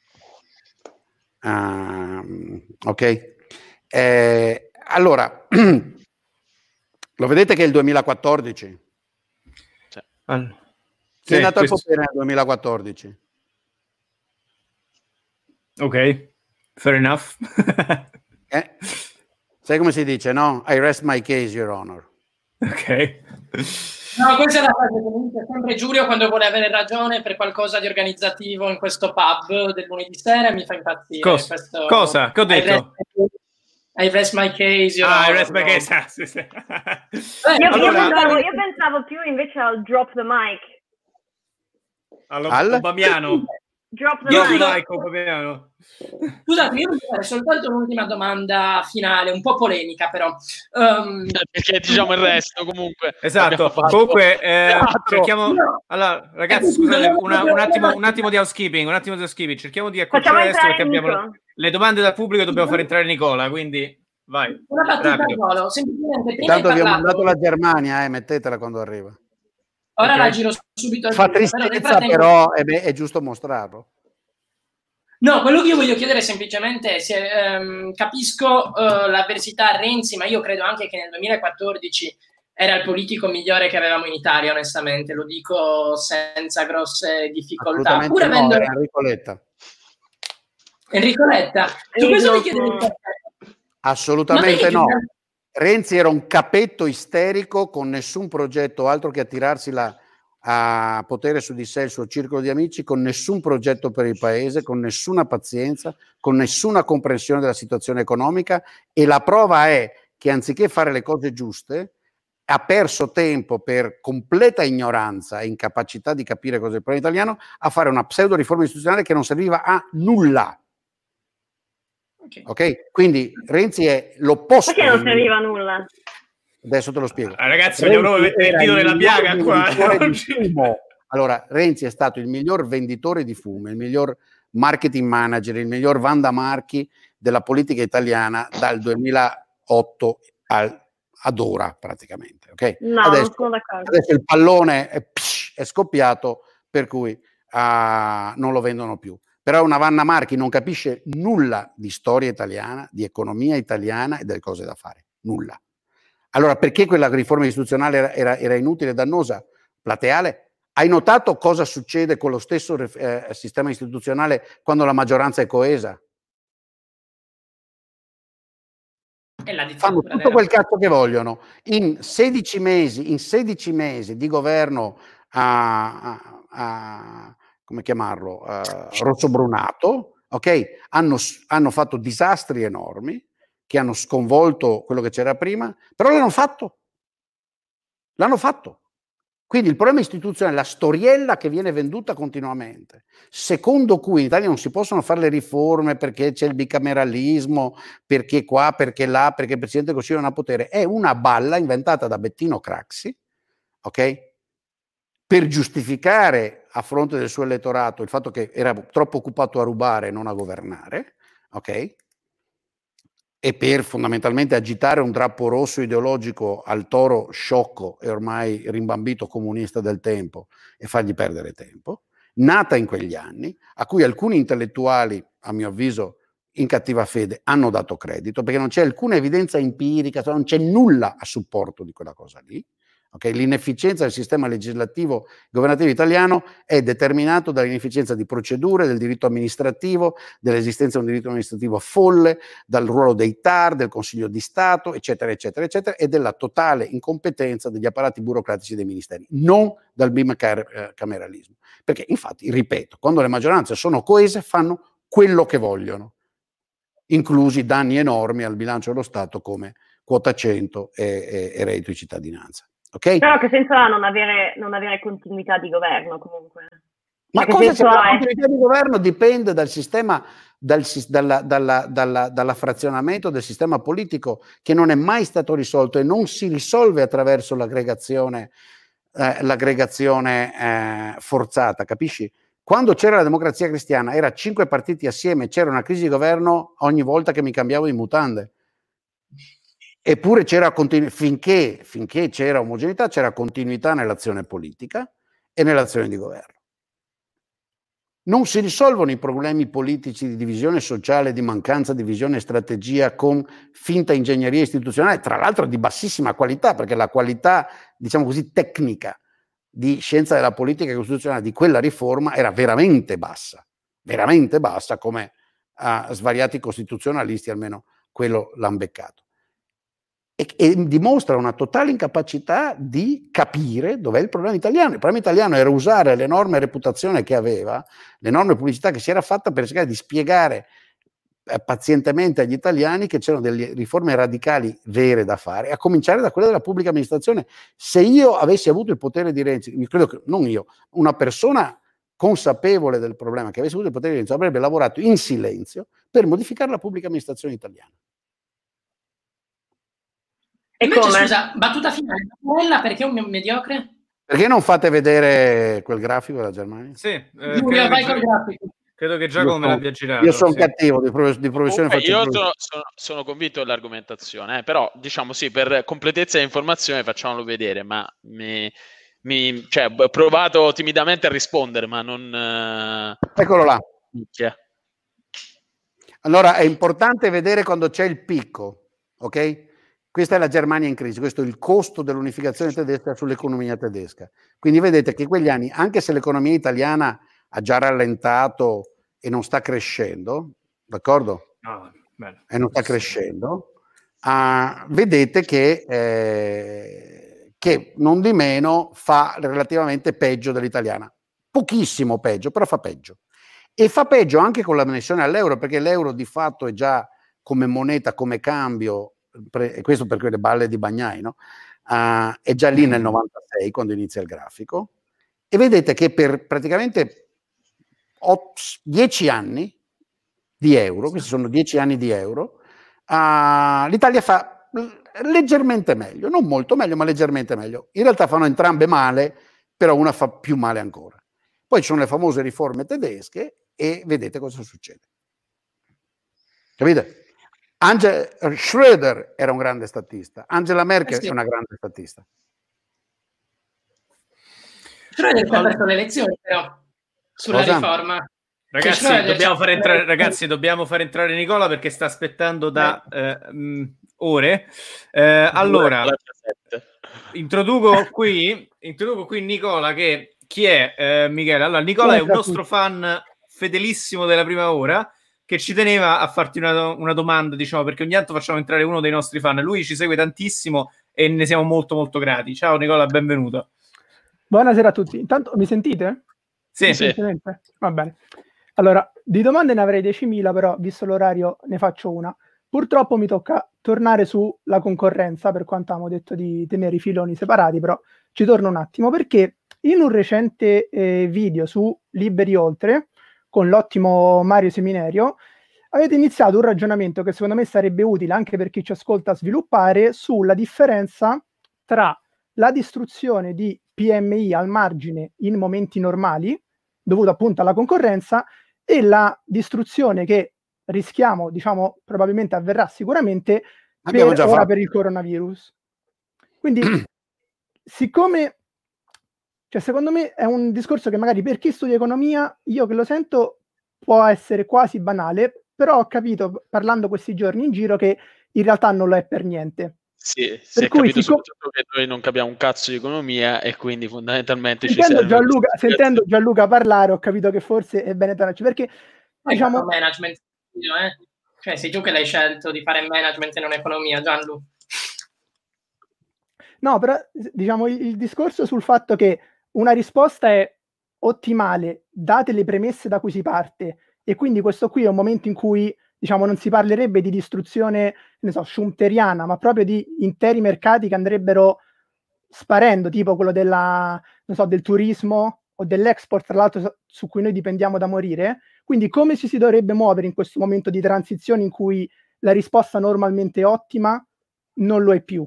Uh, ok? Eh, allora, lo vedete che è il duemilaquattordici? Sì. Allora. Chi è andato al potere nel duemilaquattordici? Ok, fair enough. eh? Sai come si dice, no? I rest my case, your honor. Ok. No, questa è la frase che mi dice sempre Giulio quando vuole avere ragione per qualcosa di organizzativo in questo pub del lunedì sera e mi fa impazzire. Cosa? Questo, Cosa? Che ho detto? I rest my case. Ah, I rest my case. Ah, sì, sì. Eh, io, allora, io, pensavo, io pensavo più invece al drop the mic. All'Obamiano. Drop the mic. Obamiano. Scusate, io voglio fare soltanto un'ultima domanda finale, un po' polemica però. Um, Perché diciamo il resto comunque. Esatto, comunque eh, cerchiamo... Allora, ragazzi, scusate, una, un, attimo, un attimo di housekeeping, un attimo di housekeeping. Cerchiamo di accorciare adesso perché abbiamo le domande dal pubblico, dobbiamo fare entrare Nicola, quindi vai. Una battuta al volo, semplicemente prima Intanto vi ho mandato la Germania, eh, mettetela quando arriva. Ora okay. La giro subito al Fa tristezza, però, frattempo... però è, beh, è giusto mostrarlo. No, quello che io voglio chiedere semplicemente è se ehm, capisco uh, l'avversità a Renzi, ma io credo anche che nel duemilaquattordici era il politico migliore che avevamo in Italia, onestamente, lo dico senza grosse difficoltà. Pur no, avendo... Enrico Letta. Enrico Letta. Su questo mi chiedevo... Assolutamente no. Renzi era un capetto isterico con nessun progetto altro che attirarsi la... a potere su di sé il suo circolo di amici, con nessun progetto per il paese, con nessuna pazienza, con nessuna comprensione della situazione economica, e la prova è che anziché fare le cose giuste ha perso tempo per completa ignoranza e incapacità di capire cosa è il problema italiano a fare una pseudo riforma istituzionale che non serviva a nulla. Ok, okay? Quindi Renzi è l'opposto. Perché non serviva a nulla? Adesso te lo spiego. Ah, ragazzi, vogliamo proprio mettere il dito nella piaga qua. Allora, Renzi è stato il miglior venditore di fumo, il miglior marketing manager, il miglior vandamarchi della politica italiana dal duemilaotto al, ad ora praticamente. Okay? No, adesso, non sono d'accordo. Adesso il pallone è, psh, è scoppiato, per cui uh, non lo vendono più. Però una Vanna Marchi non capisce nulla di storia italiana, di economia italiana e delle cose da fare. Nulla. Allora, perché quella riforma istituzionale era, era, era inutile e dannosa? Plateale, hai notato cosa succede con lo stesso eh, sistema istituzionale quando la maggioranza è coesa? E la fanno tutto quel cazzo che vogliono. In sedici mesi, in sedici mesi di governo a, a, a come chiamarlo, a rosso-brunato, ok? Hanno, hanno fatto disastri enormi che hanno sconvolto quello che c'era prima, però l'hanno fatto. L'hanno fatto. Quindi il problema istituzionale è la storiella che viene venduta continuamente, secondo cui in Italia non si possono fare le riforme perché c'è il bicameralismo, perché qua, perché là, perché il Presidente del Consiglio non ha potere. È una balla inventata da Bettino Craxi, ok? Per giustificare a fronte del suo elettorato il fatto che era troppo occupato a rubare e non a governare, ok? E per fondamentalmente agitare un drappo rosso ideologico al toro sciocco e ormai rimbambito comunista del tempo e fargli perdere tempo, nata in quegli anni, a cui alcuni intellettuali, a mio avviso in cattiva fede hanno dato credito, perché non c'è alcuna evidenza empirica, non c'è nulla a supporto di quella cosa lì. Okay? L'inefficienza del sistema legislativo governativo italiano è determinato dall'inefficienza di procedure, del diritto amministrativo, dell'esistenza di un diritto amministrativo folle, dal ruolo dei T A R, del Consiglio di Stato, eccetera, eccetera, eccetera, e della totale incompetenza degli apparati burocratici dei ministeri, non dal bicameralismo. Perché, infatti, ripeto, quando le maggioranze sono coese fanno quello che vogliono, inclusi danni enormi al bilancio dello Stato come quota cento e, e, e reddito di cittadinanza. Okay? Però che senso ha non avere, non avere continuità di governo comunque? Ma che cosa c'è? La è? continuità di governo dipende dal sistema, dal, dalla, dalla, dalla, dalla frazionamento del sistema politico, che non è mai stato risolto e non si risolve attraverso l'aggregazione, eh, l'aggregazione eh, forzata, capisci? Quando c'era la Democrazia Cristiana, era cinque partiti assieme, c'era una crisi di governo ogni volta che mi cambiavo di mutande. Eppure c'era continu- finché, finché c'era omogeneità, c'era continuità nell'azione politica e nell'azione di governo. Non si risolvono i problemi politici di divisione sociale, di mancanza di visione e strategia con finta ingegneria istituzionale, tra l'altro di bassissima qualità, perché la qualità, diciamo così, tecnica di scienza della politica costituzionale di quella riforma era veramente bassa, veramente bassa, come a svariati costituzionalisti almeno quello l'hanno beccato. E, e dimostra una totale incapacità di capire dov'è il problema italiano. Il problema italiano era usare l'enorme reputazione che aveva, l'enorme pubblicità che si era fatta per cercare di spiegare eh, pazientemente agli italiani che c'erano delle riforme radicali vere da fare, a cominciare da quella della pubblica amministrazione. Se io avessi avuto il potere di Renzi, credo che non io, una persona consapevole del problema che avesse avuto il potere di Renzi avrebbe lavorato in silenzio per modificare la pubblica amministrazione italiana. E invece, come? Scusa, battuta finale, quella perché è un mediocre? Perché non fate vedere quel grafico della Germania? Sì, eh, Giulio, vai col grafico. Credo che Giacomo me l'abbia girato. Io sono sì. cattivo, di, pro- di professione okay, faccio Io sono, sono, sono convinto dell'argomentazione, eh, però diciamo sì, per completezza di informazione facciamolo vedere, ma mi, mi, cioè, ho provato timidamente a rispondere, ma non... Eh... Eccolo là. Minchia. Allora, è importante vedere quando c'è il picco, ok? Questa è la Germania in crisi, questo è il costo dell'unificazione tedesca sull'economia tedesca. Quindi vedete che quegli anni, anche se l'economia italiana ha già rallentato e non sta crescendo, d'accordo? Oh, bene. E non sta crescendo, uh, vedete che, eh, che non di meno fa relativamente peggio dell'italiana. Pochissimo peggio, però fa peggio. E fa peggio anche con l'annessione all'euro, perché l'euro di fatto è già come moneta, come cambio, e questo per quelle balle di Bagnai, no? Uh, è già lì nel novantasei quando inizia il grafico, e vedete che per praticamente dieci anni di euro, questi sono dieci anni di euro, uh, l'Italia fa leggermente meglio, non molto meglio, ma leggermente meglio. In realtà fanno entrambe male, però una fa più male ancora. Poi ci sono le famose riforme tedesche e vedete cosa succede. Capite? Angela Schröder era un grande statista, Angela Merkel eh sì. è una grande statista. Schröder ha perso le elezioni però sulla Cosa? riforma. Ragazzi dobbiamo, fare entrare, ragazzi, dobbiamo fare entrare Nicola perché sta aspettando da eh, mh, ore. Eh, allora, introduco qui, introduco qui Nicola, che chi è eh, Michele? Allora, Nicola è un nostro fan fedelissimo della prima ora, che ci teneva a farti una, una domanda, diciamo, perché ogni tanto facciamo entrare uno dei nostri fan. Lui ci segue tantissimo e ne siamo molto molto grati. Ciao Nicola, benvenuto. Buonasera a tutti. Intanto mi sentite? Sì, sì. Va bene. Allora, di domande ne avrei diecimila, però visto l'orario ne faccio una. Purtroppo mi tocca tornare sulla concorrenza, per quanto abbiamo detto di tenere i filoni separati, però ci torno un attimo, perché in un recente eh, video su Liberi Oltre, con l'ottimo Mario Seminerio, avete iniziato un ragionamento che secondo me sarebbe utile anche per chi ci ascolta a sviluppare sulla differenza tra la distruzione di P M I al margine in momenti normali, dovuto appunto alla concorrenza, e la distruzione che rischiamo, diciamo, probabilmente avverrà sicuramente per, ora fatto. per il coronavirus. Quindi, siccome... Cioè, secondo me è un discorso che magari per chi studia economia, io che lo sento, può essere quasi banale, però ho capito, parlando questi giorni in giro, che in realtà non lo è per niente. Sì, si è capito soprattutto che noi non capiamo un cazzo di economia e quindi fondamentalmente ci serve... Gianluca, sentendo Gianluca parlare ho capito che forse è bene tornarci, perché diciamo... management, eh? Cioè sei tu che l'hai scelto di fare management e non economia, Gianlu. No, però diciamo il, il discorso sul fatto che una risposta è ottimale date le premesse da cui si parte, e quindi questo qui è un momento in cui diciamo non si parlerebbe di distruzione, ne so, schumpeteriana, ma proprio di interi mercati che andrebbero sparendo, tipo quello della, non so, del turismo o dell'export, tra l'altro su cui noi dipendiamo da morire. Quindi come ci si dovrebbe muovere in questo momento di transizione in cui la risposta normalmente ottima non lo è più?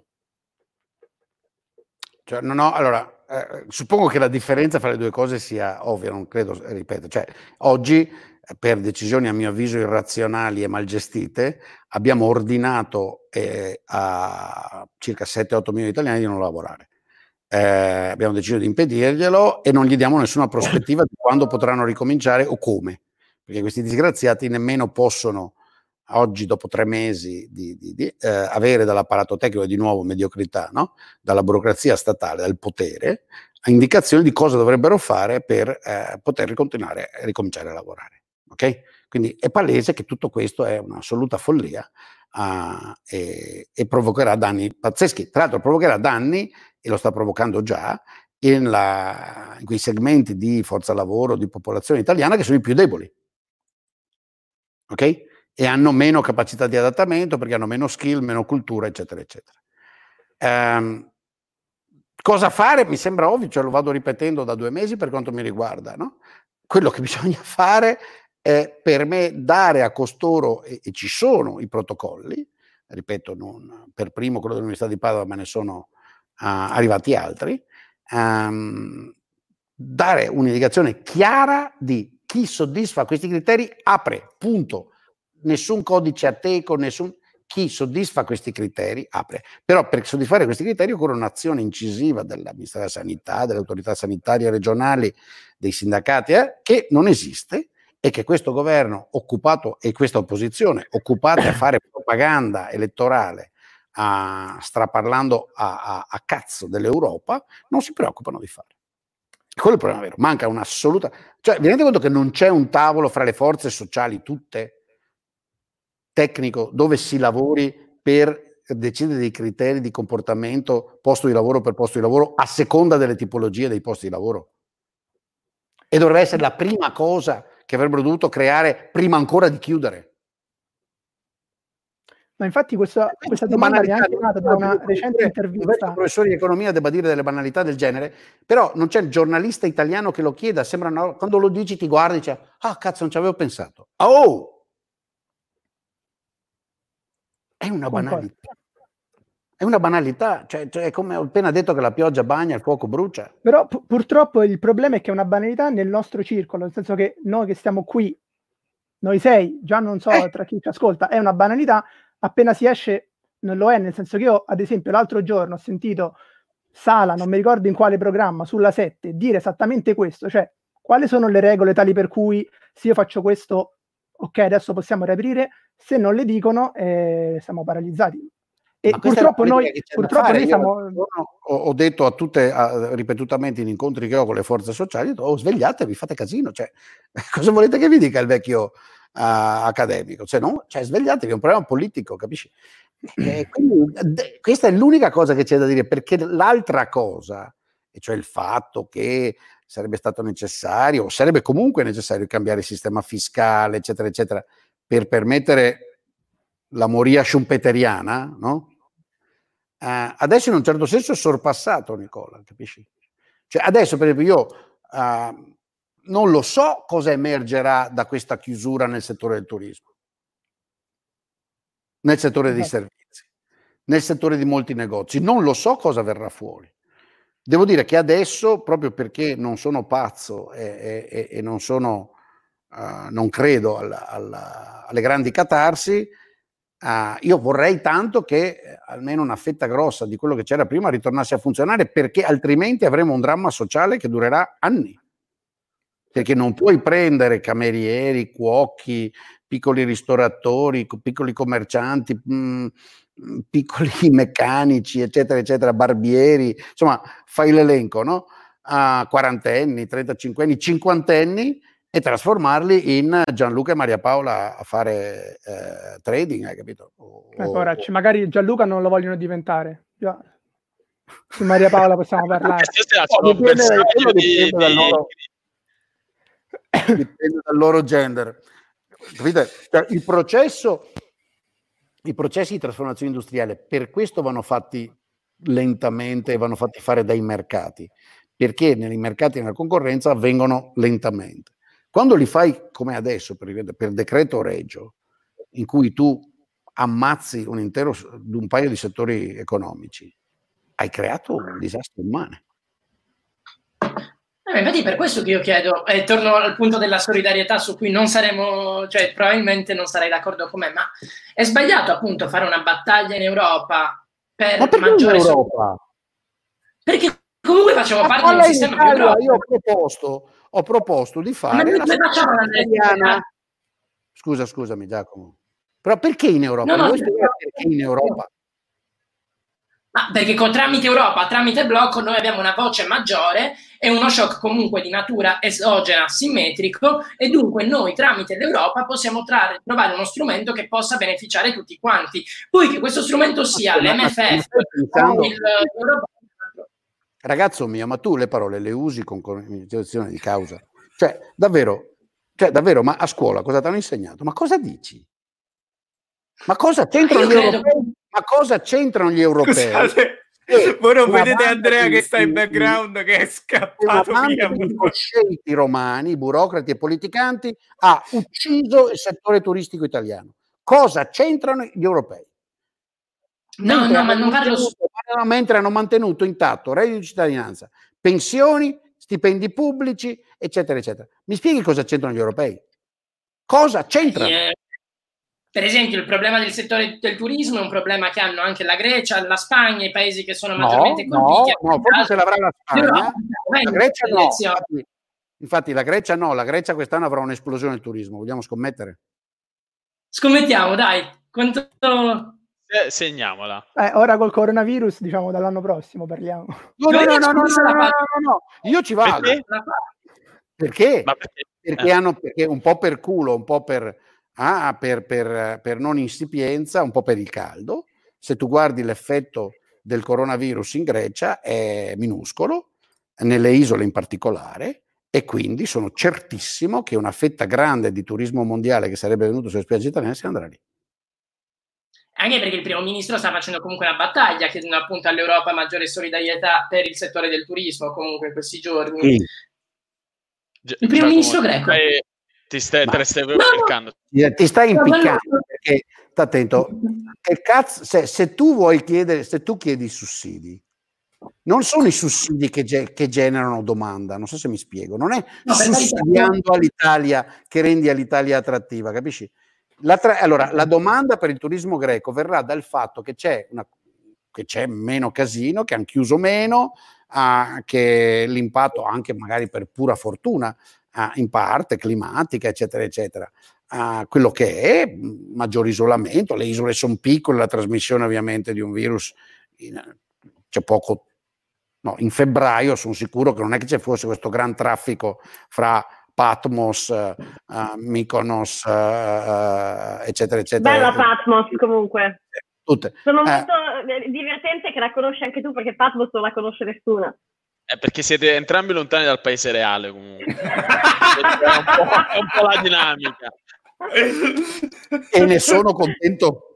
Cioè, no, no, allora, eh, suppongo che la differenza fra le due cose sia ovvia, non credo, ripeto, cioè oggi per decisioni a mio avviso irrazionali e mal gestite abbiamo ordinato eh, a circa sette otto milioni di italiani di non lavorare. Eh, abbiamo deciso di impedirglielo e non gli diamo nessuna prospettiva di quando potranno ricominciare o come, perché questi disgraziati nemmeno possono oggi, dopo tre mesi di, di, di eh, avere dall'apparato tecnico di nuovo mediocrità, no? Dalla burocrazia statale, dal potere, indicazioni di cosa dovrebbero fare per eh, poter continuare a ricominciare a lavorare. Okay? Quindi è palese che tutto questo è un'assoluta follia uh, e, e provocherà danni pazzeschi. Tra l'altro provocherà danni, e lo sta provocando già, in, la, in quei segmenti di forza lavoro, di popolazione italiana che sono i più deboli. Ok? E hanno meno capacità di adattamento perché hanno meno skill, meno cultura, eccetera, eccetera. Um, cosa fare? Mi sembra ovvio, cioè lo vado ripetendo da due mesi per quanto mi riguarda, no? Quello che bisogna fare è, per me, dare a costoro, e, e ci sono i protocolli, ripeto, non per primo quello dell'Università di Padova, ma ne sono uh, arrivati altri, um, dare un'indicazione chiara di chi soddisfa questi criteri apre, punto. Nessun codice ateco, nessun... Chi soddisfa questi criteri apre. Però per soddisfare questi criteri occorre un'azione incisiva del Ministero della Sanità, delle autorità sanitarie regionali, dei sindacati, eh, che non esiste e che questo governo occupato e questa opposizione occupate a fare propaganda elettorale, a, straparlando a, a, a cazzo dell'Europa, non si preoccupano di fare. Quello è il problema vero. Manca un'assoluta... Cioè, vi rendete conto che non c'è un tavolo fra le forze sociali tutte tecnico dove si lavori per decidere dei criteri di comportamento posto di lavoro per posto di lavoro a seconda delle tipologie dei posti di lavoro? E dovrebbe essere la prima cosa che avrebbero dovuto creare prima ancora di chiudere. Ma infatti questa, questa domanda è anche nata da una recente intervista. Il professore di economia debba dire delle banalità del genere, però non c'è il giornalista italiano che lo chieda, sembra una, quando lo dici ti guardi e dici ah cazzo non ci avevo pensato. Oh! È una banalità. È una banalità, cioè, cioè è come ho appena detto che la pioggia bagna, il fuoco brucia. Però pu- purtroppo il problema è che è una banalità nel nostro circolo, nel senso che noi che stiamo qui, noi sei, già non so eh. tra chi ci ascolta, è una banalità, appena si esce non lo è, nel senso che io ad esempio l'altro giorno ho sentito Sala, non mi ricordo in quale programma, sulla sette, dire esattamente questo, cioè quali sono le regole tali per cui se io faccio questo, ok, adesso possiamo riaprire, se non le dicono eh, siamo paralizzati. E purtroppo noi, purtroppo noi siamo... Ho, ho detto a tutte, a, ripetutamente in incontri che ho con le forze sociali, ho detto, oh, svegliatevi, fate casino, cioè, cosa volete che vi dica il vecchio uh, accademico? Cioè, no? Cioè, svegliatevi, è un problema politico, capisci? E quindi, de, questa è l'unica cosa che c'è da dire, perché l'altra cosa, e cioè il fatto che sarebbe stato necessario, o sarebbe comunque necessario cambiare il sistema fiscale, eccetera, eccetera, per permettere la moria schumpeteriana, no? Uh, adesso in un certo senso è sorpassato, Nicola, capisci? Cioè adesso, per esempio, io uh, non lo so cosa emergerà da questa chiusura nel settore del turismo, nel settore dei servizi, nel settore di molti negozi, non lo so cosa verrà fuori. Devo dire che adesso, proprio perché non sono pazzo e, e, e non sono, uh, non credo alla, alla, alle grandi catarsi, uh, io vorrei tanto che eh, almeno una fetta grossa di quello che c'era prima ritornasse a funzionare, perché altrimenti avremo un dramma sociale che durerà anni. Perché non puoi prendere camerieri, cuochi, piccoli ristoratori, piccoli commercianti, mh, piccoli meccanici, eccetera, eccetera, barbieri, insomma, fai l'elenco, no? A quarantenni, trentacinquenni, cinquantenni e trasformarli in Gianluca e Maria Paola a fare eh, trading, hai capito? O, eh, poracci, magari Gianluca non lo vogliono diventare. Già. Su Maria Paola possiamo parlare. No, dipende, dipende, dal loro, dipende dal loro gender. Capite? Cioè, il processo, i processi di trasformazione industriale per questo vanno fatti lentamente e vanno fatti fare dai mercati, perché nei mercati e nella concorrenza avvengono lentamente. Quando li fai come adesso, per, per decreto regio, in cui tu ammazzi un intero un paio di settori economici, hai creato un disastro immane. Eh, infatti per questo che io chiedo, e eh, torno al punto della solidarietà su cui non saremo, cioè probabilmente non sarei d'accordo con me, ma è sbagliato appunto fare una battaglia in Europa per ma perché maggiore in Europa? Perché comunque facciamo ma parte di un sistema Italia, più grosso. Io ho proposto, ho proposto di fare ma la società italiana. Scusa, scusami Giacomo. Però perché in Europa? No, no, Vuoi no, spiegare no, perché in Europa? Ma perché con tramite Europa, tramite blocco, noi abbiamo una voce maggiore e uno shock comunque di natura esogena, simmetrico, e dunque noi tramite l'Europa possiamo trarre, trovare uno strumento che possa beneficiare tutti quanti. Poi che questo strumento sia l'M F F o il l'Europa. Ragazzo mio, ma tu le parole le usi con cognizione di causa? Cioè, davvero, cioè, davvero, ma a scuola cosa ti hanno insegnato? Ma cosa dici? Ma cosa c'entrano gli europei? Ma cosa c'entrano gli europei? Scusate, eh, voi non vedete Andrea che sta in background, che è scappato via. I coscienti romani, burocrati e politicanti, ha ucciso il settore turistico italiano. Cosa c'entrano gli europei? No, mentre no, ma non parlo su... Mentre hanno mantenuto intatto reddito di cittadinanza, pensioni, stipendi pubblici, eccetera, eccetera. Mi spieghi cosa c'entrano gli europei? Cosa c'entrano? Eh, per esempio, il problema del settore del turismo è un problema che hanno anche la Grecia, la Spagna, i paesi che sono maggiormente no, colpiti. No, no, forse ce l'avrà la Spagna. La Grecia no. Infatti, infatti la Grecia no, la Grecia quest'anno avrà un'esplosione del turismo. Vogliamo scommettere? Scommettiamo, dai. Quanto... Eh, segniamola. Eh, ora col coronavirus, diciamo dall'anno prossimo parliamo. No, no, no, no, no, no, no, no, io ci vado. Perché? Perché? Ma perché? Perché Eh. hanno perché un po' per culo, un po' per, ah, per, per, per non insipienza, un po' per il caldo. Se tu guardi l'effetto del coronavirus in Grecia è minuscolo, nelle isole in particolare, e quindi sono certissimo che una fetta grande di turismo mondiale che sarebbe venuto sulle spiagge italiane si andrà lì. Anche perché il primo ministro sta facendo comunque una battaglia chiedendo appunto all'Europa maggiore solidarietà per il settore del turismo comunque in questi giorni. Sì. Il primo ministro greco. Eh, ti stai, te stai no, cercando. Ti stai impiccando perché, sta attento, che cazzo, se, se tu vuoi chiedere, se tu chiedi sussidi, non sono i sussidi che, ge- che generano domanda, non so se mi spiego, non è no, sussidiando all'Italia che rendi all'Italia attrattiva, capisci? La tra- allora, la domanda per il turismo greco verrà dal fatto che c'è, una, che c'è meno casino, che hanno chiuso meno, uh, che l'impatto anche magari per pura fortuna, uh, in parte climatica, eccetera, eccetera. Uh, quello che è maggior isolamento, le isole sono piccole, la trasmissione ovviamente di un virus, in, c'è poco, no, in febbraio sono sicuro che non è che ci fosse questo gran traffico fra Patmos, uh, Mykonos, uh, uh, eccetera, eccetera. Bella Patmos comunque. Tutte. Sono eh. molto divertente che la conosci anche tu, perché Patmos non la conosce nessuno. È perché siete entrambi lontani dal paese reale comunque. è, un po', è un po' la dinamica. E ne sono contento.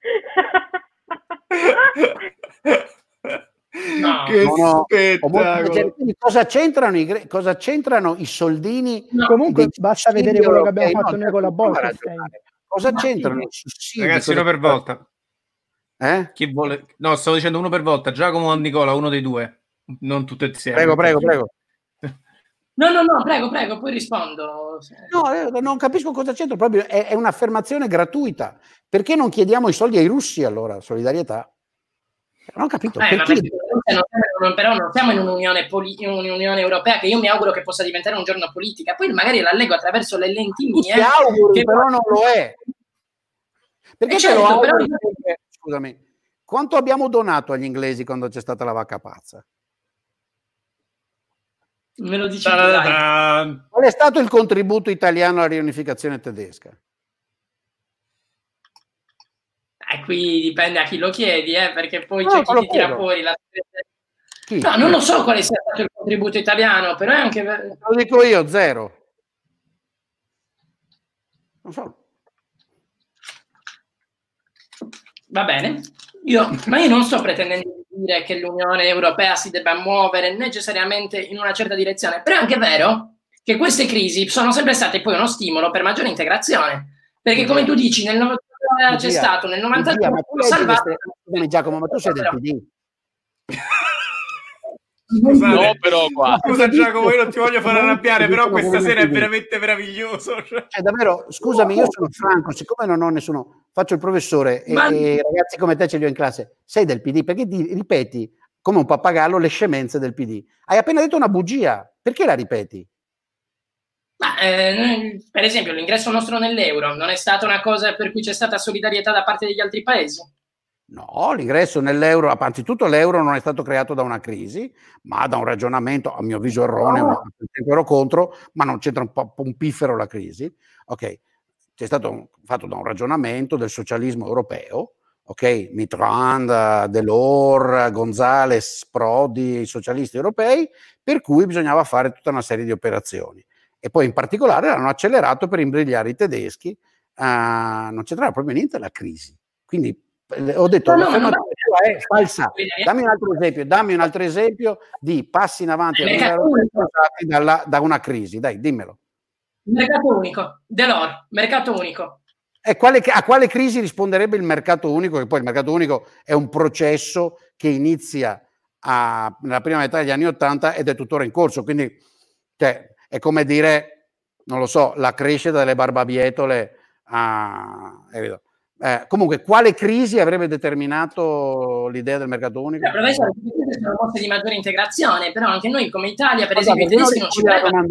No, che no, spettacolo. No. Cosa c'entrano i, cosa c'entrano i soldini? No. Comunque basta vedere quello europei. Che abbiamo fatto no, noi con la borsa. Cosa c'entrano i sussidi? Ragazzi, uno per volta. Eh? Chi vuole? No, stavo dicendo uno per volta. Giacomo o Nicola, uno dei due. Non tutte insieme. Prego, prego, prego. No, no, no, prego, prego, poi rispondo. No, non capisco cosa c'entra, proprio è, è un'affermazione gratuita. Perché non chiediamo i soldi ai russi allora, solidarietà? Non ho capito. Eh, perché... perché non siamo, però non siamo in un'unione, poli- in un'unione europea che io mi auguro che possa diventare un giorno politica. Poi magari la leggo attraverso le lenti mie. Ti auguri, che però non lo è. Perché eh ce lo certo, auguri? però... Scusami, quanto abbiamo donato agli inglesi quando c'è stata la vacca pazza? Me lo dici tu, dai. Qual è stato il contributo italiano alla riunificazione tedesca? Eh, qui dipende a chi lo chiedi, eh, perché poi No, c'è chi lo ti tira chiedo. fuori la... Chi? No, non lo so quale sia stato il contributo italiano, però è anche... Lo dico io, zero. Non so. Va bene, io, ma io non sto pretendendo di dire che l'Unione Europea si debba muovere necessariamente in una certa direzione, però è anche vero che queste crisi sono sempre state poi uno stimolo per maggiore integrazione, perché come tu dici, nel novantadue c'è stato, nel novantadue ma tu salvato... Queste... Giacomo, ma tu sei del P D? Scusate, no, però qua. Scusa Giacomo, io non ti voglio far arrabbiare, però questa sera è veramente meraviglioso. Cioè, davvero, scusami, io sono franco, siccome non ho nessuno, faccio il professore e, Ma... e ragazzi come te ce li ho in classe, sei del P D, perché ti ripeti come un pappagallo le scemenze del P D? Hai appena detto una bugia, perché la ripeti? Ma, eh, per esempio, l'ingresso nostro nell'euro non è stata una cosa per cui c'è stata solidarietà da parte degli altri paesi? No, l'ingresso nell'euro, anzitutto l'euro non è stato creato da una crisi, ma da un ragionamento, a mio avviso erroneo, ma ero contro, ma non c'entra un, po', un piffero la crisi. Ok, c'è stato un, fatto da un ragionamento del socialismo europeo, ok, Mitterrand, Delors, Gonzales, Prodi, i socialisti europei, per cui bisognava fare tutta una serie di operazioni. E poi in particolare l'hanno accelerato per imbrigliare i tedeschi, uh, non c'entrava proprio niente la crisi. Quindi ho detto, no, no, no, è falsa. Dammi un altro esempio, dammi un altro esempio di passi in avanti dalla, da una crisi, dai, dimmelo. Mercato unico, Delors, mercato unico. E quale, a quale crisi risponderebbe il mercato unico? Che poi il mercato unico è un processo che inizia a, nella prima metà degli anni Ottanta ed è tuttora in corso, quindi cioè, è come dire, non lo so, la crescita delle barbabietole a... È Eh, comunque, quale crisi avrebbe determinato l'idea del mercato unico? Eh, professore, sono mosse di maggiore integrazione, però anche noi come Italia, per esempio, i tedeschi non ci pregano.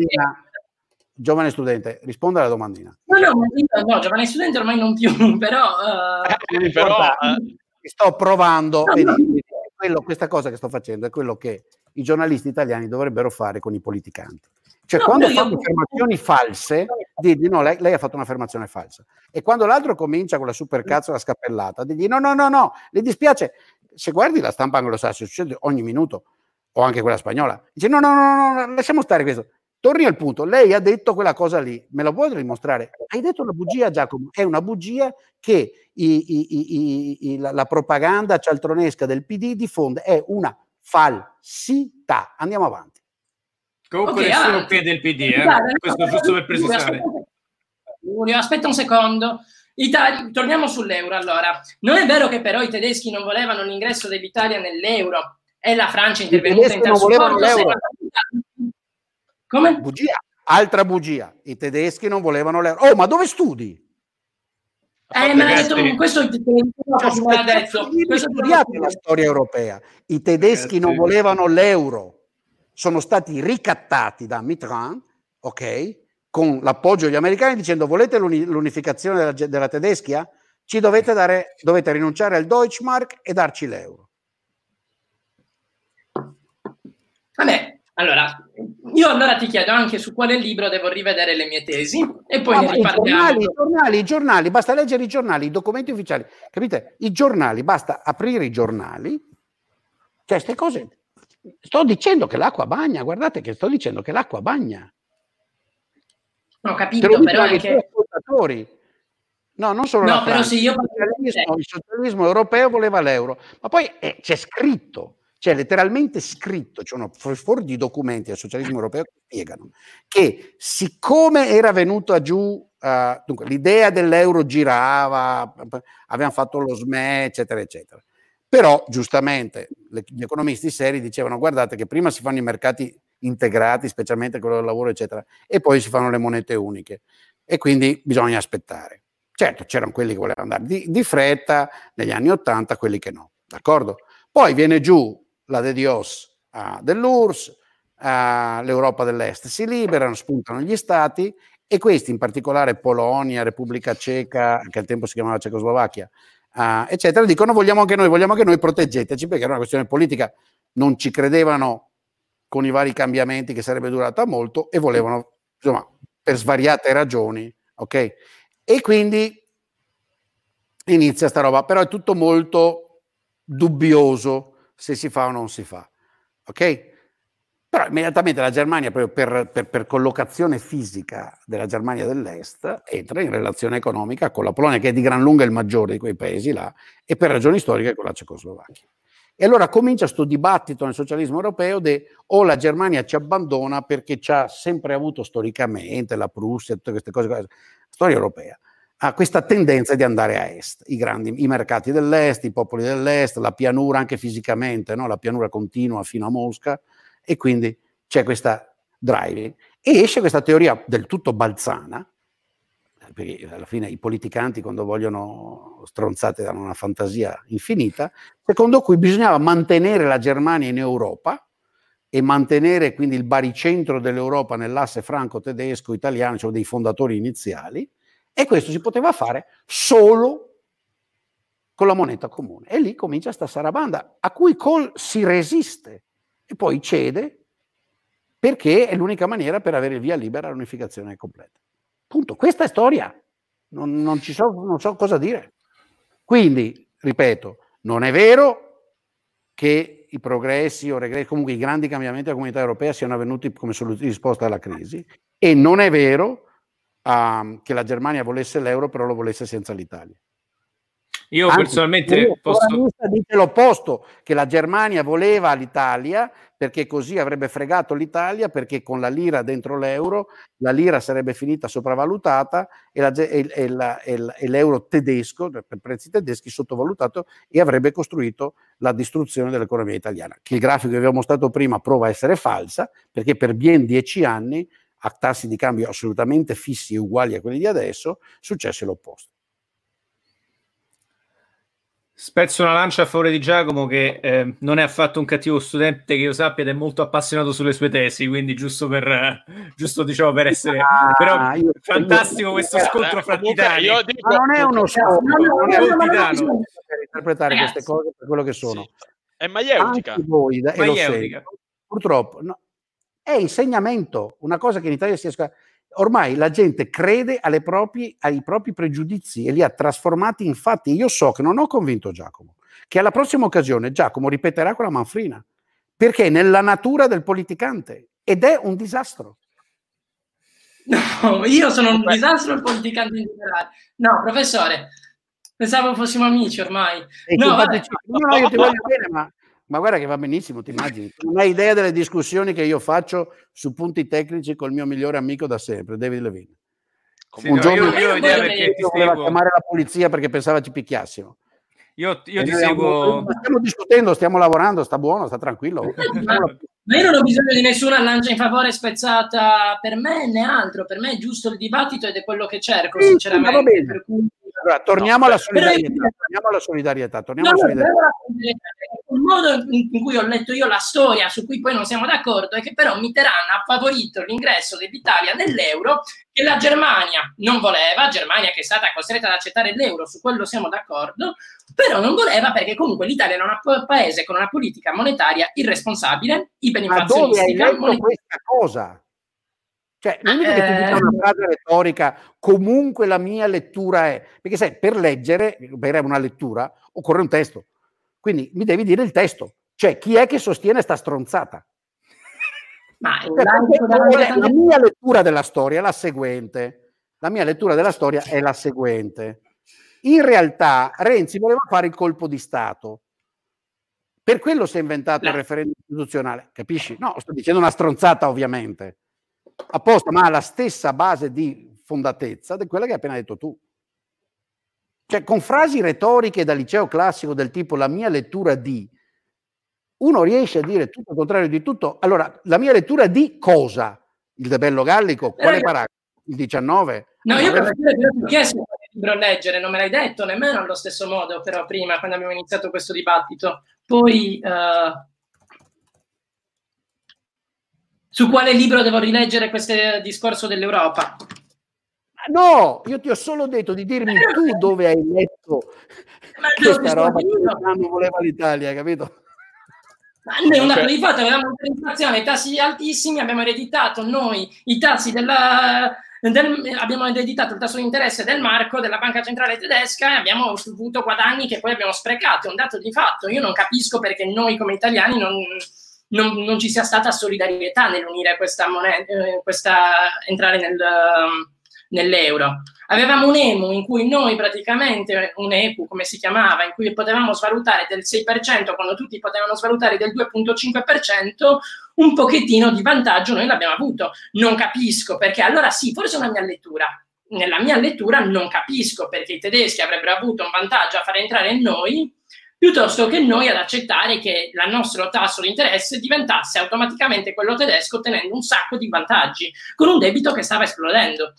Giovane studente, risponda alla domandina. No, no, no, giovane studente ormai non più, però... Uh... Eh, però uh... sto provando, no, vedi, no. Quello, questa cosa che sto facendo è quello che i giornalisti italiani dovrebbero fare con i politicanti. Cioè, no, quando fanno io... affermazioni false, digli no, lei, lei ha fatto un'affermazione falsa. E quando l'altro comincia con la supercazzo, la scappellata, digli no, no, no, no, le dispiace. Se guardi la stampa anglosassone, succede ogni minuto, o anche quella spagnola, dice no, no, no, no, no, lasciamo stare questo. Torni al punto, lei ha detto quella cosa lì, me la puoi dimostrare? Hai detto una bugia, Giacomo, è una bugia che i, i, i, i, la, la propaganda cialtronesca del P D diffonde, è una falsità. Andiamo avanti. Comunque okay, nessuno qui è del P D, eh? Guarda, questo no, giusto per precisare. Aspetta un secondo. Italia, torniamo sull'euro allora. Non è vero che però i tedeschi non volevano l'ingresso dell'Italia nell'euro e la Francia è intervenuta in tal supporto. Come? Bugia. Altra bugia. I tedeschi non volevano l'euro. Oh, ma dove studi? Eh, me l'ha detto questo, questo me l'ha detto. Studiate la storia europea. I tedeschi non volevano l'euro. Sono stati ricattati da Mitterrand, ok, con l'appoggio degli americani dicendo volete l'uni- l'unificazione della, della Tedeschia? Ci dovete dare, dovete rinunciare al Deutschmark e darci l'euro. Vabbè, allora, io allora ti chiedo anche su quale libro devo rivedere le mie tesi e poi no, ne riparliamo. I giornali, i giornali, i giornali, basta leggere i giornali, i documenti ufficiali, capite? I giornali, basta aprire i giornali, cioè queste cose... Sto dicendo che l'acqua bagna, guardate che sto dicendo che l'acqua bagna. Ho capito, però anche... No, non solo no, la però Francia. se io... il, socialismo, il socialismo europeo voleva l'euro, ma poi eh, c'è scritto, c'è letteralmente scritto, c'è uno fuori di documenti del socialismo europeo che spiegano che siccome era venuta giù, uh, dunque l'idea dell'euro girava, avevano fatto lo S M E, eccetera, eccetera. Però, giustamente, le, gli economisti seri dicevano guardate che prima si fanno i mercati integrati, specialmente quello del lavoro, eccetera, e poi si fanno le monete uniche. E quindi bisogna aspettare. Certo, c'erano quelli che volevano andare di, di fretta, negli anni Ottanta, quelli che no, d'accordo? Poi viene giù la de Dios uh, dell'U R S S, uh, l'Europa dell'Est si liberano, spuntano gli stati, e questi, in particolare Polonia, Repubblica Ceca, che al tempo si chiamava Cecoslovacchia, uh, eccetera, dicono vogliamo anche noi, vogliamo anche noi, proteggeteci, perché era una questione politica, non ci credevano con i vari cambiamenti che sarebbe durata molto e volevano, insomma, per svariate ragioni, ok? E quindi inizia sta roba, però è tutto molto dubbioso se si fa o non si fa, ok? Però immediatamente la Germania, proprio per, per, per collocazione fisica della Germania dell'Est, entra in relazione economica con la Polonia, che è di gran lunga il maggiore di quei paesi là, e per ragioni storiche con la Cecoslovacchia. E allora comincia questo dibattito nel socialismo europeo di o la Germania ci abbandona perché ci ha sempre avuto storicamente, la Prussia, tutte queste cose, storia europea, ha questa tendenza di andare a est, i grandi, i mercati dell'est, i popoli dell'est, la pianura anche fisicamente, no? La pianura continua fino a Mosca, e quindi c'è questa driving. E esce questa teoria del tutto balzana, perché alla fine i politicanti quando vogliono stronzate danno una fantasia infinita, secondo cui bisognava mantenere la Germania in Europa e mantenere quindi il baricentro dell'Europa nell'asse franco-tedesco-italiano, cioè dei fondatori iniziali, e questo si poteva fare solo con la moneta comune. E lì comincia sta sarabanda a cui Kohl si resiste e poi cede perché è l'unica maniera per avere il via libera all'unificazione completa. Punto. Questa è storia, non, non, ci so, non so cosa dire. Quindi, ripeto, non è vero che i progressi o regressi, comunque i grandi cambiamenti della comunità europea siano avvenuti come risposta alla crisi, e non è vero um, che la Germania volesse l'euro però lo volesse senza l'Italia. Io Anzi, personalmente io posso... dice l'opposto, che la Germania voleva l'Italia perché così avrebbe fregato l'Italia, perché con la lira dentro l'euro la lira sarebbe finita sopravvalutata e, la, e, e, la, e, la, e l'euro tedesco, per prezzi tedeschi, sottovalutato, e avrebbe costruito la distruzione dell'economia italiana, che il grafico che vi ho mostrato prima prova a essere falsa, perché per ben dieci anni, a tassi di cambio assolutamente fissi e uguali a quelli di adesso, successe l'opposto. Spezzo una lancia a favore di Giacomo, che eh, non è affatto un cattivo studente, che io sappia, ed è molto appassionato sulle sue tesi, quindi giusto per eh, giusto diciamo per essere ah, però io, fantastico io, questo io, scontro fra titani. Io dico, ma non è uno scontro, non è un titano per interpretare yes. queste cose per quello che sono. Sì. È maieutica. Anche voi, e lo sei, purtroppo no, è insegnamento, una cosa che in Italia si è sc- ormai la gente crede alle proprie, ai propri pregiudizi e li ha trasformati in fatti. Io so che non ho convinto Giacomo, che alla prossima occasione Giacomo ripeterà quella manfrina, perché è nella natura del politicante ed è un disastro. No, io sono un disastro il politicante in generale. No, professore, pensavo fossimo amici ormai. No, vabbè. no, no, io ti voglio bene, ma... Ma guarda che va benissimo, ti immagini. Non hai idea delle discussioni che io faccio su punti tecnici col mio migliore amico da sempre, David Levine. Sì, un no, giorno io, io, io, perché ti voleva seguo. chiamare la polizia perché pensava ci picchiassimo. Io, io ti seguo. Non stiamo discutendo, stiamo lavorando, sta buono, sta tranquillo. Ma, ma io non ho bisogno di nessuna lancia in favore spezzata per me né altro. Per me è giusto il dibattito ed è quello che cerco, sì, sinceramente. Va bene. Per cui... Allora, torniamo, no, alla solidarietà, io... torniamo alla solidarietà. Torniamo no, alla solidarietà. Il modo in cui ho letto io la storia, su cui poi non siamo d'accordo, è che però Mitterrand ha favorito l'ingresso dell'Italia nell'euro, che la Germania non voleva, Germania che è stata costretta ad accettare l'euro, su quello siamo d'accordo, però non voleva perché comunque l'Italia era un paese con una politica monetaria irresponsabile, iperinflazionistica. Ma dove hai letto questa cosa? Cioè, non è che ti dica una frase retorica, comunque la mia lettura è... Perché sai, per leggere, per una lettura, occorre un testo. Quindi mi devi dire il testo. Cioè, chi è che sostiene sta stronzata? Ma cioè, la, la mia lettura della storia è la seguente. La mia lettura della storia è la seguente. In realtà Renzi voleva fare il colpo di Stato. Per quello si è inventato il referendum istituzionale. Capisci? No, sto dicendo una stronzata, ovviamente. Apposta, ma ha la stessa base di fondatezza di quella che hai appena detto tu. Cioè, con frasi retoriche da liceo classico del tipo la mia lettura di, uno riesce a dire tutto il contrario di tutto. Allora, la mia lettura di cosa? Il De Bello Gallico? Quale eh, paragrafo? Il diciannove? No, io per dire, ti ho chiesto quale libro leggere, non me l'hai detto nemmeno allo stesso modo, però prima, quando abbiamo iniziato questo dibattito. Poi uh, su quale libro devo rileggere questo discorso dell'Europa? No, io ti ho solo detto di dirmi tu dove hai letto Ma questa roba che non voleva l'Italia, capito? Ma noi un dato di fatto, avevamo un'inflazione, tassi altissimi, abbiamo ereditato noi i tassi della... Del, abbiamo ereditato il tasso di interesse del marco della banca centrale tedesca e abbiamo avuto guadagni che poi abbiamo sprecato, è un dato di fatto. Io non capisco perché noi come italiani non, non, non ci sia stata solidarietà nell'unire questa moneta, questa, entrare nel, nell'euro. Avevamo un E M U in cui noi praticamente, un E Q come si chiamava, in cui potevamo svalutare del sei per cento quando tutti potevano svalutare del due virgola cinque per cento, un pochettino di vantaggio noi l'abbiamo avuto. Non capisco perché, allora sì, forse è una mia lettura. Nella mia lettura non capisco perché i tedeschi avrebbero avuto un vantaggio a far entrare noi piuttosto che noi ad accettare che il nostro tasso di interesse diventasse automaticamente quello tedesco ottenendo un sacco di vantaggi con un debito che stava esplodendo.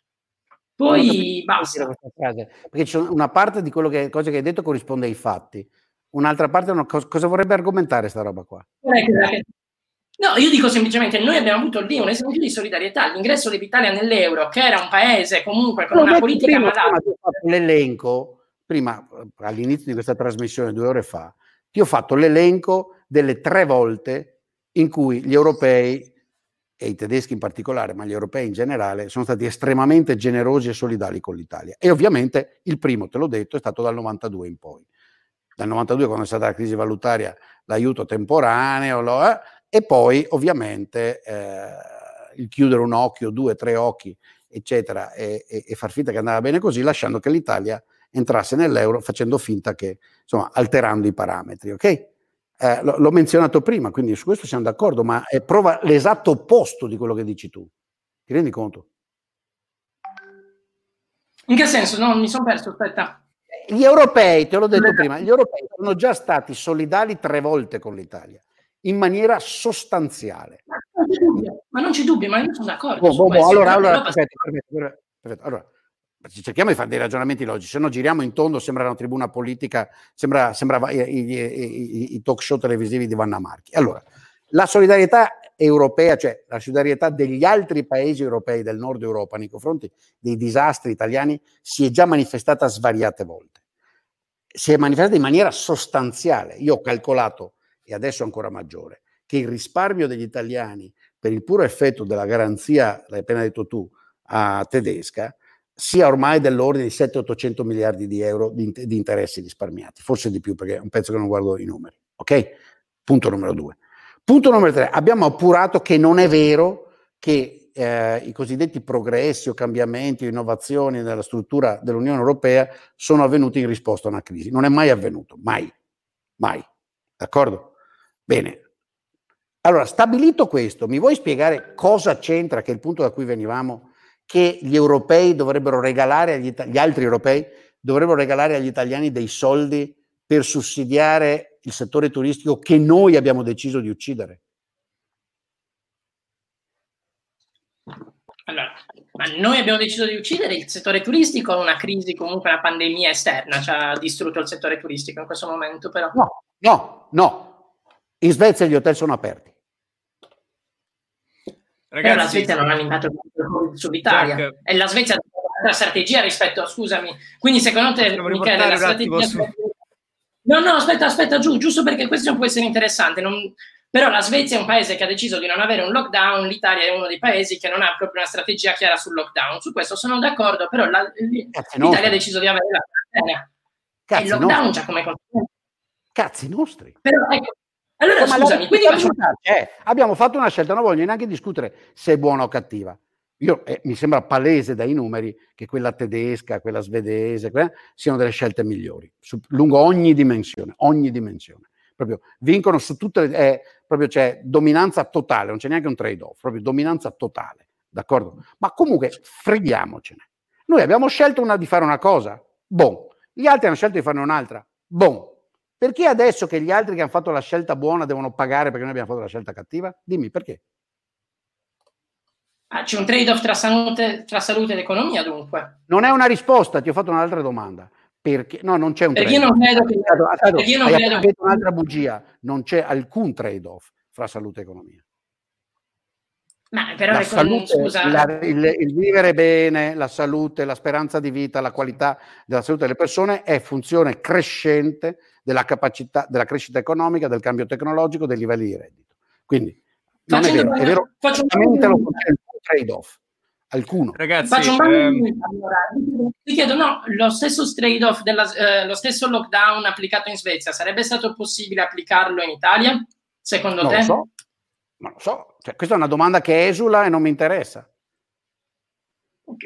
Poi basta. Frase, perché c'è una parte di quello che, cose che hai detto corrisponde ai fatti, un'altra parte non, cosa, cosa vorrebbe argomentare sta roba qua? No, io dico semplicemente noi abbiamo avuto lì un esempio di solidarietà, l'ingresso dell'Italia nell'euro, che era un paese comunque con no, una politica prima, malata. Prima ti ho fatto l'elenco, prima all'inizio di questa trasmissione due ore fa, ti ho fatto l'elenco delle tre volte in cui gli europei e i tedeschi in particolare, ma gli europei in generale, sono stati estremamente generosi e solidali con l'Italia. E ovviamente il primo, te l'ho detto, è stato dal novantadue in poi. Dal novantadue, quando è stata la crisi valutaria, l'aiuto temporaneo, lo, eh, e poi ovviamente eh, il chiudere un occhio, due, tre occhi, eccetera, e, e, e far finta che andava bene così, lasciando che l'Italia entrasse nell'euro, facendo finta che, insomma, alterando i parametri, ok? Eh, l'ho menzionato prima, quindi su questo siamo d'accordo, ma è prova l'esatto opposto di quello che dici tu. Ti rendi conto? In che senso? No, mi sono perso, aspetta. Gli europei, te l'ho detto prima, gli europei sono già stati solidali tre volte con l'Italia, in maniera sostanziale. Ma non c'è dubbio, ma io sono d'accordo. Boh, boh, boh, allora, allora, perfetto, perfetto, perfetto. Allora, cerchiamo di fare dei ragionamenti logici, se no giriamo in tondo, sembra una tribuna politica, sembra, sembra i, i, i, i talk show televisivi di Vanna Marchi. Allora, la solidarietà europea, cioè la solidarietà degli altri paesi europei del nord Europa nei confronti dei disastri italiani, si è già manifestata svariate volte. Si è manifestata in maniera sostanziale. Io ho calcolato, e adesso ancora maggiore, che il risparmio degli italiani per il puro effetto della garanzia, l'hai appena detto tu, a tedesca, sia ormai dell'ordine di settecento ottocento miliardi di euro di, di interessi risparmiati, forse di più perché è un pezzo che non guardo i numeri, ok? Punto numero due. Punto numero tre, abbiamo appurato che non è vero che eh, i cosiddetti progressi o cambiamenti o innovazioni nella struttura dell'Unione Europea sono avvenuti in risposta a una crisi. Non è mai avvenuto, mai, mai, d'accordo? Bene. Allora, stabilito questo, mi vuoi spiegare cosa c'entra, che è il punto da cui venivamo, che gli europei dovrebbero regalare agli gli altri europei dovrebbero regalare agli italiani dei soldi per sussidiare il settore turistico che noi abbiamo deciso di uccidere? Allora, ma noi abbiamo deciso di uccidere il settore turistico, una crisi, comunque una pandemia esterna ci ha distrutto il settore turistico in questo momento, però. No, no, no. In Svezia gli hotel sono aperti. Ragazzi, però la Svezia non ha animato sull'Italia. Jack. E la Svezia ha una strategia rispetto, scusami. Quindi secondo te, Michele, la strategia... Su... No, no, aspetta, aspetta, giù, giusto perché questo può essere interessante. Non... Però la Svezia è un paese che ha deciso di non avere un lockdown, l'Italia è uno dei paesi che non ha proprio una strategia chiara sul lockdown. Su questo sono d'accordo, però la... l'Italia ha deciso di avere la quarantena. E il lockdown c'ha come conseguenza. Cazzi nostri. Però ecco, allora oh, scusami, quindi faccio... eh, abbiamo fatto una scelta, non voglio neanche discutere se è buona o cattiva. Io, eh, mi sembra palese dai numeri che quella tedesca, quella svedese, quella, siano delle scelte migliori, su, lungo ogni dimensione, ogni dimensione. Proprio vincono su tutte le... Eh, proprio c'è dominanza totale, non c'è neanche un trade-off, proprio dominanza totale, d'accordo? Ma comunque freghiamocene. Noi abbiamo scelto una, di fare una cosa, boh. Gli altri hanno scelto di farne un'altra, boh. Perché adesso che gli altri che hanno fatto la scelta buona devono pagare perché noi abbiamo fatto la scelta cattiva? Dimmi perché. Ah, c'è un trade-off tra salute, tra salute ed economia, dunque. Non è una risposta, ti ho fatto un'altra domanda. perché no, non c'è un perché io non credo che, perché io non credo che... un'altra bugia, non c'è alcun trade-off fra salute e economia. Ma però la con, salute, scusa, la, il, il vivere bene, la salute, la speranza di vita, la qualità della salute delle persone è funzione crescente della capacità, della crescita economica, del cambio tecnologico, dei livelli di reddito. Quindi non è vero, è vero, veramente lo c'è il trade-off. Alcuno. Ragazzi, faccio un ehm... allora, ti chiedo, no, lo stesso trade-off, della, eh, lo stesso lockdown applicato in Svezia, sarebbe stato possibile applicarlo in Italia? Secondo non te? Lo so. Non lo so, cioè, questa è una domanda che esula e non mi interessa. Ok.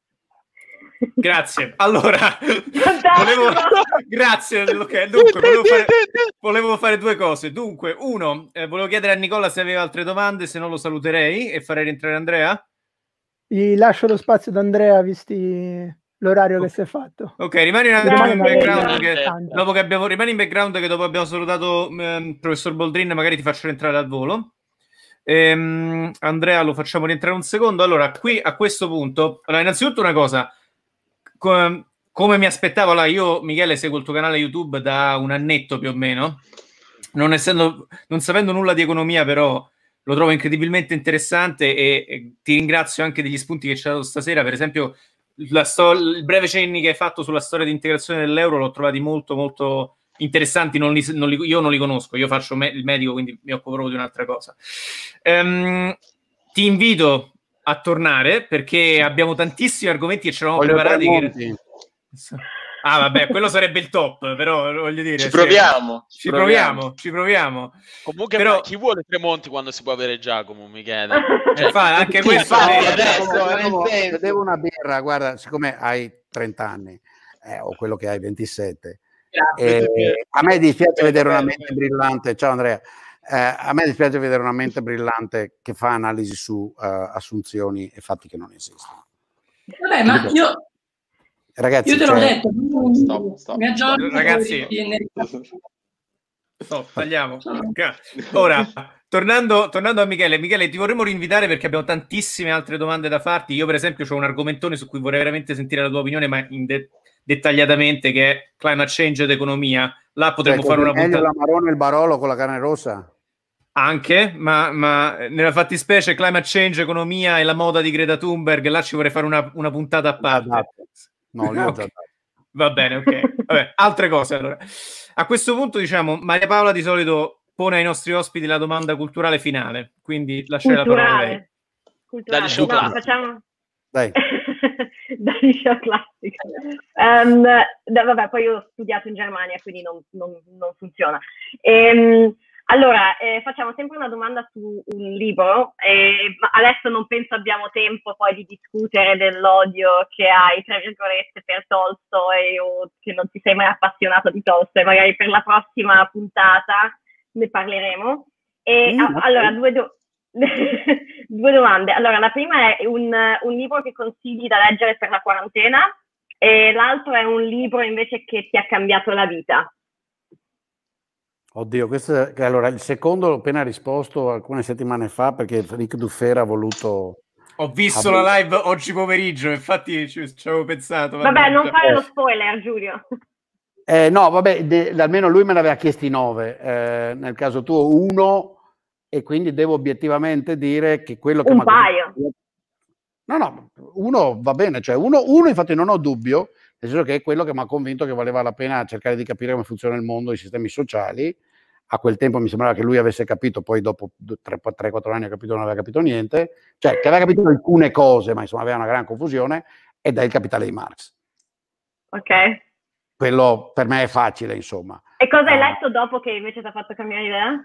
Grazie. Allora, volevo... grazie. Okay. Dunque, volevo fare... volevo fare due cose. Dunque, uno, eh, volevo chiedere a Nicola se aveva altre domande, se no lo saluterei e farei rientrare Andrea. Gli lascio lo spazio ad Andrea, visti l'orario okay. che si è fatto. Ok, rimani un attimo in background che, dopo che abbiamo rimani in background che dopo abbiamo salutato il professor Boldrin, magari ti faccio rientrare al volo. Ehm, Andrea lo facciamo rientrare un secondo. Allora, qui a questo punto, allora, innanzitutto una cosa, com- come mi aspettavo, là, io Michele seguo il tuo canale YouTube da un annetto più o meno, non essendo, non sapendo nulla di economia, però lo trovo incredibilmente interessante e, e ti ringrazio anche degli spunti che ci hai dato stasera. Per esempio la sto- il breve cenni che hai fatto sulla storia di integrazione dell'euro l'ho trovati molto molto interessanti, non li, non li, io non li conosco, io faccio me- il medico, quindi mi occupo proprio di un'altra cosa. Um, ti invito a tornare perché abbiamo tantissimi argomenti che ci eravamo Voglio preparati che... Ah vabbè, quello sarebbe il top, però voglio dire... Ci proviamo. Ci, ci proviamo, proviamo, ci proviamo. Comunque però... chi vuole Tremonti quando si può avere Giacomo, Michele? Cioè, eh, fa, anche questo... Infatti, è... adesso, adesso devo una birra, guarda, siccome hai trenta anni, eh, o quello che hai ventisette, eh, a me dispiace vedere una mente brillante, ciao Andrea, eh, a me dispiace vedere una mente brillante che fa analisi su uh, assunzioni e fatti che non esistono. Vabbè, ma io... Ragazzi, io te l'ho cioè... detto, stop, stop, mi aggiorno, ragazzi, no, tagliamo. Ora, tornando, tornando a Michele, Michele, ti vorremmo rinvitare perché abbiamo tantissime altre domande da farti. Io, per esempio, ho un argomentone su cui vorrei veramente sentire la tua opinione, ma in de- dettagliatamente, che è climate change ed economia. Là potremmo cioè, fare una puntata. La marrone e il Barolo con la carne rossa? Anche, ma, ma nella fattispecie climate change, economia e la moda di Greta Thunberg, là ci vorrei fare una, una puntata a parte. Esatto. No, io ho già okay. Va bene, ok. Vabbè, altre cose allora. A questo punto, diciamo, Maria Paola di solito pone ai nostri ospiti la domanda culturale finale, quindi lascerei la parola a lei. Culturale. Da liceo no, classico. facciamo... Dai. Da liceo classico. Um, da, vabbè, poi io ho studiato in Germania, quindi non, non, non funziona. Ehm, Allora, eh, facciamo sempre una domanda su un libro, eh, ma adesso non penso abbiamo tempo poi di discutere dell'odio che hai, tra virgolette, per Tolstoi o che non ti sei mai appassionato di Tolstoi, magari per la prossima puntata ne parleremo. E, mm, a, allora, due, do- due domande. Allora, la prima è un, un libro che consigli da leggere per la quarantena e l'altro è un libro invece che ti ha cambiato la vita. Oddio, questo è, allora il secondo l'ho appena risposto alcune settimane fa perché Ric Dufer ha voluto. Ho visto ha la live oggi pomeriggio, infatti ci, ci avevo pensato. Vabbè, vabbè non fare lo spoiler, Giulio. Eh, no, vabbè, de, almeno lui me ne aveva chiesti nove, eh, nel caso tuo uno, e quindi devo obiettivamente dire che quello che un paio. No, no, uno va bene, cioè uno, uno infatti non ho dubbio, nel senso che è quello che mi ha convinto che valeva la pena cercare di capire come funziona il mondo, i sistemi sociali. A quel tempo mi sembrava che lui avesse capito, poi dopo tre quattro anni ha capito che non aveva capito niente, cioè che aveva capito alcune cose, ma insomma aveva una gran confusione, ed è Il Capitale di Marx. Ok. Quello per me è facile, insomma. E cosa hai uh, letto dopo che invece ti ha fatto cambiare idea?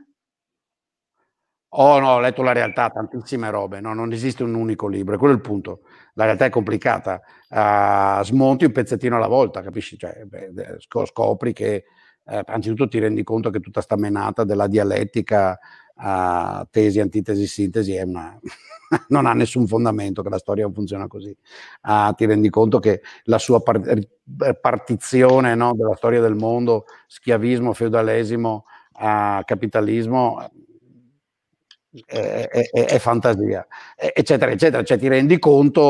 Oh no, ho letto La Realtà, tantissime robe, no, non esiste un unico libro, è quello il punto. La realtà è complicata, uh, smonti un pezzettino alla volta, capisci? Cioè, beh, scopri che eh, anzitutto ti rendi conto che tutta sta menata della dialettica, uh, tesi, antitesi, sintesi, è una... non ha nessun fondamento, che la storia non funziona così. Uh, ti rendi conto che la sua par- partizione, no, della storia del mondo, schiavismo, feudalesimo, uh, capitalismo... È, è, è fantasia, eccetera, eccetera. Cioè ti rendi conto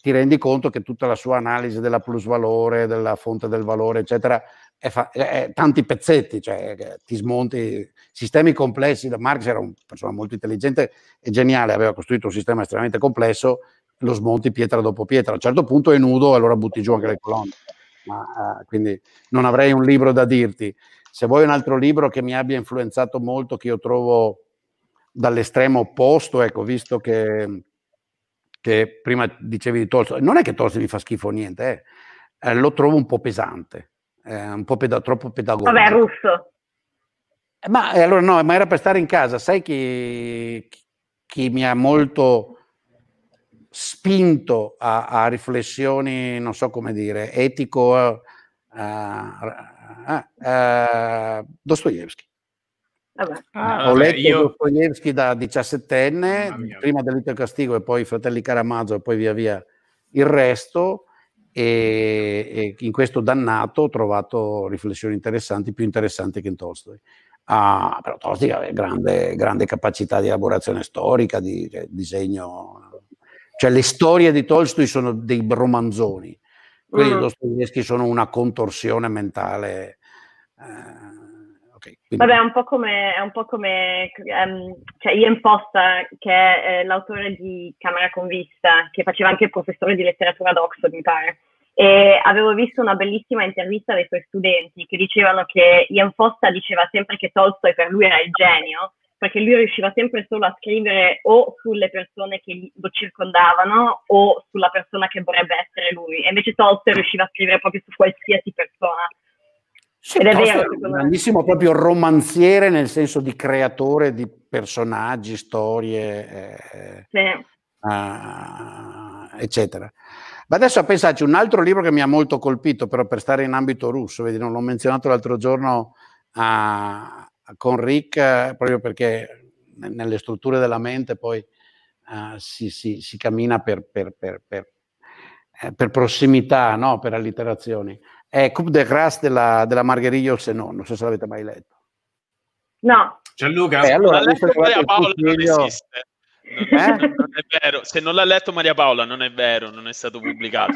ti rendi conto che tutta la sua analisi della plusvalore, della fonte del valore, eccetera, è, fa- è tanti pezzetti, cioè ti smonti sistemi complessi. Marx era una persona molto intelligente e geniale, aveva costruito un sistema estremamente complesso, lo smonti pietra dopo pietra. A un certo punto è nudo e allora butti giù anche le colonne. Ma, uh, quindi non avrei un libro da dirti. Se vuoi un altro libro che mi abbia influenzato molto, che io trovo dall'estremo opposto, ecco, visto che che prima dicevi di Tolstoi, non è che Tolstoi mi fa schifo o niente, eh. Eh, lo trovo un po' pesante, eh, un po' peda- troppo pedagogico. Vabbè, russo. Eh, ma eh, allora no, ma era per stare in casa. Sai chi, chi mi ha molto spinto a, a riflessioni, non so come dire, etico, uh, uh, uh, Dostoevskij. Vabbè. Ah, Ho vabbè, letto io... Dostoevskij da diciassettenne, prima Delitto e Castigo e poi Fratelli Karamazov e poi via via il resto, e, e in questo dannato ho trovato riflessioni interessanti, più interessanti che in Tolstoi. Ah, però Tolstoi aveva grande, grande capacità di elaborazione storica, di, di disegno. Cioè le storie di Tolstoi sono dei romanzoni, quelli mm. di Dostoevskij sono una contorsione mentale. Eh, Okay, quindi... Vabbè, è un po' come, è un po' come um, cioè Ian Foster, che è eh, l'autore di Camera con Vista, che faceva anche il professore di letteratura ad Oxford, mi pare. E avevo visto una bellissima intervista dei suoi studenti che dicevano che Ian Foster diceva sempre che Tolstoi per lui era il genio, perché lui riusciva sempre solo a scrivere o sulle persone che lo circondavano o sulla persona che vorrebbe essere lui. E invece Tolstoi riusciva a scrivere proprio su qualsiasi persona. Sì, ed è Tolstoi vero, è un grandissimo proprio romanziere, nel senso di creatore di personaggi, storie, eh, sì. uh, eccetera. Ma adesso a pensarci, un altro libro che mi ha molto colpito, però per stare in ambito russo, vedi, non l'ho menzionato l'altro giorno a, a, con Rick, eh, proprio perché nelle strutture della mente poi uh, si, si, si cammina per, per, per, per, eh, per prossimità, no? Per allitterazioni. È Coupe de Grace della, della Margherita Yourcenar, non so se l'avete mai letto. No. Gianluca, eh, allora, non Maria Paola non esiste. Non, eh? non, non è vero. Se non l'ha letto Maria Paola non è vero, non è stato pubblicato.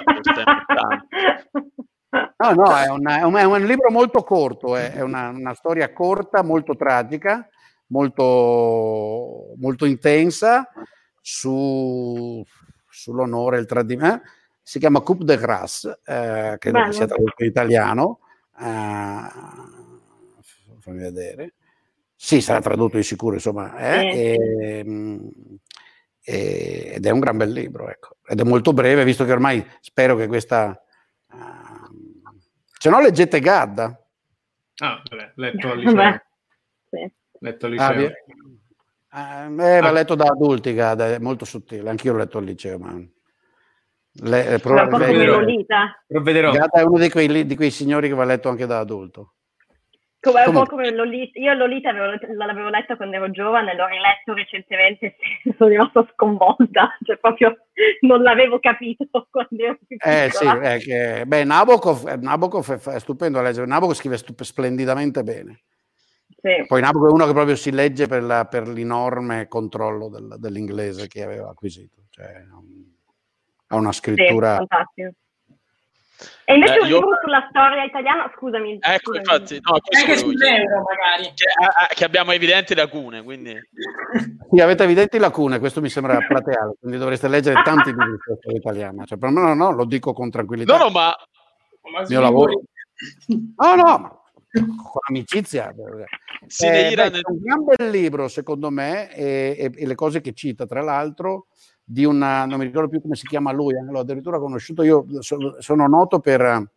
No, no, è, una, è, un, è un libro molto corto, è, è una, una storia corta, molto tragica, molto, molto intensa su, sull'onore e il tradimento. Si chiama Coupe de Grace, eh, credo che sia tradotto in italiano. Eh, fammi vedere. Sì, sarà tradotto di sicuro, insomma. Eh, sì. e, e, ed è un gran bel libro, ecco. Ed è molto breve, visto che ormai spero che questa... Uh, se no leggete Gadda. Ah, vabbè, letto al liceo. Sì. Letto al liceo. Ah, eh, va letto da adulti Gadda, è molto sottile. Anch'io l'ho letto al liceo, ma... Le, pro, le, le, Lolita. Gadda è uno di quei, di quei signori che va letto anche da adulto. Come, un po' come Lolita. Io Lolita avevo, l'avevo letta quando ero giovane, l'ho riletto recentemente e sono rimasta sconvolta, cioè proprio non l'avevo capito quando ero più piccola. Eh sì, è che, beh, Nabokov, Nabokov è, è stupendo a leggere, Nabokov scrive stup- splendidamente bene. Sì. Poi Nabokov è uno che proprio si legge per, la, per l'enorme controllo del, dell'inglese che aveva acquisito, cioè ha una scrittura... Sì, fantastico. E invece eh, un io... libro sulla storia italiana, scusami. Ecco, scusami. infatti, no, anche sull'euro magari. Che, che abbiamo evidenti lacune, quindi... Sì, avete evidenti lacune, questo mi sembra plateale, quindi dovreste leggere tanti libri sulla storia italiana. Cioè, per me no, no, lo dico con tranquillità. No, no, ma... Il mio lavoro. No, no, ma con amicizia. Eh, beh, è un gran bel libro, secondo me, e, e, e le cose che cita, tra l'altro... di una, non mi ricordo più come si chiama lui, eh, l'ho addirittura conosciuto io, sono, sono noto per,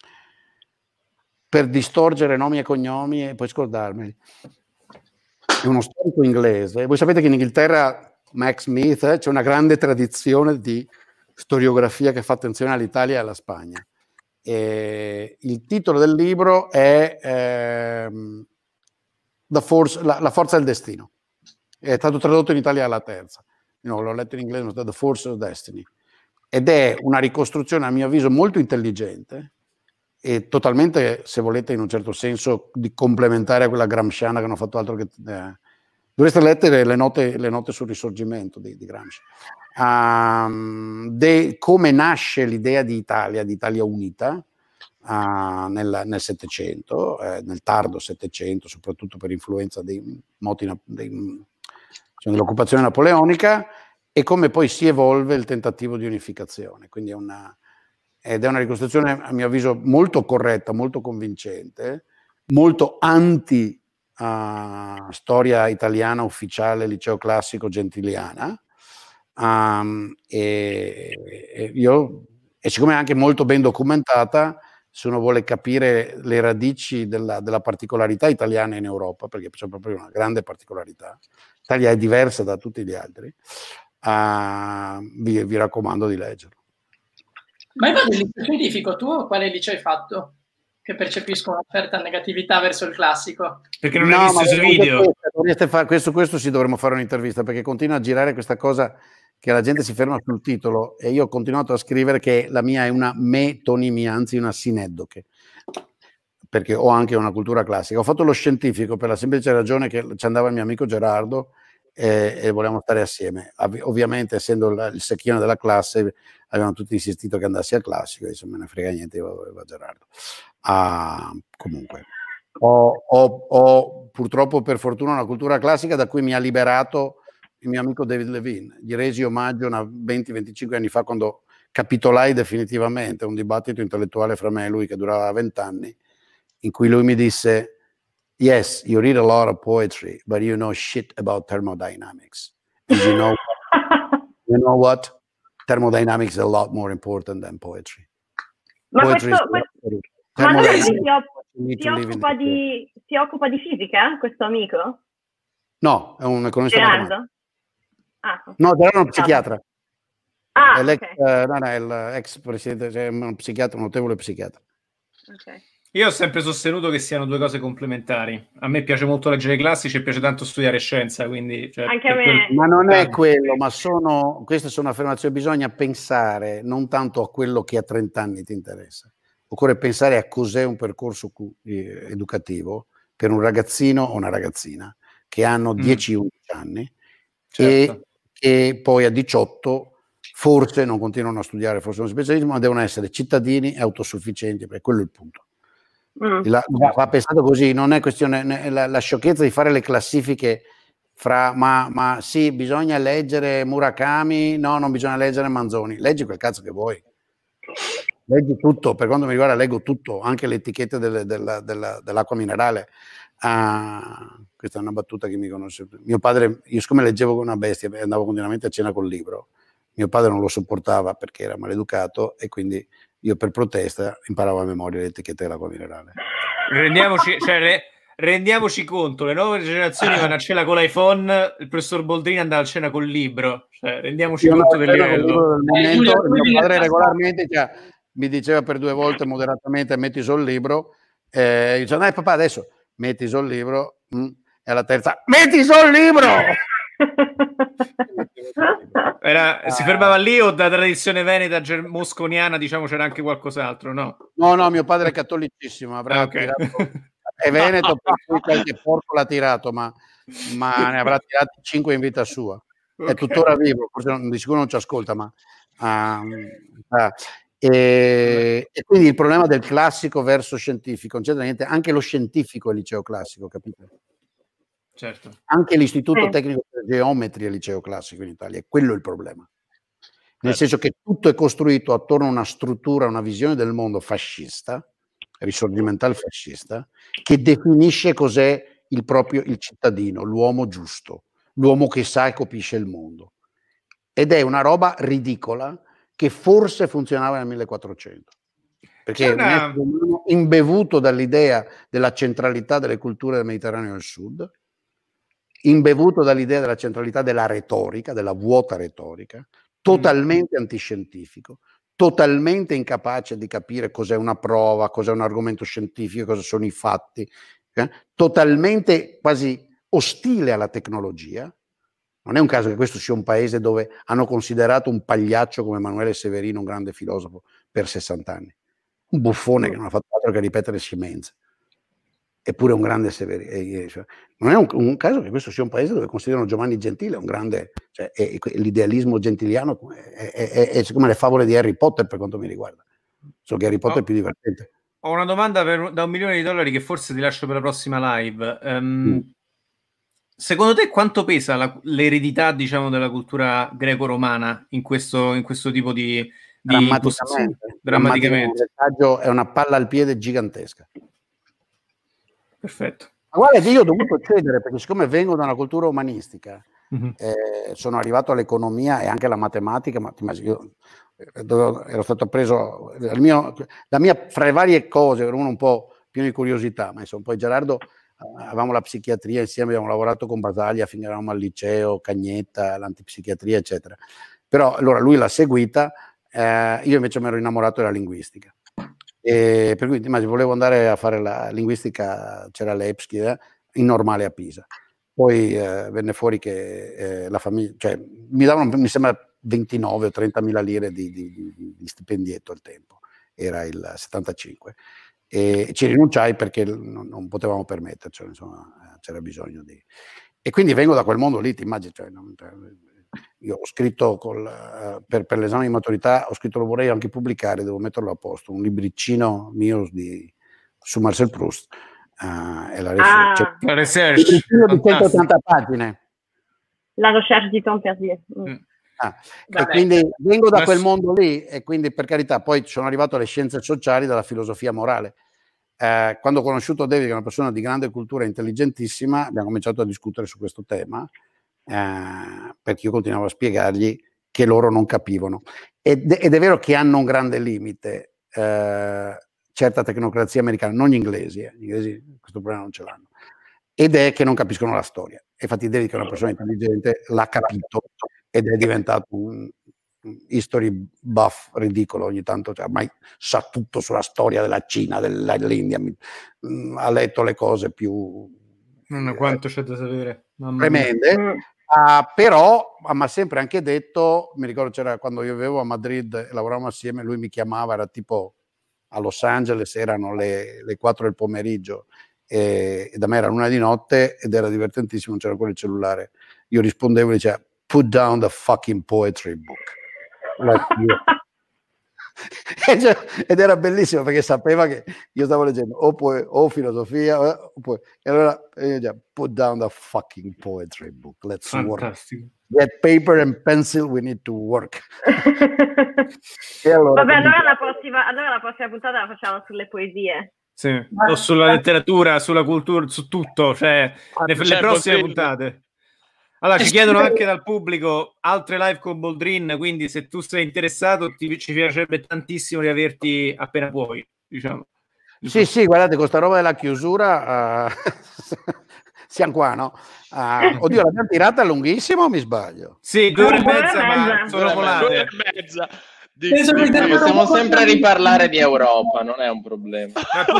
per distorgere nomi e cognomi e poi scordarmeli. È uno storico inglese. Voi sapete che in Inghilterra, Max Smith, eh, c'è una grande tradizione di storiografia che fa attenzione all'Italia e alla Spagna. E il titolo del libro è ehm, The Force, la, la forza del destino. È stato tradotto in Italia alla terza. No, l'ho letto in inglese, The Force of Destiny, ed è una ricostruzione a mio avviso molto intelligente e totalmente, se volete, in un certo senso di complementare a quella gramsciana che non ho fatto altro che eh, dovreste leggere le note, le note sul risorgimento di, di Gramsci. um, de come nasce l'idea di Italia, di Italia unita, uh, nel Settecento, eh, nel tardo Settecento, soprattutto per influenza dei moti dei, cioè, dell'occupazione napoleonica, e come poi si evolve il tentativo di unificazione. Quindi è una, ed è una ricostruzione, a mio avviso, molto corretta, molto convincente, molto anti uh, storia italiana ufficiale, liceo classico gentiliana, um, e, e, io, e siccome è anche molto ben documentata, se uno vuole capire le radici della, della particolarità italiana in Europa, perché c'è proprio una grande particolarità, l'Italia è diversa da tutti gli altri, uh, vi, vi raccomando di leggerlo. Ma hai fatto il liceo scientifico, tu quale liceo hai fatto? Che percepisco una certa negatività verso il classico. Perché non no, hai visto i suoi video? Questo, fare, questo, questo sì dovremmo fare un'intervista, perché continua a girare questa cosa che la gente si ferma sul titolo, e io ho continuato a scrivere che la mia è una metonimia, anzi una sineddoche, perché ho anche una cultura classica. Ho fatto lo scientifico per la semplice ragione che ci andava il mio amico Gerardo e, e volevamo stare assieme. Ovviamente, essendo il, il secchione della classe, avevano tutti insistito che andassi al classico, e me ne frega niente, io avevo a Gerardo. Ah, comunque, ho, ho, ho purtroppo, per fortuna, una cultura classica da cui mi ha liberato il mio amico David Levine. Gli resi omaggio venti venticinque anni fa, quando capitolai definitivamente un dibattito intellettuale fra me e lui che durava vent'anni, in cui lui mi disse: yes, you read a lot of poetry, but you know shit about thermodynamics. And you know, you know what? Thermodynamics is a lot more important than poetry. Ma poetry questo, questo, ma lui si, si, occupa di, si occupa di fisica, questo amico? No, è un economista. Gerardo? Ah, okay. No, Gerardo è uno psichiatra. Ah, è l'ex, okay. uh, no, no, è l'ex presidente, cioè uno psichiatra, un notevole psichiatra. Ok. Io ho sempre sostenuto che siano due cose complementari. A me piace molto leggere i classici e piace tanto studiare scienza, quindi, cioè, anche a me. Quel... Ma non è quello, ma sono, queste sono affermazioni, bisogna pensare non tanto a quello che a trent'anni ti interessa. Occorre pensare a cos'è un percorso educativo per un ragazzino o una ragazzina che hanno dieci undici anni, certo, e, e poi a diciotto forse non continuano a studiare, forse uno specialismo, ma devono essere cittadini e autosufficienti, perché quello è il punto. Mm. La, va pensato così, non è questione, la, la sciocchezza di fare le classifiche fra ma, ma sì, bisogna leggere Murakami, no, non bisogna leggere Manzoni. Leggi quel cazzo che vuoi, leggi tutto. Per quanto mi riguarda, leggo tutto, anche le etichette delle, della, della, dell'acqua minerale. Ah, questa è una battuta che mi conosce. Mio padre, io siccome leggevo come una bestia, andavo continuamente a cena col libro, mio padre non lo sopportava perché era maleducato, e quindi io per protesta imparavo a memoria le etichette dell'acqua minerale. Rendiamoci, cioè, re, rendiamoci conto, le nuove generazioni vanno a cena con l'iPhone, il professor Boldrini andava a cena col libro, cioè, rendiamoci io conto del livello. Del momento, eh, mio padre regolarmente, cioè, mi diceva per due volte moderatamente: metti sul libro, eh, io dicevo: dai papà, adesso metti sul libro, mh, e alla terza metti sul libro. Era, si fermava lì, o da tradizione veneta mosconiana, diciamo, c'era anche qualcos'altro? No, no, no, mio padre è cattolicissimo, avrà ah, okay. tirato, è veneto, per cui qualche porco l'ha tirato, ma, ma ne avrà tirati cinque in vita sua. Okay. È tuttora vivo, forse non, di sicuro non ci ascolta, ma um, uh, e, e quindi il problema del classico verso scientifico, non c'è niente, anche lo scientifico è liceo classico, capite? Certo. Anche l'istituto eh. tecnico per geometria è liceo classico in Italia, è quello il problema. Nel certo. senso che tutto è costruito attorno a una struttura, una visione del mondo fascista, risorgimentale fascista, che definisce cos'è il proprio il cittadino, l'uomo giusto, l'uomo che sa e capisce il mondo. Ed è una roba ridicola che forse funzionava nel millequattrocento. Perché è una... imbevuto dall'idea della centralità delle culture del Mediterraneo del Sud, imbevuto dall'idea della centralità della retorica, della vuota retorica, totalmente mm. antiscientifico, totalmente incapace di capire cos'è una prova, cos'è un argomento scientifico, cosa sono i fatti, eh? totalmente quasi ostile alla tecnologia. Non è un caso che questo sia un paese dove hanno considerato un pagliaccio come Emanuele Severino un grande filosofo per sessanta anni, un buffone che non ha fatto altro che ripetere scemenze. eppure un grande Severi. Cioè, non è un, un caso che questo sia un paese dove considerano Giovanni Gentile un grande, cioè, è, è, l'idealismo gentiliano è, è, è, è come le favole di Harry Potter per quanto mi riguarda, so che Harry Potter oh, è più divertente. Ho una domanda per, da un milione di dollari che forse ti lascio per la prossima live. Um, mm. Secondo te quanto pesa la, l'eredità, diciamo, della cultura greco-romana in questo, in questo tipo di, di drammaticamente, drammaticamente. È una palla al piede gigantesca. Perfetto. Ma guarda che io ho dovuto cedere perché siccome vengo da una cultura umanistica, mm-hmm. eh, sono arrivato all'economia e anche alla matematica, ma io dove ero stato preso il mio, la mia, fra le varie cose, ero uno un po' pieno di curiosità, ma insomma poi Gerardo avevamo la psichiatria insieme, abbiamo lavorato con Basaglia finché eravamo al liceo, Cagnetta, l'antipsichiatria eccetera, però allora lui l'ha seguita, eh, io invece mi ero innamorato della linguistica. E per cui immagino, volevo andare a fare la linguistica, c'era l'Epschi, eh, in normale a Pisa. Poi eh, venne fuori che eh, la famiglia, cioè mi davano, mi sembra, ventinove o trentamila lire di, di, di, di stipendietto al tempo, era il settantacinque. E ci rinunciai perché non, non potevamo permettercelo, insomma, c'era bisogno di... E quindi vengo da quel mondo lì, ti immagini, cioè, non, io ho scritto col, uh, per, per l'esame di maturità, ho scritto, lo vorrei anche pubblicare, devo metterlo a posto, un libricino mio di, su Marcel Proust, uh, e la research, ah, la research di centottanta pagine. La recherche di Tom Perdier. Mm. Ah, e quindi vengo da quel mondo lì e quindi per carità poi sono arrivato alle scienze sociali dalla filosofia morale. Eh, quando ho conosciuto David, che è una persona di grande cultura, intelligentissima, abbiamo cominciato a discutere su questo tema, eh, perché io continuavo a spiegargli che loro non capivano. Ed, ed è vero che hanno un grande limite, eh, certa tecnocrazia americana, non gli inglesi, eh, gli inglesi questo problema non ce l'hanno, ed è che non capiscono la storia. E infatti David, che è una persona intelligente, l'ha capito ed è diventato un history buff ridicolo ogni tanto, cioè, ormai sa tutto sulla storia della Cina, dell'India, mh, ha letto le cose più non è quanto eh, c'è da sapere, tremende, uh, però mi ha sempre anche detto, mi ricordo c'era quando io vivevo a Madrid e lavoravamo assieme, lui mi chiamava, era tipo a Los Angeles, erano le, le quattro del pomeriggio e, e da me era l'una di notte ed era divertentissimo, non c'era quello il cellulare, io rispondevo e diceva put down the fucking poetry book. Ed era bellissimo perché sapeva che io stavo leggendo o, po- o filosofia o po- e allora io dicevo, put down the fucking poetry book, let's Fantastico. Work, get paper and pencil, we need to work. E allora, vabbè, allora la, prossima, allora la prossima puntata la facciamo sulle poesie. Sì, o sulla letteratura, sulla cultura, su tutto, cioè le, le prossime puntate. Allora, ci chiedono anche dal pubblico altre live con Boldrin, quindi se tu sei interessato ti, ci piacerebbe tantissimo di averti appena puoi, diciamo. Sì, sì, guardate, con sta roba della chiusura uh, siamo qua, no? Uh, oddio, l'abbiamo tirata lunghissima o mi sbaglio? Sì, due ore e mezza, ma sono volate. Due ore e mezza. Di, di, possiamo sempre riparlare di Europa, non è un problema.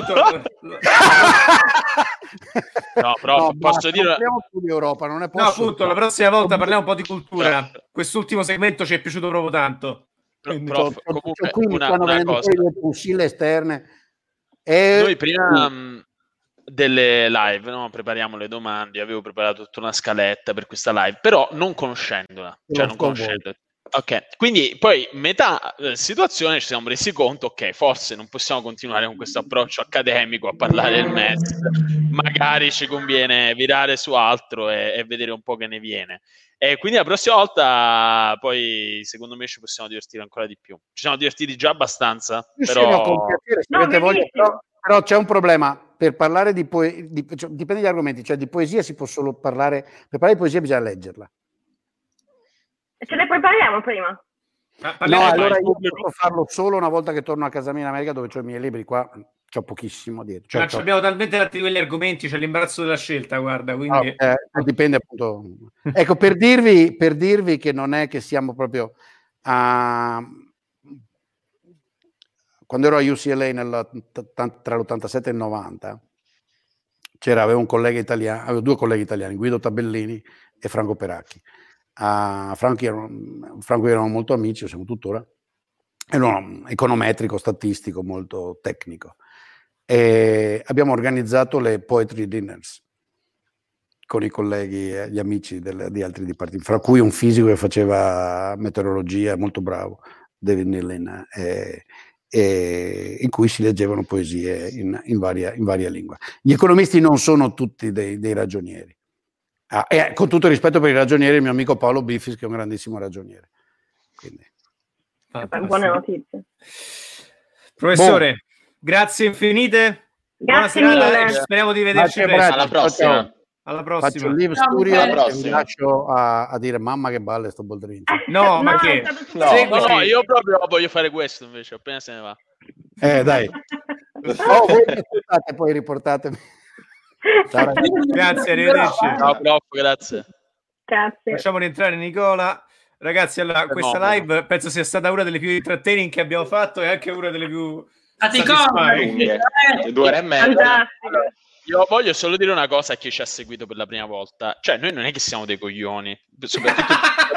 No, però no, posso dire non parliamo più di Europa, non è possibile. No, appunto, la prossima volta parliamo un po' di cultura. Quest'ultimo segmento ci è piaciuto proprio tanto. Quindi, prof, comunque, quindi una, stanno venendo fuori le fucile esterne. E... Noi prima mh, delle live, no? Prepariamo le domande. Io avevo preparato tutta una scaletta per questa live, però non conoscendola, cioè non conoscendola. Ok, quindi poi metà eh, situazione ci siamo resi conto, ok, forse non possiamo continuare con questo approccio accademico a parlare del M E S, magari ci conviene virare su altro e, e vedere un po' che ne viene. E quindi la prossima volta poi secondo me ci possiamo divertire ancora di più. Ci siamo divertiti già abbastanza, sì, però... Sì, no, con piacere, se avete voglia, però, però c'è un problema. Per parlare di poesia, cioè, dipende dagli argomenti, cioè di poesia si può solo parlare, per parlare di poesia bisogna leggerla. Ce ne prepariamo prima? No, allora io posso farlo solo una volta che torno a casa mia in America dove ho i miei libri, qua c'ho pochissimo dietro. Cioè, ma c'ho... abbiamo talmente tanti quegli argomenti, c'è l'imbarazzo della scelta, guarda, quindi... Ah, eh, dipende appunto. Ecco, per dirvi, per dirvi che non è che siamo proprio... Uh, quando ero a U C L A nel, tra l'ottantasette e il novanta, c'era, avevo un collega italiano, avevo due colleghi italiani, Guido Tabellini e Franco Peracchi. Uh, Franco, erano, Franco erano molto amici, siamo tuttora, era un econometrico, statistico, molto tecnico. e abbiamo organizzato le poetry dinners con i colleghi e gli amici del, di altri dipartimenti, fra cui un fisico che faceva meteorologia, molto bravo, David Nillin, eh, eh, in cui si leggevano poesie in, in, varia, in varia lingua. Gli economisti non sono tutti dei, dei ragionieri. Ah, e con tutto il rispetto per i ragionieri, il mio amico Paolo Biffis, che è un grandissimo ragioniere. Quindi. Buone notizie. Professore, Buon. Grazie infinite. Grazie Buona serata, mille. speriamo di vederci Grazie, presto. Alla prossima. Alla prossima. Faccio il live studio e vi lascio a, a dire mamma che balle sto Boldrin. No, No, ma che? è stato No, Seguici. no, io proprio voglio fare questo invece, appena se ne va. Eh, dai. Oh, voi mi ascoltate, poi riportatemi. Ciao, ragazzi. Grazie, arrivederci. Ciao, prof, grazie. Grazie. Facciamo rientrare Nicola. Ragazzi, allora, questa live penso sia stata una delle più entertaining che abbiamo fatto e anche una delle più lunghe. Due ore e mezza. Fantastico. Io voglio solo dire una cosa a chi ci ha seguito per la prima volta. Cioè, noi non è che siamo dei coglioni, soprattutto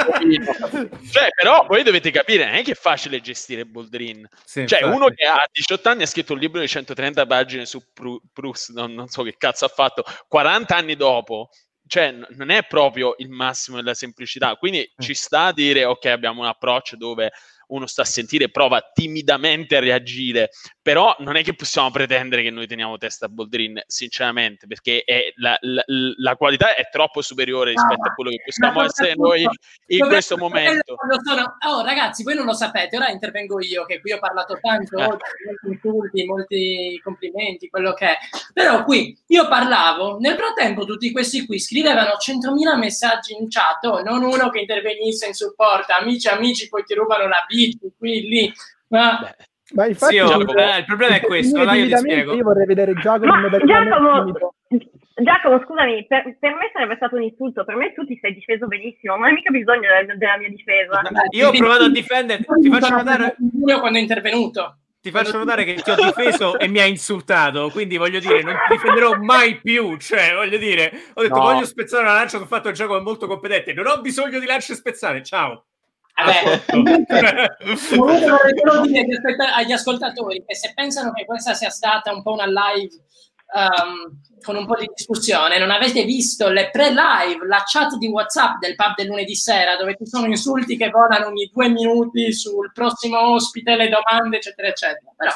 cioè, però voi dovete capire, non è che è facile gestire Boldrin. Sì, cioè, infatti. uno che ha diciotto anni ha scritto un libro di centotrenta pagine su Pru- Proust, non, non so che cazzo ha fatto, quaranta anni dopo, cioè, n- non è proprio il massimo della semplicità. Quindi Mm. ci sta a dire, ok, abbiamo un approccio dove uno sta a sentire, prova timidamente a reagire, però non è che possiamo pretendere che noi teniamo testa a Boldrin, sinceramente, perché è la, la, la qualità è troppo superiore rispetto no, a quello che possiamo essere noi in questo momento. Sono... Oh, ragazzi, voi non lo sapete, ora intervengo io, che qui ho parlato tanto, molti insulti, molti complimenti, quello che è. Però qui io parlavo, nel frattempo tutti questi qui scrivevano centomila messaggi in chat, oh, non uno che intervenisse in supporto, amici, amici, poi ti rubano la bici, qui, lì, ma... Beh. Ma infatti, Sì, oh, eh, il problema è questo, allora io ti spiego. Io vorrei vedere Giacomo Ma in Giacomo, Giacomo, scusami, per, per me sarebbe stato un insulto, per me tu ti sei difeso benissimo, non hai mica bisogno della, della mia difesa. Io ho provato a difendere, ti faccio notare quando è intervenuto. ti faccio notare che ti ho difeso e mi hai insultato, quindi voglio dire, non ti difenderò mai più, cioè, voglio dire, ho detto No. voglio spezzare una lancia, ho fatto il gioco è molto competente, non ho bisogno di lance spezzate, ciao. Vabbè, comunque vorrei solo dire agli aspetta- agli ascoltatori che se pensano che questa sia stata un po' una live um, con un po' di discussione, non avete visto le pre-live, la chat di WhatsApp del pub del lunedì sera, dove ci sono insulti che volano ogni due minuti sul prossimo ospite, le domande, eccetera, eccetera. Però...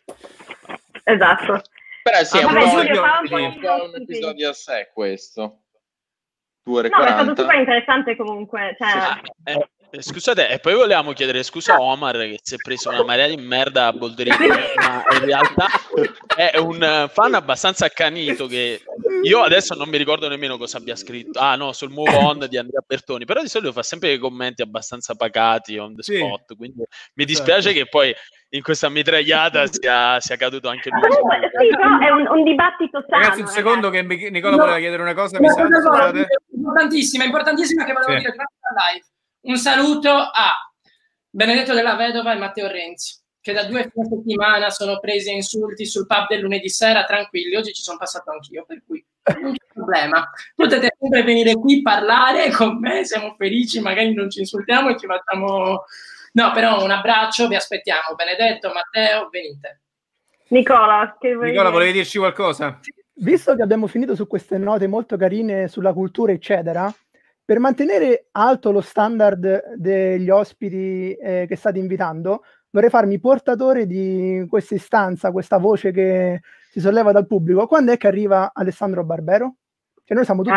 Esatto. Però sì, è un, Vabbè, po', Giulio, fa un po' un, di po' un insulti. episodio a sé questo. due ore e No, ma è stato quaranta. super interessante comunque. Cioè... Ah, eh, eh, scusate, e poi volevamo chiedere scusa a Omar che si è preso una marea di merda a Boldrin, ma in realtà è un eh, fan abbastanza accanito che io adesso non mi ricordo nemmeno cosa abbia scritto. Ah no, sul Move On di Andrea Bertoni, però di solito fa sempre dei commenti abbastanza pacati on the Sì. spot, quindi mi dispiace Esatto. che poi in questa mitragliata sia, sia caduto anche lui. Comunque, sì, però è un, un dibattito sano. Ragazzi, un secondo che mi- Nicola No. voleva chiedere una cosa, mi Una sa, cosa scusate. importantissima, importantissima che volevo Sì. dire durante la live. Un saluto a Benedetto della Vedova e Matteo Renzi, che da due fine settimana sono presi a insulti sul pub del lunedì sera, tranquilli, oggi ci sono passato anch'io, per cui non c'è problema. Potete sempre venire qui a parlare con me, siamo felici, magari non ci insultiamo e ci facciamo... No, però un abbraccio, vi aspettiamo. Benedetto, Matteo, venite. Nicola, che vuoi Nicola, dire? volevi dirci qualcosa? Visto che abbiamo finito su queste note molto carine sulla cultura, eccetera, per mantenere alto lo standard degli ospiti eh, che state invitando, vorrei farmi portatore di questa istanza, questa voce che si solleva dal pubblico. Quando è che arriva Alessandro Barbero? Che noi siamo tutti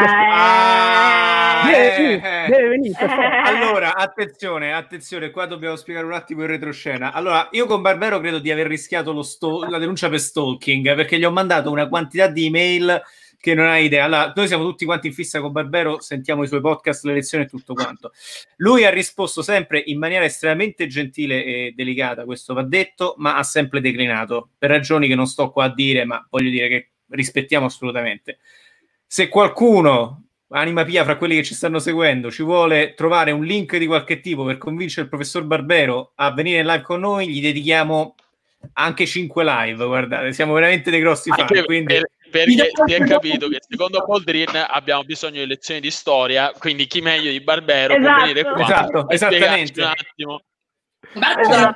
Ah, deve, eh, sì, eh. deve venire. per forza. Allora, attenzione, attenzione, qua dobbiamo spiegare un attimo il retroscena. Allora, io con Barbero credo di aver rischiato lo sto- la denuncia per stalking, perché gli ho mandato una quantità di email che non hai idea. Allora, noi siamo tutti quanti in fissa con Barbero, sentiamo i suoi podcast, le lezioni e tutto quanto. Lui ha risposto sempre in maniera estremamente gentile e delicata, questo va detto, ma ha sempre declinato, per ragioni che non sto qua a dire, ma voglio dire che rispettiamo assolutamente. Se qualcuno, anima pia fra quelli che ci stanno seguendo, ci vuole trovare un link di qualche tipo per convincere il professor Barbero a venire in live con noi, gli dedichiamo anche cinque live, guardate, siamo veramente dei grossi fan, Anche quindi... per- perché si è capito che secondo Boldrin abbiamo bisogno di lezioni di storia, quindi chi meglio di Barbero può Esatto. venire qua Esatto, e spiegarci esattamente. un attimo. Barbero, Esatto.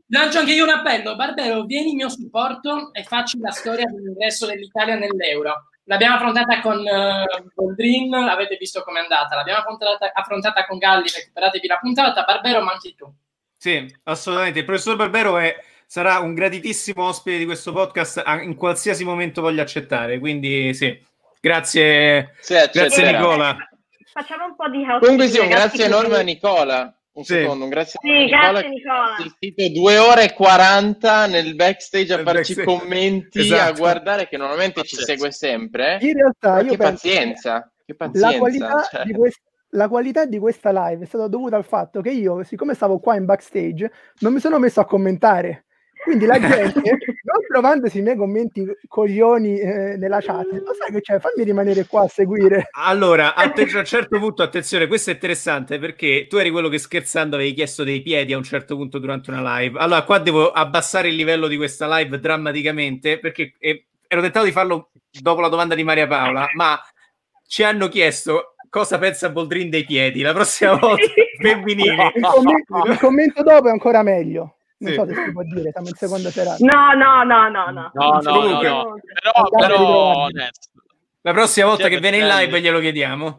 lancio anche io un appello. Barbero, vieni in mio supporto e facci la storia dell'ingresso dell'Italia nell'euro. L'abbiamo affrontata con uh, Boldrin, avete visto com'è andata. L'abbiamo affrontata, affrontata con Galli, recuperatevi la puntata. Barbero, manchi tu. Sì, assolutamente. Il professor Barbero è, sarà un graditissimo ospite di questo podcast in qualsiasi momento voglia accettare. Quindi sì, grazie, sì, grazie Nicola. Facciamo un po' di housekeeping. Comunque sì, un grazie enorme a Nicola. Un sì. secondo, un grazie sì, a Nicola. Grazie Nicola. Il sito due ore e quaranta nel backstage a nel farci backstage. commenti, Esatto. a guardare, che normalmente Pazienza. ci segue sempre. In realtà, io che penso pazienza, che pazienza. La qualità, cioè. di quest- la qualità di questa live è stata dovuta al fatto che io, siccome stavo qua in backstage, non mi sono messo a commentare. Quindi la gente, non trovandosi i miei commenti coglioni eh, nella chat, ma sai che c'è? Fammi rimanere qua a seguire. Allora, a, te- a un certo punto, attenzione, questo è interessante perché tu eri quello che scherzando avevi chiesto dei piedi a un certo punto durante una live. Allora, qua devo abbassare il livello di questa live drammaticamente perché eh, ero tentato di farlo dopo la domanda di Maria Paola, ma ci hanno chiesto cosa pensa Boldrin dei piedi. La prossima volta, femminili. Il commento, il commento dopo è ancora meglio. Non Sì. so se si può dire, siamo in seconda serata. No, no, no, no, no. No, no, Comunque, no, no. Però, però onesto. La prossima volta Cioè, che viene in prendi. live glielo chiediamo.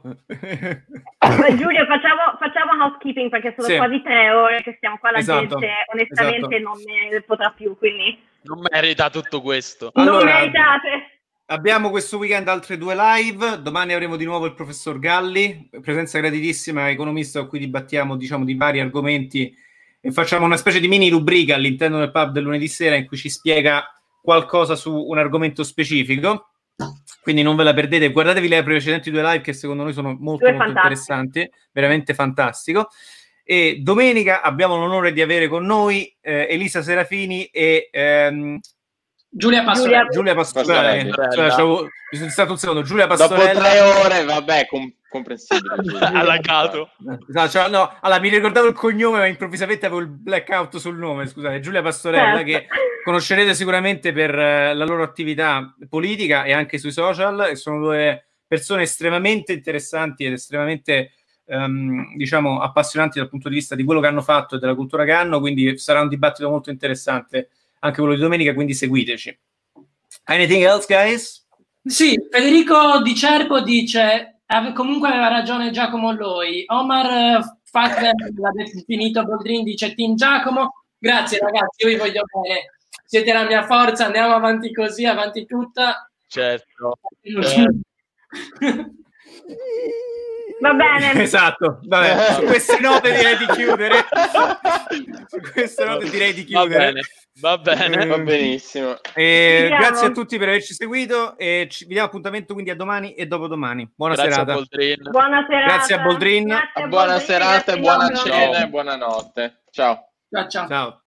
Giulio, facciamo, facciamo housekeeping perché sono Sì. quasi tre ore che stiamo qua, la Esatto. gente onestamente Esatto. non ne potrà più, quindi Non merita tutto questo. non Allora, meritate. abbiamo questo weekend altre due live. Domani avremo di nuovo il professor Galli, presenza graditissima, economista con cui dibattiamo, diciamo, di vari argomenti e facciamo una specie di mini rubrica all'interno del pub del lunedì sera in cui ci spiega qualcosa su un argomento specifico. Quindi non ve la perdete, guardatevi le precedenti due live che secondo noi sono molto, Due molto fantastiche. interessanti, veramente fantastico. E domenica abbiamo l'onore di avere con noi eh, Elisa Serafini e ehm, Giulia Pastorelli. Giulia Pastorelli. Pastorelli. Cioè, c'avevo- mi sono stato un secondo. Giulia Dopo Pastorelli. tre ore, vabbè, com- comprensibile. Ha laggato. No, cioè, no, allora mi ricordavo il cognome, ma improvvisamente avevo il blackout sul nome. Scusate, Giulia Pastorella, Certo. che conoscerete sicuramente per eh, la loro attività politica e anche sui social. E sono due persone estremamente interessanti ed estremamente, ehm, diciamo, appassionanti dal punto di vista di quello che hanno fatto e della cultura che hanno. Quindi sarà un dibattito molto interessante anche quello di domenica. Quindi seguiteci. Anything else, guys? Sì, Federico Di Cerpo dice ave- comunque aveva ragione Giacomo Loi. Omar Fatler l'ha definito Boldrin, dice Team Giacomo. Grazie ragazzi, io vi voglio bene. Siete la mia forza, andiamo avanti così, avanti tutta. Certo. certo. Va bene. Esatto, vabbè, su queste note direi di chiudere. Su queste note direi di Va chiudere. bene, va bene. Va benissimo. E Vediamo. grazie a tutti per averci seguito e ci vi diamo appuntamento quindi a domani e dopodomani. Buona Grazie serata. a Boldrin. Buona serata. Grazie a Boldrin. Grazie a Buona Boldrin, serata grazie e buona Boldrin. cena e buonanotte. Ciao. Ciao ciao. Ciao.